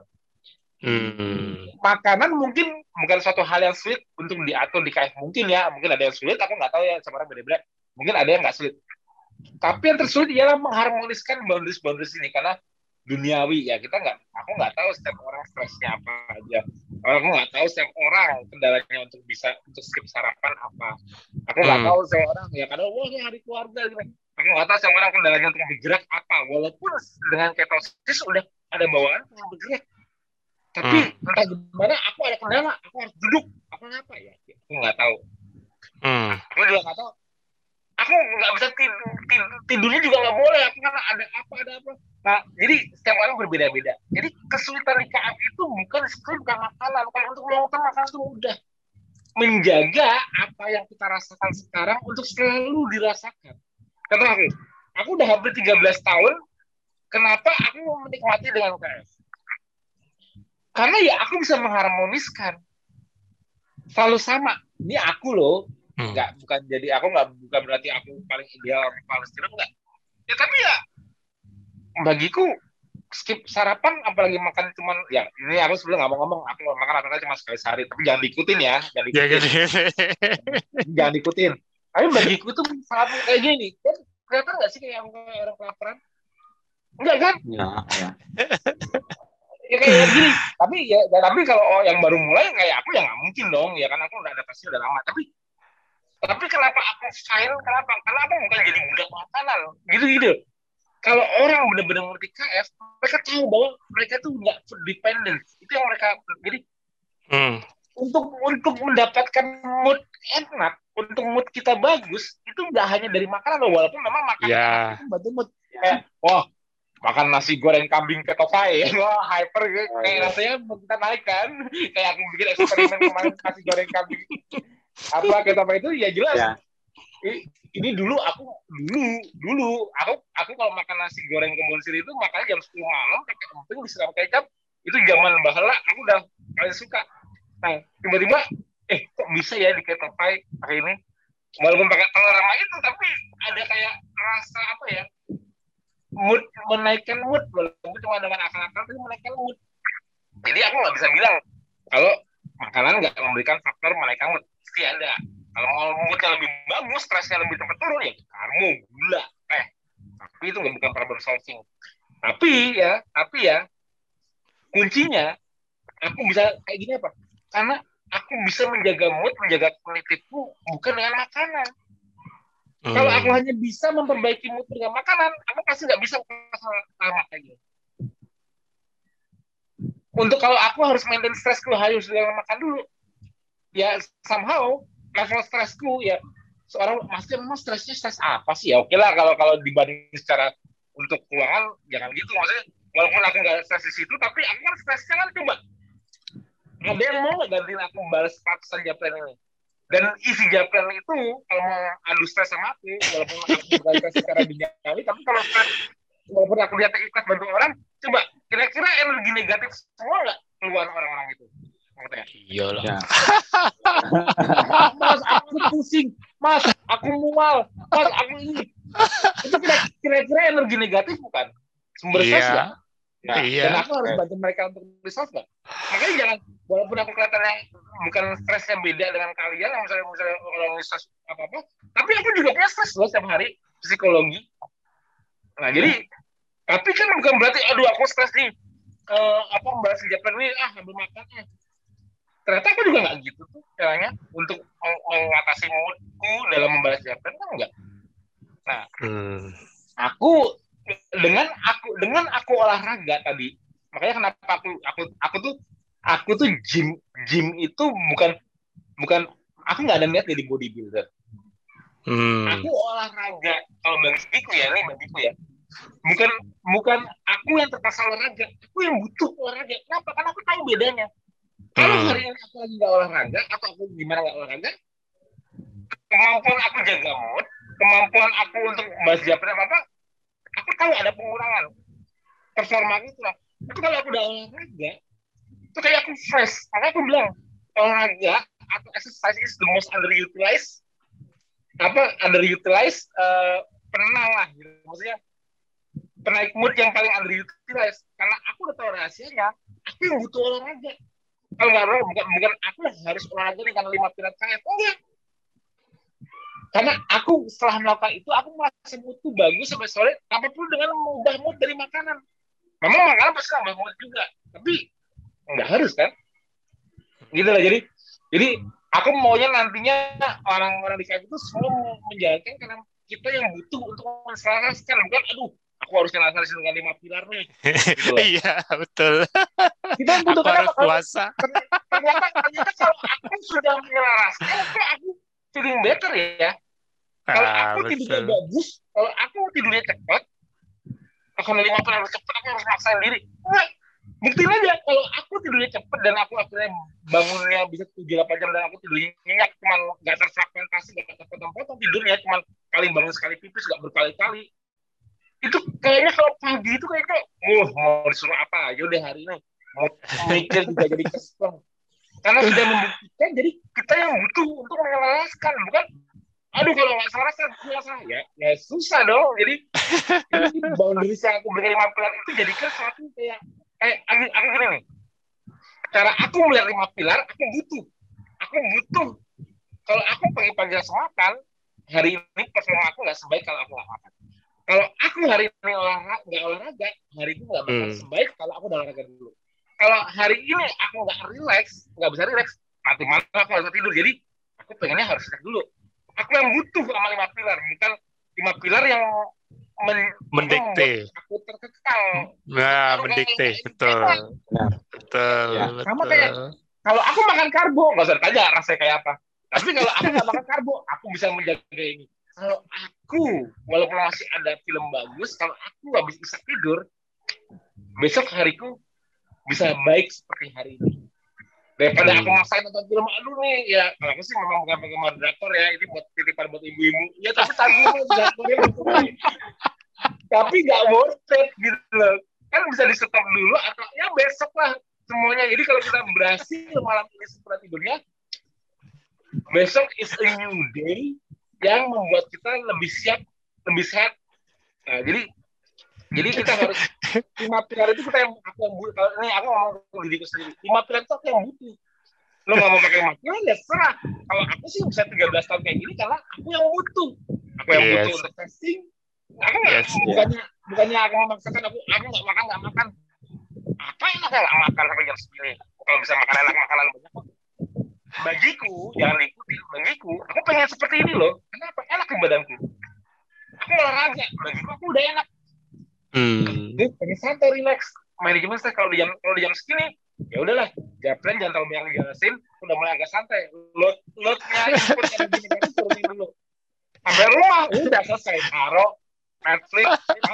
Makanan mungkin bukan suatu hal yang sulit untuk diatur di KF. Mungkin ada yang sulit, aku nggak tahu ya, sebenarnya beda-beda. Mungkin ada yang nggak sulit. Tapi yang tersulit ialah mengharmoniskan boundaries ini, karena duniawi ya aku nggak tahu setiap orang stresnya apa aja. Aku nggak tahu setiap orang kendalanya untuk skip sarapan apa. Aku nggak tahu setiap orang ya karena ini hari keluarga gitu. Aku nggak tahu setiap orang kendalanya untuk bergerak apa. Walaupun dengan ketosis udah ada bawaan untuk bergerak. Tapi entah gimana aku ada kendala, aku harus duduk. Aku ngapa ya? Aku nggak tahu. Aku juga nggak tahu. Aku nggak bisa tidurnya juga nggak boleh. Aku karena ada apa. Nah, jadi setiap orang berbeda-beda. Jadi kesulitan di KF itu bukan makanan. Kalau untuk melakukan makanan itu mudah. Menjaga apa yang kita rasakan sekarang untuk selalu dirasakan. Contoh aku udah hampir 13 tahun. Kenapa aku menikmati dengan KF? Karena ya aku bisa mengharmoniskan. Selalu sama. Ini aku loh. Bukan berarti aku paling ideal orang Palestina, enggak. Ya tapi ya bagiku skip sarapan apalagi makan cuman ya ini aku sebelum ngomong aku makan rata-rata cuma sekali sehari, tapi jangan diikutin ya, jangan diikutin. Tapi bagiku tuh sangat kayak gini. Kan kelihatan nggak sih kayak orang kelaparan? Enggak kan? Ya. Ya kayak gini. Tapi kalau yang baru mulai kayak aku ya nggak mungkin dong ya, kan aku udah adaptasi udah lama. Tapi kenapa aku fine? Kenapa? Karena aku bukan jadi budak makanan. Gitu. Kalau orang benar-benar ngerti KF, mereka tahu bahwa mereka tuh nggak dependent. Itu yang mereka jadi untuk mendapatkan mood enak, untuk mood kita bagus, itu nggak hanya dari makanan loh. Walaupun memang makanan itu bantu mood. Kayak, makan nasi goreng kambing ketokai, hyper gitu. Kayak rasanya kita naik kan. Kayak aku bikin eksperimen kemarin nasi goreng kambing apa ketokai itu ya jelas. Ya. Ini dulu aku kalau makan nasi goreng kebun siri itu makannya jam 10 malam pakai emping disiram kecap, itu zaman bahala aku udah paling suka. Nah tiba-tiba kok bisa ya di ketokai pakai ini, walaupun pakai telur sama itu, tapi ada kayak rasa apa ya, mood, menaikkan mood, walaupun cuma dengan akal-akal tapi menaikkan mood. Jadi aku nggak bisa bilang kalau makanan nggak memberikan faktor menaikkan mood, pasti ada. Kalau moodnya lebih bagus, stresnya lebih cepat turun ya karbo, gula, teh. Tapi itu bukan problem solving. Tapi ya kuncinya aku bisa kayak gini apa? Karena aku bisa menjaga mood, menjaga kognitifku bukan dengan makanan. Kalau aku hanya bisa memperbaiki mood dengan makanan, aku pasti nggak bisa sama kayak gini. Untuk kalau aku harus maintain stresku harus dengan makan dulu. Ya somehow level stresku ya seorang masih memang stresnya stres apa sih ya, oke lah kalau dibanding secara untuk keuangan jangan gitu, maksudnya walaupun aku nggak stres di situ tapi aku kan stresnya kan coba ada yang mau nggak gantiin aku balas 100 Japlan ini, dan isi Japlan itu kalau mau adu stres sama aku walaupun aku berbalas secara duniawi, tapi kalau stres walaupun aku lihat ikhlas bantu orang, coba kira-kira energi negatif semua nggak keluar orang-orang itu. Iyalah. Ya. Mas, aku pusing. Mas, aku mual. Mas, aku ini. Itu kira-kira energi negatif bukan? Sumber stres nggak? Nah, Iya. dan aku harus bantu mereka untuk resolve nggak? Makanya jangan, walaupun aku kelihatannya bukan stresnya beda dengan kalian, yang misalnya orang stres apa-apa, tapi aku juga punya stres loh setiap hari, psikologi. Nah, jadi, tapi kan bukan berarti, aduh aku stres nih, membahas Japan ini, ambil makan. Ternyata aku juga nggak gitu tuh caranya untuk mengatasi moodku dalam membahas Japan kan enggak. Nah, aku dengan aku olahraga tadi, makanya kenapa aku tuh gym itu bukan aku nggak ada niat jadi bodybuilder. Aku olahraga kalau bagiku ya bukan aku yang terpaksa olahraga, aku yang butuh olahraga. Kenapa? Karena aku tahu bedanya. Kalau hari ini aku lagi nggak olahraga atau aku gimana nggak olahraga, kemampuan aku jaga mood, kemampuan aku untuk bahas Japan apa, aku tahu ada pengurangan performa gitu lah. Tapi kalau aku udah olahraga, itu kayak aku fresh. Makanya aku bilang olahraga atau exercise is the most underutilized penenang lah gitu. Maksudnya penaik mood yang paling underutilized karena aku udah tahu rahasianya. Aku yang butuh olahraga. Kalau bukan aku harus olahraga dengan 5 pilar KF. Enggak. Karena aku setelah melakukan itu, aku merasa moodku bagus sampai sore, tanpa perlu dengan mengubah mood dari makanan. Memang makanan pasti nambah mood juga, tapi nggak harus kan? Gitu lah. Jadi aku maunya nantinya orang-orang di KF itu semua menjalankan karena kita yang butuh untuk menselaraskan, bukan aduh aku harus nyalasin dengan 5 pilar nih. Gitu. Iya, betul. Kita butuh harus puasa. Ternyata kalau aku sudah menyelaraskan, aku feeling better ya. Kalau aku tidurnya bagus, kalau aku tidurnya cepat, akan 5 pilar cepat, aku harus maksain diri. Nah, buktiin aja kalau aku tidurnya cepat dan aku akhirnya bangunnya bisa 7-8 jam dan aku tidurnya nyenyak, cuman nggak terfragmentasi, nggak terpotong-potong tidurnya, cuman kali bangun sekali pipis, nggak berkali-kali. Itu kayaknya kalau pagi itu kayaknya mau disuruh apa aja udah hari ini mau mikir juga jadi kesel karena sudah membuktikan. Jadi kita yang butuh untuk menyelaraskan, bukan aduh kalau nggak salah ya susah dong. Jadi boundaries yang aku berikan 5 pilar itu jadikan suatu kayak aku gini nih, cara aku melihat 5 pilar, aku butuh kalau aku pagi-pagi langsung makan, hari ini performa aku nggak sebaik kalau aku nggak makan. Kalau aku hari ini nggak olahraga, hari ini nggak bakal sebaik kalau aku udah olahraga dulu. Kalau hari ini aku nggak bisa relax, nanti malam aku harus tidur. Jadi aku pengennya harus relax dulu. Aku yang butuh sama 5 pilar, bukan 5 pilar yang mendikte. Aku terkekang. Nah, mendikte, betul. Betul. Ya. Sama kayak kalau aku makan karbo, nggak usah tanya rasanya kayak apa. Tapi kalau aku nggak makan karbo, aku bisa menjaga ini. Kalau aku, walaupun masih ada film bagus, kalau aku nggak bisa tidur, besok hariku bisa baik seperti hari ini. Daripada aku maksain nonton film, aduh nih, ya kalau aku sih memang bukan penggemar drakor ya, ini buat titipan buat ibu-ibu. Ya tapi tanggung drakornya tapi nggak worth it gitu loh. Kan bisa di stop dulu atau ya besok lah semuanya. Jadi kalau kita berhasil malam ini setelah tidurnya, besok is a new day yang membuat kita lebih siap, lebih sehat. Nah, jadi kita harus 5 pilar itu kita yang butuh. Kalau ini aku ngomong ke diriku sendiri, 5 pilar itu aku yang butuh. Lo nggak mau pakai 5 pilar ya serah. Kalau aku sih bisa 13 tahun kayak gini karena aku yang butuh. Aku yang butuh untuk testing. Aku nggak bukannya aku memaksakan aku nggak makan. Apa enak ya nggak makan sampai jam 9? Kalau bisa makan enak makanan banyak. Bagiku, jangan ikuti. Bagiku, aku pengen seperti ini loh. Kenapa? Enak di badanku. Aku olahraga. Bagiku aku udah enak. Pengen santai, relax. Manajemen saya kalau di jam segini, ya udahlah. Japlan jangan terlalu banyak dijelasin. Udah mulai agak santai. Loadnya input yang gini turunin dulu. Sampai rumah udah selesai. Taruh Netflix.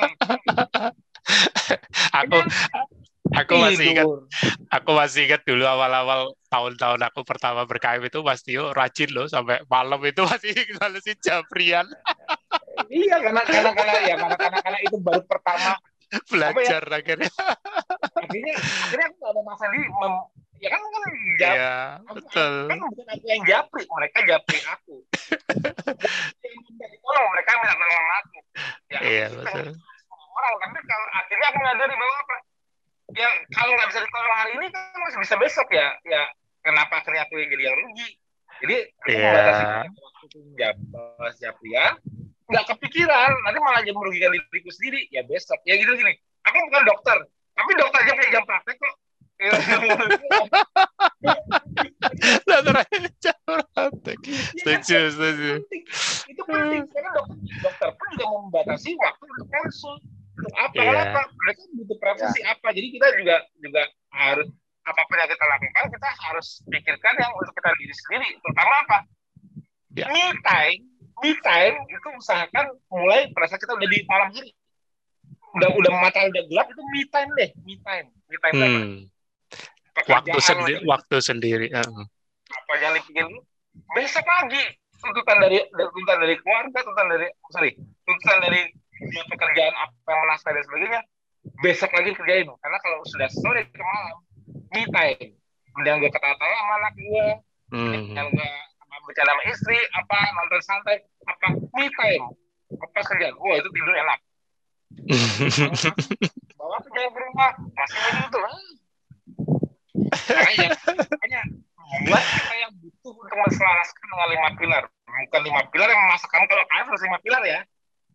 Aku masih ingat dulu awal-awal tahun-tahun aku pertama berKM itu Mas Tio rajin loh sampai malam itu masih ngalesin Japrian. Iya karena itu baru pertama belajar akhirnya. Akhirnya aku nggak ada masalah ya kan Iya, betul. Kan bukan aku yang japri, mereka japri aku. Tolong mereka minta tolong aku. Ya, Iya, betul. orang, tapi kalau akhirnya aku menyadari bahwa apa? Ya kalau nggak bisa ditolong hari ini kan masih bisa besok ya. Ya kenapa akhirnya aku yang jadi yang rugi? Jadi aku membatasi waktu japrian, nggak kepikiran, nanti malah jadi merugikan diriku sendiri. Ya besok, ya gitu gini. Aku bukan dokter, tapi dokter aja punya jam praktek kok. Dokter aja jam praktek. Setuju. Itu penting, karena dokter pun juga membatasi waktu untuk konsul. Untuk apa? Iya. Kenapa? Mereka butuh privasi apa? Jadi kita juga harus apapun yang kita lakukan, kita harus pikirkan yang untuk kita diri sendiri. Terutama apa? Ya. Me time itu usahakan mulai pada saat kita udah di malam hari. Udah matahari udah gelap, itu me time deh. Me time Waktu sendiri. Apa yang dipikirin besok lagi, tuntutan dari keluarga, tuntutan dari pekerjaan apa yang menasihati dan sebagainya, besok lagi kerjain. Karena kalau sudah sore ke malam, me time, mending gue ketawa-tawa sama anak gue, mending gue bercanda sama istri, apa nonton santai, apa me time, apa kerjaan, itu tidur enak. Bawa kerjaan ke rumah, masih begitu. Makanya buat kita yang butuh untuk menselaraskan dengan 5 pilar, bukan 5 pilar yang memaksa kamu kalau kalian harus 5 pilar ya.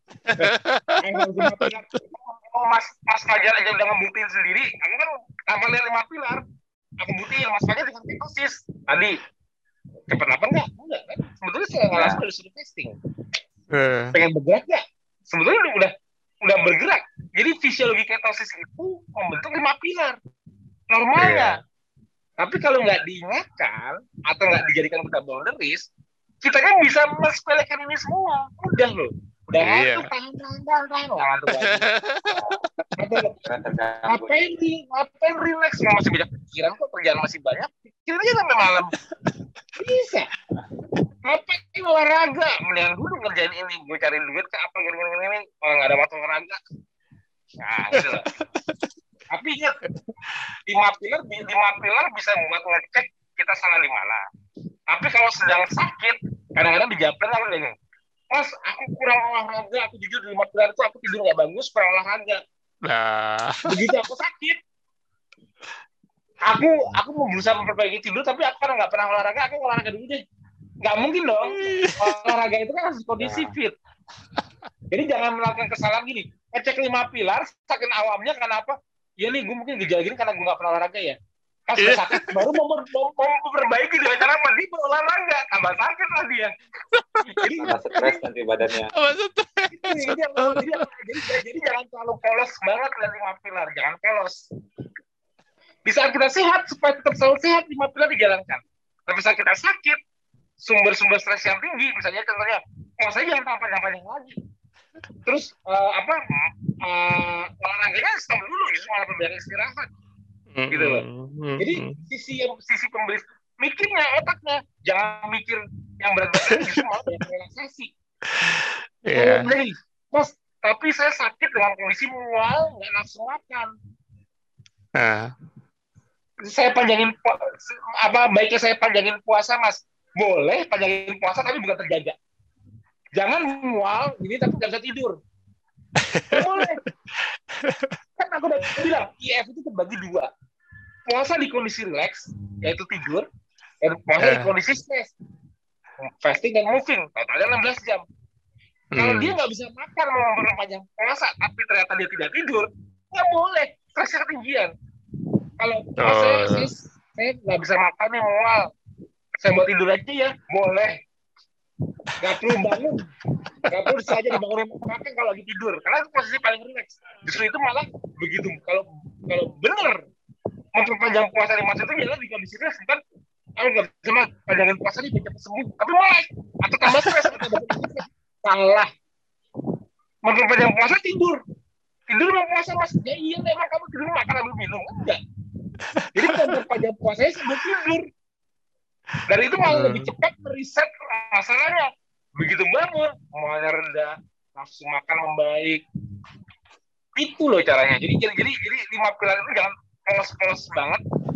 Mas Fajar aja udah ngebuktiin sendiri. Aku kan tanpa lihat 5 pilar, aku buktiin Mas Fajar dengan ketosis tadi cepat apa enggak kan? Sebetulnya saya nggak langsung disuruh testing. Pengen bergerak nggak? Sebetulnya udah bergerak. Jadi fisiologi ketosis itu membentuk 5 pilar normalnya. Tapi kalau nggak diingatkan atau nggak dijadikan kita boundaries, kita kan bisa mensepelekan ini semua. Udah loh. Udah ngantuk, ngantuk lagi. Ngapain relax? Masih banyak pikiran kok, kerjaan masih banyak. Pikiran aja sampai malam. Bisa. Ngapain olahraga? Mendingan dulu ngerjain ini. Gue cari duit ke apa gini. Kalau nggak ada waktu olahraga. Nah, gitu loh. Tapi ingat, 5 pilar bisa membuat ngecek kita salah di mana. Tapi kalau sedang sakit, kadang-kadang dijawabkan aku gini, Mas, aku kurang olahraga, aku jujur di 5 pilar itu aku tidur nggak bagus, kurang olahraga. Begitu aku sakit, aku mau berusaha memperbaiki tidur, tapi aku karena nggak pernah olahraga, aku olahraga dulu deh. Nggak mungkin dong, olahraga itu kan harus kondisi fit. Jadi jangan melakukan kesalahan gini, ngecek 5 pilar, saking awamnya kenapa? Ya nih, gue mungkin gejala gini karena gue nggak pernah olahraga ya. Pas udah sakit, baru mau memperbaiki dengan cara apa? Dia berolahraga, tambah sakit lah dia. Jadi stres nanti badannya. Jadi jangan terlalu polos banget dari 5 pilar, jangan polos. Di saat kita sehat, supaya tetap selalu sehat, 5 pilar dijalankan. Tapi saat kita sakit, sumber-sumber stres yang tinggi, misalnya contohnya, saya jangan panjang-panjang lagi. Terus olahraganya stop dulu, justru malah biar istirahat, gitu loh. Jadi sisi pembeli mikirnya, otaknya jangan mikir yang berat-berat, justru malah banyak relaksasi. Mas, tapi saya sakit dengan kondisi mual, nggak nafsu makan. Saya panjangin baiknya saya panjangin puasa, Mas. Boleh panjangin puasa, tapi bukan terjaga. Jangan mual gini tapi nggak bisa tidur. Boleh. Kan aku udah bilang IF itu terbagi 2. Puasa di kondisi relax, yaitu tidur, dan puasa di kondisi stres, fasting dan moving, totalnya 16 jam. Kalau dia nggak bisa makan mau memperpanjang puasa, tapi ternyata dia tidak tidur, nggak boleh, stresnya ketinggian. Kalau saya nggak bisa makan nih mual, saya mau tidur aja ya, boleh. Gak perlu bangun, gak perlu saja dibangunin makan kalau lagi tidur, karena itu posisi paling rileks. Justru itu malah begitu kalau benar memperpanjang puasa di masa itu jalan di kondisi stres kan, kalau nggak bisa panjangin puasa nih cepat sembuh, tapi malah atau tambah stres salah. Memperpanjang puasa tidur mau puasa Mas, ya iya memang kamu tidur makan lalu minum enggak. Jadi memperpanjang puasanya sebelum tidur. Dan itu malah lebih cepat meriset masalahnya. Begitu bangun, mulanya rendah, nafsu makan membaik. Itu loh caranya. Jadi 5 pilar itu jangan polos-polos banget.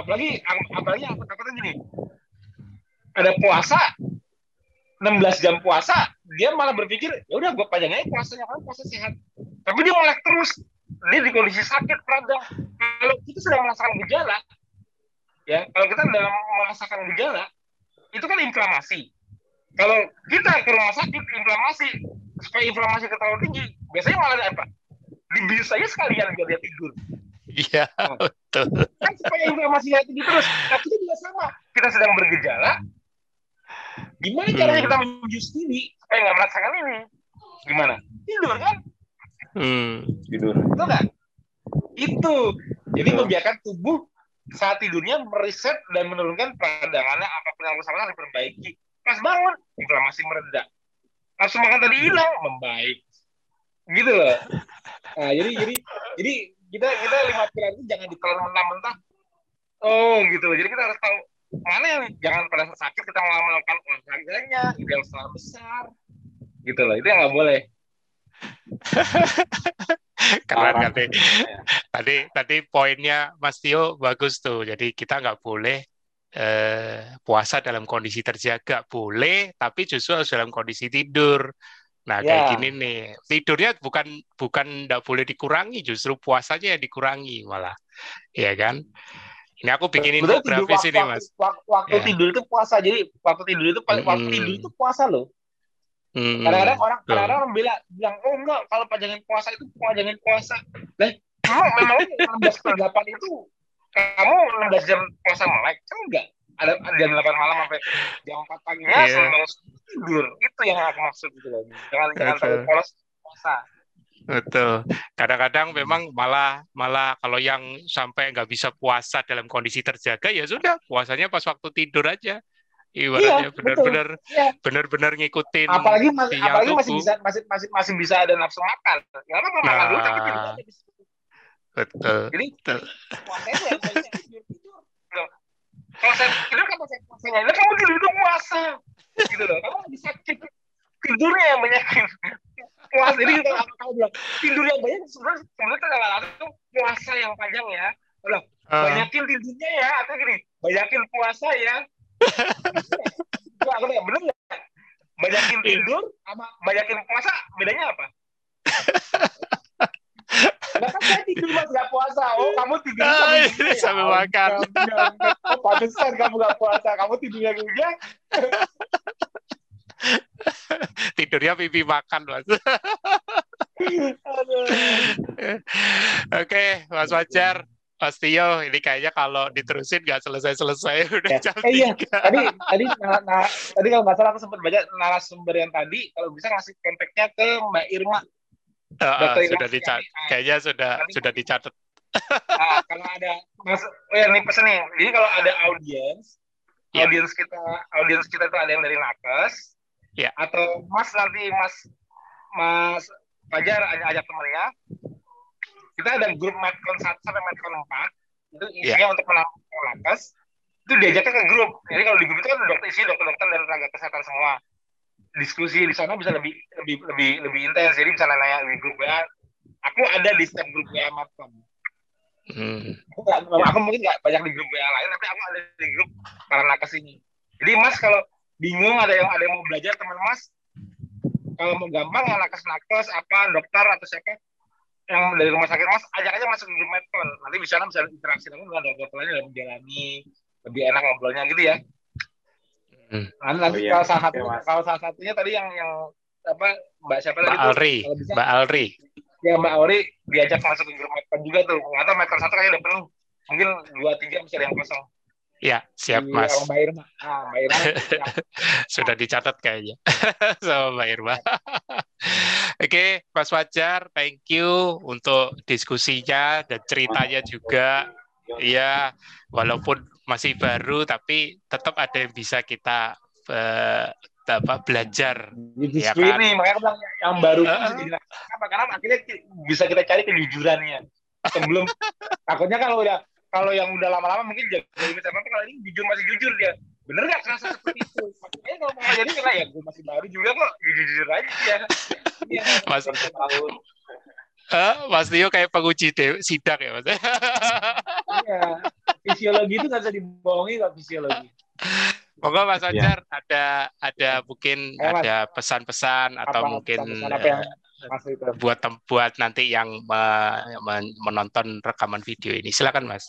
apalagi aku takutnya gini, ada puasa 16 jam puasa, dia malah berpikir ya udah gue panjang aja puasanya, kan puasa sehat, tapi dia melek terus, dia di kondisi sakit radang. Kalau kita sedang merasakan gejala, ya kalau kita dalam merasakan gejala itu kan inflamasi. Kalau kita ke rumah sakit inflamasi, supaya inflamasi terlalu tinggi, biasanya malah ada apa? Dibius saja sekalian biar dia tidur. Iya, betul. Kan supaya inflamasinya tinggi terus. Nah, kita juga sama. Kita sedang bergejala, gimana caranya kita menjus diri supaya nggak merasakan ini? Gimana? Tidur kan? Tidur. Itu kan? Itu. Jadi membiarkan tubuh saat tidurnya mereset dan menurunkan peradangannya, apapun yang rusak harus diperbaiki. Pas bangun, inflamasi mereda. Langsung makan tadi hilang, membaik. Gitu loh. Nah, jadi kita 5 pilar itu jangan ditelan mentah-mentah. Oh, gitu loh. Jadi kita harus tahu mana yang jangan pada saat sakit kita melakukan olahraganya, ideal skala besar. Gitu loh. Itu yang nggak boleh. Keren tadi poinnya Mas Tio bagus tuh. Jadi kita nggak boleh puasa dalam kondisi terjaga, boleh, tapi justru harus dalam kondisi tidur. Nah, kayak gini nih, tidurnya bukan nggak boleh dikurangi, justru puasanya yang dikurangi malah, ya kan? Ini aku bikin infografis ini, Mas. Waktu tidur itu puasa, jadi waktu tidur itu puasa loh. Kadang-kadang orang bilang, oh enggak, kalau panjangin puasa itu panjangin puasa. Lah, memang 16/8 itu kamu 16 jam puasa melek? Kan enggak. Ada jam 8 malam sampai jam 4 paginya harus tidur. Itu yang aku maksud gitu loh. Jangan terlalu polos puasa. Betul. Kadang-kadang memang malah kalau yang sampai nggak bisa puasa dalam kondisi terjaga, ya sudah puasanya pas waktu tidur aja. Ibaratnya benar-benar ngikutin. Apalagi masih bisa ada nafsu makan. Ya apa makan dulu tapi tidur aja. Betul. Jadi puasanya ya tidur. Kalau saya tidur kan saya puasanya, nah kamu tidur itu puasa, gitu loh. Kamu lagi sakit, tidurnya yang banyakin puasa. Jadi kalau kamu bilang tidur yang banyak, sebenarnya kan langsung puasa yang panjang ya. Loh, banyakin tidurnya ya, atau gini, banyakin puasa ya. Aku nanya, bener nggak? Banyakin tidur sama banyakin puasa bedanya apa? Nah, kan saya tidur mas gak puasa. Oh, kamu tidur sambil makan. Oh, pantesan kamu gak puasa. Kamu tidurnya juga. Tidurnya pipi makan, Mas. Oke, Mas Fajar, Mas Tio, ini kayaknya kalau diterusin nggak selesai-selesai udah jam 3. Iya. Tadi kalau nggak salah aku sempat baca narasumber yang tadi, kalau bisa ngasih kontaknya ke Mbak Irma. Sudah dicatat. Kayaknya sudah dicatat. Kalau ada nih pesan nih. Jadi kalau ada audiens kita itu ada yang dari Nakes, atau Mas Fajar ajak temannya. Kita ada grup Medcon 1 sampai Medcon 4. Itu isinya untuk menampung Nakes. Itu diajaknya ke grup. Jadi kalau di grup itu kan dokter-dokter dan tenaga kesehatan semua. Diskusi di sana bisa lebih intens. Jadi bisa nanya di grup WA. Aku ada di setiap grup WA Medcon. Aku mungkin nggak banyak di grup WA lain, tapi aku ada di grup para nakes ini. Jadi Mas kalau bingung ada yang mau belajar, teman Mas kalau mau gampang yang nakes apa dokter atau siapa yang dari rumah sakit Mas, ajak aja masuk ke grup Medcon. Nanti bisa interaksi dengan dokter lain lebih jalani, lebih enak ngobrolnya gitu ya. Nanti kalau salah satunya tadi yang apa Mbak siapa tadi Mbak Alri. Ya Mbak Alri diajak masuk ke grup Medcon juga tuh. Nggak tahu Medcon 1 kayaknya udah penuh. Mungkin 2-3 masih ada yang kosong. Ya, siap Mas. Mbak Irma. Mbak Irma. Sudah dicatat kayaknya sama Mbak Irma. Oke, Mas Fajar, thank you untuk diskusinya dan ceritanya juga. Ya, walaupun masih baru tapi tetap ada yang bisa kita belajar. Ya kan? Ini makanya aku bilang yang baru karena akhirnya bisa kita cari kejujurannya. Sebelum takutnya kalau yang udah lama-lama mungkin jadi apa kalau ini masih jujur dia. Bener nggak kerasa seperti itu? Makanya kalau mau jadi karena ya gue masih baru juga kok jujur aja. Mas Tio kayak penguji sidang ya Mas. Iya. Fisiologi itu nggak bisa dibohongi kok fisiologi. Monggo Mas Ya. Fajar ada mungkin Mas. ada pesan-pesan atau mungkin apa yang Mas itu? buat nanti yang menonton rekaman video ini. Silakan Mas.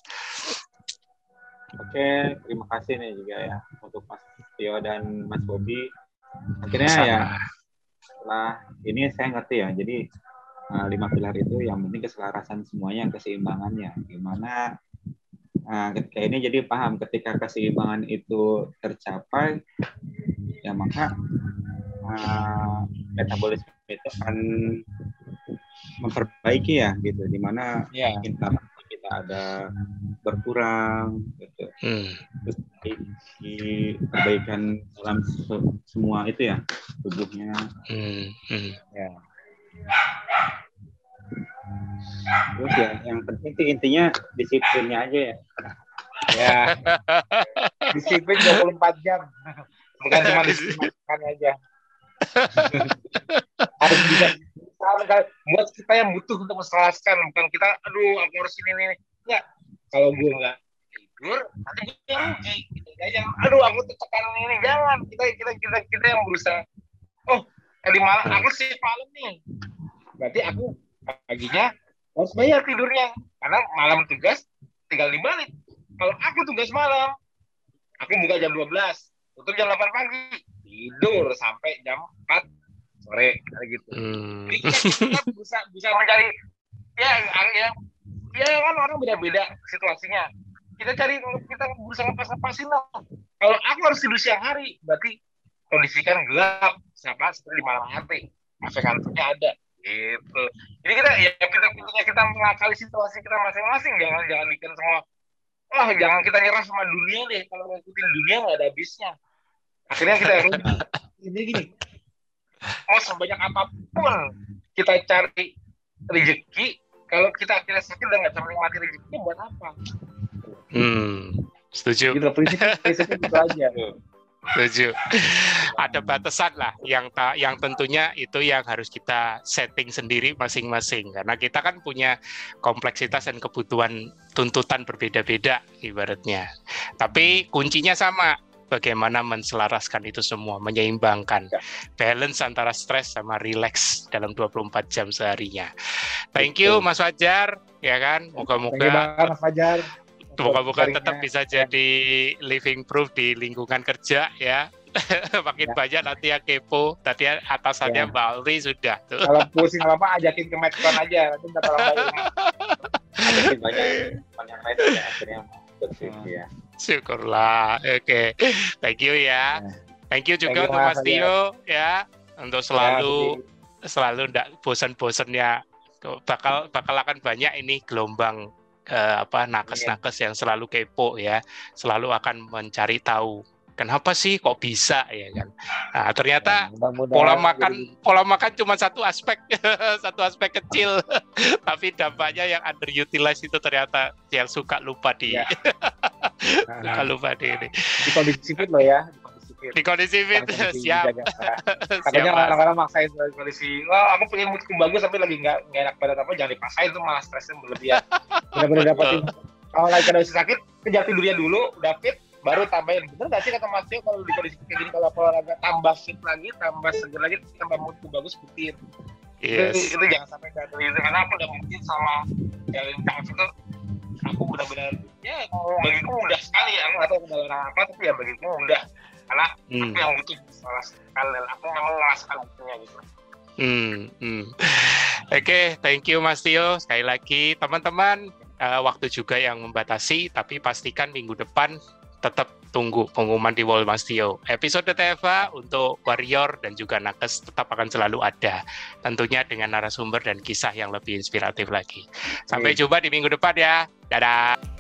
Oke, terima kasih nih juga ya untuk Mas Tio dan Mas Bobi. Akhirnya Sama. ya setelah ini saya ngerti ya. Jadi 5 pilar itu yang penting keselarasan semuanya, keseimbangannya. Gimana ketika ini jadi paham ketika keseimbangan itu tercapai, ya maka metabolisme itu akan memperbaiki ya gitu. Dimana kita ada berkurang gitu. Terus di perbaikan dalam semua itu ya tubuhnya. Ya. Terus ya yang penting sih intinya disiplinnya aja ya. Ya. Disiplin 24 jam. Bukan cuma disiplin aja. Harus bisa buat kita yang butuh untuk menselaraskan, bukan kita aku harus ini. Ya, kalau gue nggak tidur, nanti gue rugi. Gitu. Jangan, aku tekan ini, jangan. Kita yang berusaha. Tadi malam aku shift malam nih. Berarti aku paginya harus bayar tidurnya, karena malam tugas tinggal dibalik. Kalau aku tugas malam, aku buka jam 12, tutup jam 8 pagi, tidur sampai jam 4 sore, kayak gitu. Jadi kita bisa mencari, ya kan orang beda-beda situasinya. Kita berusaha ngepas-ngepasin lah. Kalau aku harus tidur siang hari, berarti kondisi kan gelap, seperti di malam hari, efek kantornya ada. Gitu. Jadi kita mengakali situasi kita masing-masing, jangan bikin semua. Jangan kita nyerah sama dunia deh. Kalau ngikutin dunia nggak ada habisnya. Akhirnya kita gini. Mau sebanyak apapun kita cari rezeki, kalau kita akhirnya sakit dan nggak bisa menikmati rezekinya, buat apa? Setuju. Gitu, prinsipnya gitu aja. Setuju. Ada batasan lah yang tentunya itu yang harus kita setting sendiri masing-masing, karena kita kan punya kompleksitas dan kebutuhan tuntutan berbeda-beda ibaratnya. Tapi kuncinya sama, bagaimana menselaraskan itu semua, menyeimbangkan balance antara stres sama relax dalam 24 jam seharinya. Thank you Mas Fajar, ya kan? Moga-moga Mas Fajar. Moga-moga tetap bisa jadi living proof di lingkungan kerja ya. Makin banyak nanti yang kepo. Tadi atasannya Mbak Alri sudah tuh. Kalau pusing apa ajakin ke Medcon aja, nanti minta tolong bayar. Ajakin banyak teman yang lain ya akhirnya ya. Syukurlah. Oke. Thank you ya. Thank you juga untuk Mas Tio ya, untuk selalu enggak bosan-bosannya. Bakal akan banyak ini gelombang nakes-nakes yang selalu kepo ya, selalu akan mencari tahu kenapa sih kok bisa ya kan. Nah, ternyata pola makan cuma satu aspek kecil, tapi dampaknya yang underutilized itu ternyata yang suka lupa di lupa di ini. Di kondisi fit loh ya. Di kondisi fit, siap. Katanya orang-orang maksain kondisi, aku pengen moodku bagus tapi lagi nggak enak badan apa, jangan dipaksain tuh, malah stresnya berlebihan. Benar-benar dapetin. Kalau lagi kondisi sakit, kejar tidurnya dulu, udah fit, baru tambahin. Bener nggak sih kata Mas Tio, kalau di kondisi kayak gini, kalau olahraga tambah fit lagi, tambah seger lagi, tambah moodku bagus, putir. Itu jangan sampai nggak terlihat, karena aku udah mungkin sama jalan tangis itu, aku benar-benar, ya bagiku mudah sekali, aku nggak tahu kendala orang apa, tapi ya bagiku mudah. Karena aku yang butuh merasakan, dan aku memang merasakan butuhnya gitu. Oke, thank you Mas Tio. Sekali lagi teman-teman, waktu juga yang membatasi, tapi pastikan minggu depan tetap tunggu pengumuman di wall Mas Tio. Episode TFA untuk Warrior dan juga Nakes tetap akan selalu ada, tentunya dengan narasumber dan kisah yang lebih inspiratif lagi. Sampai jumpa di minggu depan ya. Dadah.